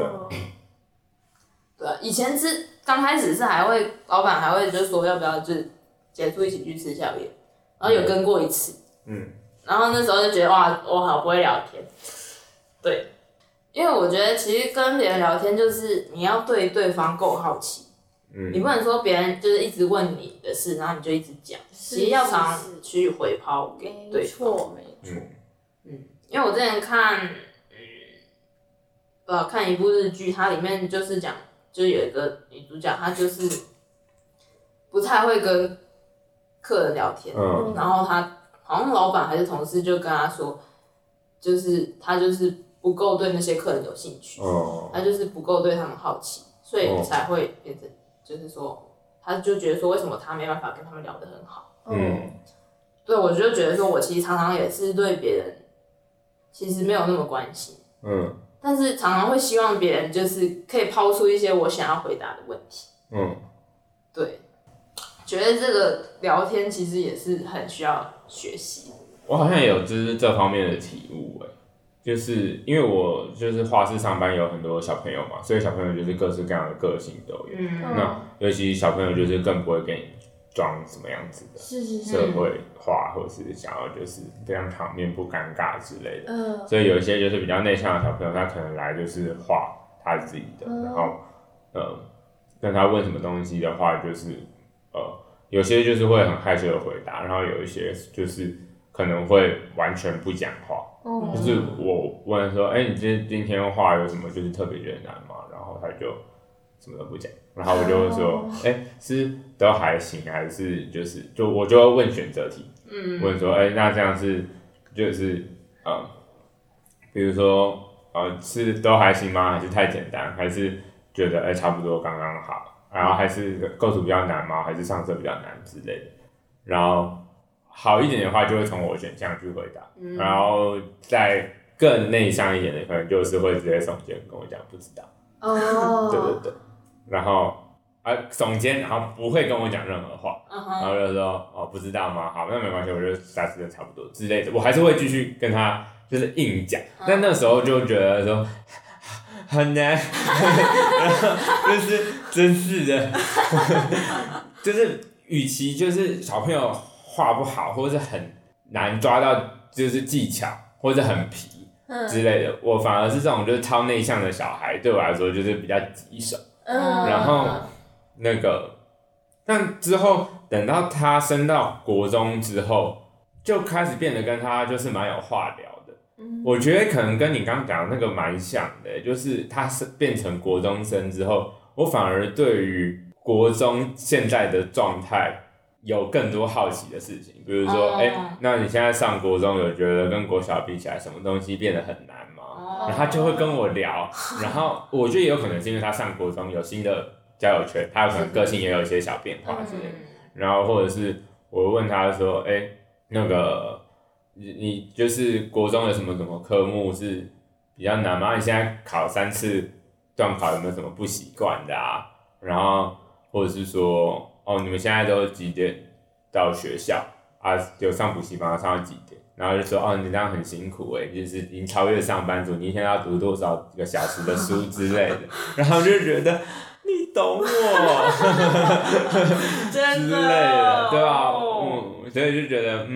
对啊，以前是刚开始是老板还会就是说要不要就是结束一起去吃宵夜，然后有跟过一次。然后那时候就觉得哇，我好不会聊天。对，因为我觉得其实跟别人聊天就是你要对对方够好奇。你不能说别人就是一直问你的事，然后你就一直讲，其实要常去回抛给对方。 没错。 因为我之前看一部日剧，它里面就是讲，就是有一个女主角，她就是不太会跟客人聊天，然后她好像老板还是同事就跟她说，就是她就是不够对那些客人有兴趣，她就是不够对他们好奇，所以才会变成就是说，她就觉得说为什么她没办法跟他们聊得很好。对，我就觉得说我其实常常也是对别人其实没有那么关心。但是常常会希望别人就是可以抛出一些我想要回答的问题。对，觉得这个聊天其实也是很需要学习。 我好像也有就是这方面的体悟就是因为我就是画室上班有很多小朋友嘛，所以小朋友就是各式各样的个性都有。那尤其小朋友就是更不会给你装什么样子的社会化，或是想要就是这样场面不尴尬之类的。所以有一些就是比较内向的小朋友，他可能来就是画他自己的，然后跟他问什么东西的话，就是有些就是会很害羞的回答，然后有一些就是可能会完全不讲话。就是我问说，你今天画有什么就是特别觉得难吗？然后他就什么都不讲，然后我就会说，是都还行，还是我就会问选择题，问说，那这样是就是比如说是都还行吗？还是太简单？还是觉得差不多刚刚好？然后还是构图比较难吗？还是上色比较难之类的？然后好一点的话，就会从我选项去回答，然后再更内向一点的，可能就是会直接耸肩跟我讲不知道。对。然后耸肩，然后不会跟我讲任何话，然后就说不知道吗？好，那没关系，我就下次就差不多之类的，我还是会继续跟他就是硬讲，但那时候就觉得说很难，然后就是真是的，就是与其就是小朋友画不好，或是很难抓到就是技巧，或者很皮之类的，我反而是这种就是超内向的小孩，对我来说就是比较棘手。然后但之后等到他升到国中之后，就开始变得跟他就是蛮有话聊的。我觉得可能跟你刚刚讲的那个蛮像的，就是他是变成国中生之后，我反而对于国中现在的状态有更多好奇的事情，比如说，那你现在上国中有觉得跟国小比起来，什么东西变得很难吗？然后他就会跟我聊，然后我觉得也有可能是因为他上国中有新的交友圈，他有可能个性也有一些小变化之类的。然后或者是我问他说，你就是国中有什么科目是比较难吗？你现在考3次段考有没有什么不习惯的啊？然后或者是说，你们现在都几点到学校啊？有上补习班上到几点？然后就说，你这样很辛苦就是已经超越上班族，你一天要读多少个小时的书之类的。然后就觉得你懂我， 真的之类的，对吧？所以就觉得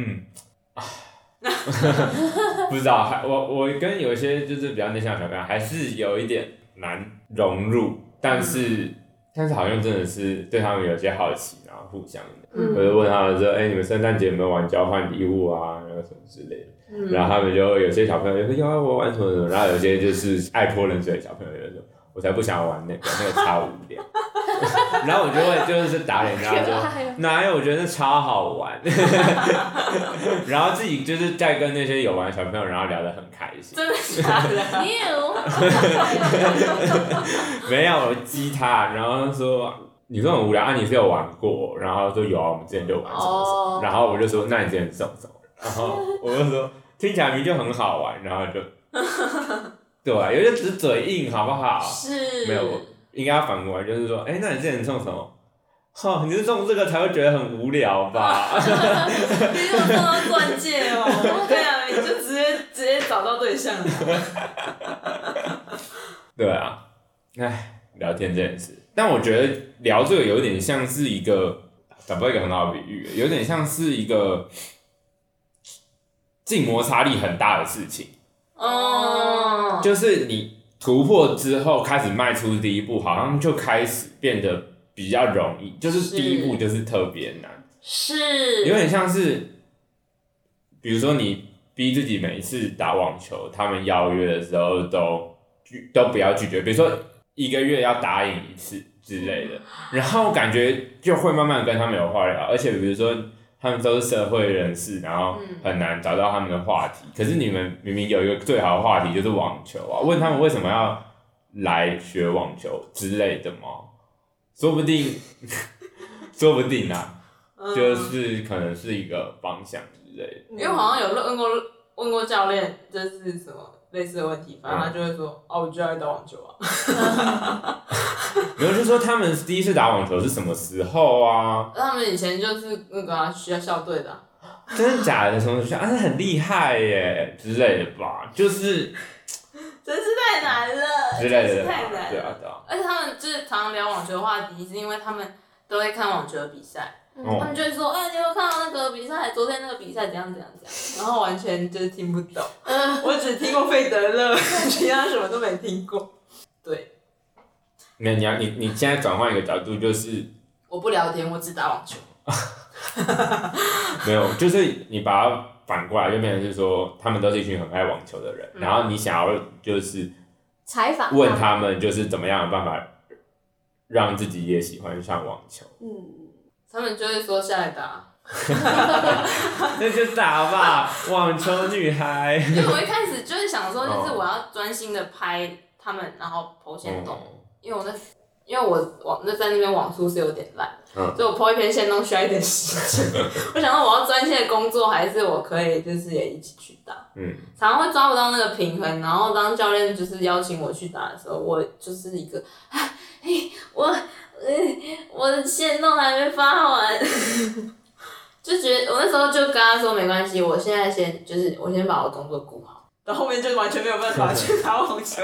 不知道，我跟有些就是比较内向的小朋友还是有一点难融入，但是好像真的是对他们有些好奇，然后互相的，我就问他们说，你们圣诞节有没有玩交换礼物啊，然后什么之类的，然后他们就有些小朋友就说我玩什么什么，然后有些就是爱泼冷水的小朋友就说，我才不想玩那个超无聊， 然后我就会就是打脸他说，哪有，我觉得超好玩，然后自己就是在跟那些有玩的小朋友，然后聊得很开心。 真的假的？ 没有，我激他，然后说你说很无聊啊，你是有玩过？然后说有啊，我们之前就玩什么什么。然后我就说那你之前送什么？然后我就说听起来明明就很好玩，然后就对啊，有些只是嘴硬，好不好？ 是没有，应该要反过来，就是说，那你之前送什么？你是送这个才会觉得很无聊吧？ 你有送到钻戒哦？对啊，你就直接找到对象了。 对啊，聊天这件事，但我觉得聊这个有点像是一个，找不到一个很好的比喻，有点像是一个静摩擦力很大的事情。就是你突破之后开始迈出第一步，好像就开始变得比较容易，就是第一步就是特别难， 是有点像是，比如说你逼自己每一次打网球，他们邀约的时候都不要拒绝，比如说1个月要答应1次之类的，然后感觉就会慢慢跟他们有话聊，而且比如说他们都是社会人士，然后很难找到他们的话题。可是你们明明有一个最好的话题就是网球啊，问他们为什么要来学网球之类的吗？说不定啊，就是可能是一个方向之类的。 因为我好像有问过教练，就是什么类似的问题，反正他就会说，我就爱打网球啊。 没有，就说他们第一次打网球是什么时候啊？ 他们以前就是那个校队的。 真的假的？什么学校？很厉害耶之类的吧？就是真是太难了， 之类的， 太难了。 对啊。 而且他们就是常常聊网球的话题，是因为他们都会看网球的比赛。他们就会说，你有没有看到那个比赛？昨天那个比赛怎样，然后完全就是听不懂。我只听过费德勒，其他什么都没听过。对。 你现在转换一个角度，就是我不聊天，我只打网球。 没有，就是你把它反过来，就变成是说，他们都是一群很爱网球的人，然后你想要就是采访问他们，就是怎么样的办法让自己也喜欢上网球。 他们就会说下来打。 那就打吧，网球女孩。 因为我一开始就是想说，就是我要专心的拍他们，然后po限动。因为我在那边网速是有点烂，所以我 po 一篇限动需要一点时间。我想到我要专心的工作，还是我可以就是也一起去打。常常会抓不到那个平衡，然后当教练就是邀请我去打的时候，我就是一个，我的限动还没发完。就觉得我那时候就跟他说没关系，我现在我先把我工作顾好，到后面就完全没有办法去打网球。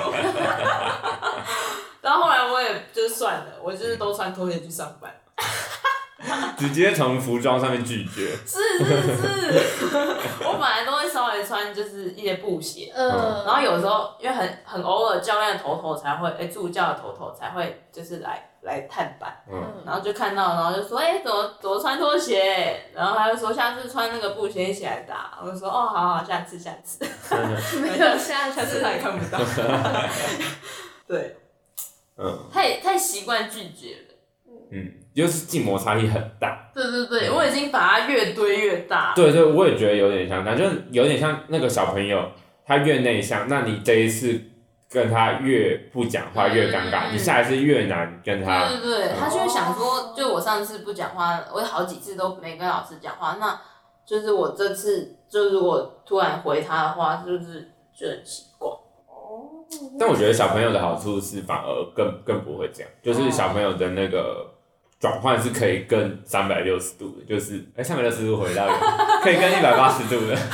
然后后来我也就算了，我就是都穿拖鞋去上班。 直接从服装上面拒绝。 是，我本来都会稍微穿就是一些布鞋，然后有时候因为很偶尔教练的头才会，助教的头才会就是来探班，然后就看到，然后就说怎么穿拖鞋，然后他就说下次穿那个布鞋一起来打，我就说好，下次， 没有下次他也看不到。对，太习惯拒绝了。 就是静摩擦力很大。 对，我已经把它越堆越大。 对，我也觉得有点像，就有点像那个小朋友，他越内向，那你这一次跟他越不讲话越尴尬，你下一次越难跟他。 对，他就会想说，就我上次不讲话，我好几次都没跟老师讲话，那就是我这次就如果突然回他的话，就是就很奇怪。 但我觉得小朋友的好处是反而更不会这样，就是小朋友的那个转换是可以更360度的，就是360度回到可以跟180度的。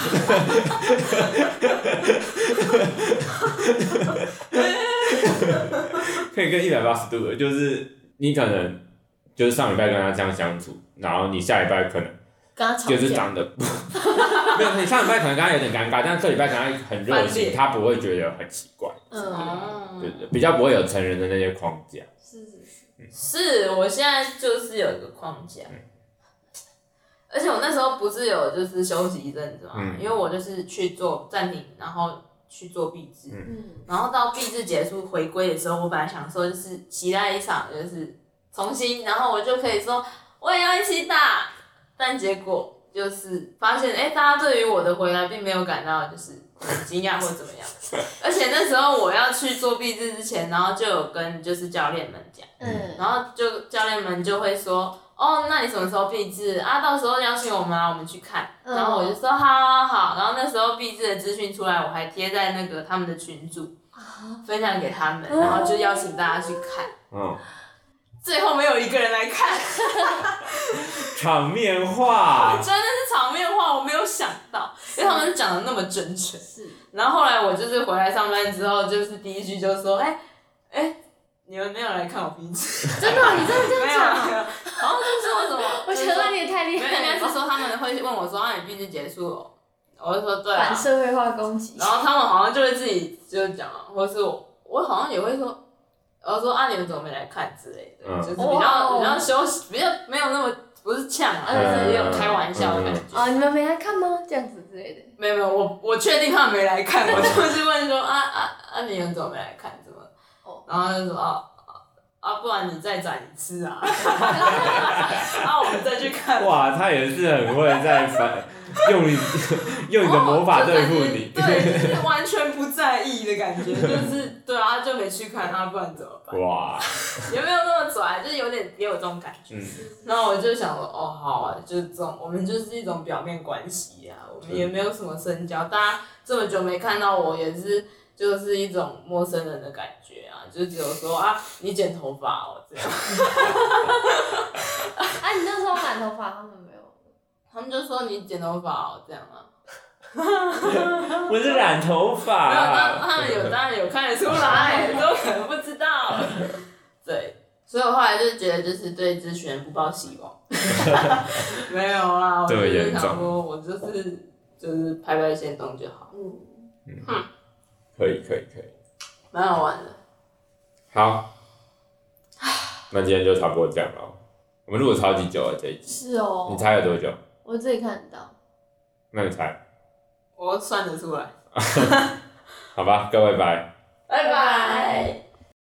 可以跟180度的，就是你可能就是上礼拜跟他这样相处，然后你下礼拜可能就是长得没有，你上礼拜可能跟他有点尴尬，但这礼拜跟他很热情，他不会觉得很奇怪。对，比较不会有成人的那些框架。 是，我现在就是有一个框架。而且我那时候不是有就是休息一阵子嘛，因为我就是去做暂停，然后去做毕制，然后到毕制结束回归的时候，我本来想说就是期待一场就是重新，然后我就可以说我也要一起打，但结果就是发现，大家对于我的回来并没有感到就是很惊讶或怎么样，而且那时候我要去做毕制之前，然后就有跟就是教练们讲，然后就教练们就会说，哦，那你什么时候毕制啊？到时候邀请我们我们去看，然后我就说好，然后那时候毕制的资讯出来，我还贴在那个他们的群组，分享给他们，然后就邀请大家去看，最后没有一个人来看， 场面话， 真的是场面话，我没有想到，因为他们讲的那么真诚。然后后来我就是回来上班之后，就是第一句就说，你们没有来看我毕制？ 真的，你真的这样讲？ 没有，好像就是说什么？ 我觉得你也太厉害了。 应该是说他们会问我说，你毕制结束了？我就说对啊。 反社会化攻击。 然后他们好像就会自己就讲，或是我好像也会说。然后说你们怎么没来看之类的，就是比较休息，比较没有那么不是呛就是也有开玩笑的感觉。 你们没来看吗？这样子之类的。 没有，我确定他们没来看，我就是问说你们怎么没来看？怎么？然后就说不然你再转一次啊，我们再去看。 哇，他也是很会在用你的魔法对付你， 对，就是完全不在意的感觉，就是对啊，就没去看不然怎么办？ 哇， 也没有那么拽，就是也有这种感觉。然后我就想说，好啊，就是这种，我们就是一种表面关系啊，我们也没有什么深交，大家这么久没看到我，也是就是一种陌生人的感觉啊，就只有说你剪头发这样。 你那时候染头发，他们没有。 他们就说你剪头发这样不是染头发。 没有，他们当然有看得出来，都可能不知道。对，所以我后来就觉得就是对咨询人不抱希望。没有啦，我就是想说我就是拍线动就好。 可以， 蛮好玩的。 好，那今天就差不多这样了。我们录了超级久了这一集。 是哦。 你猜了多久？ 我自己看得到。 那你猜？ 我算得出来。 好吧，各位拜。 拜拜。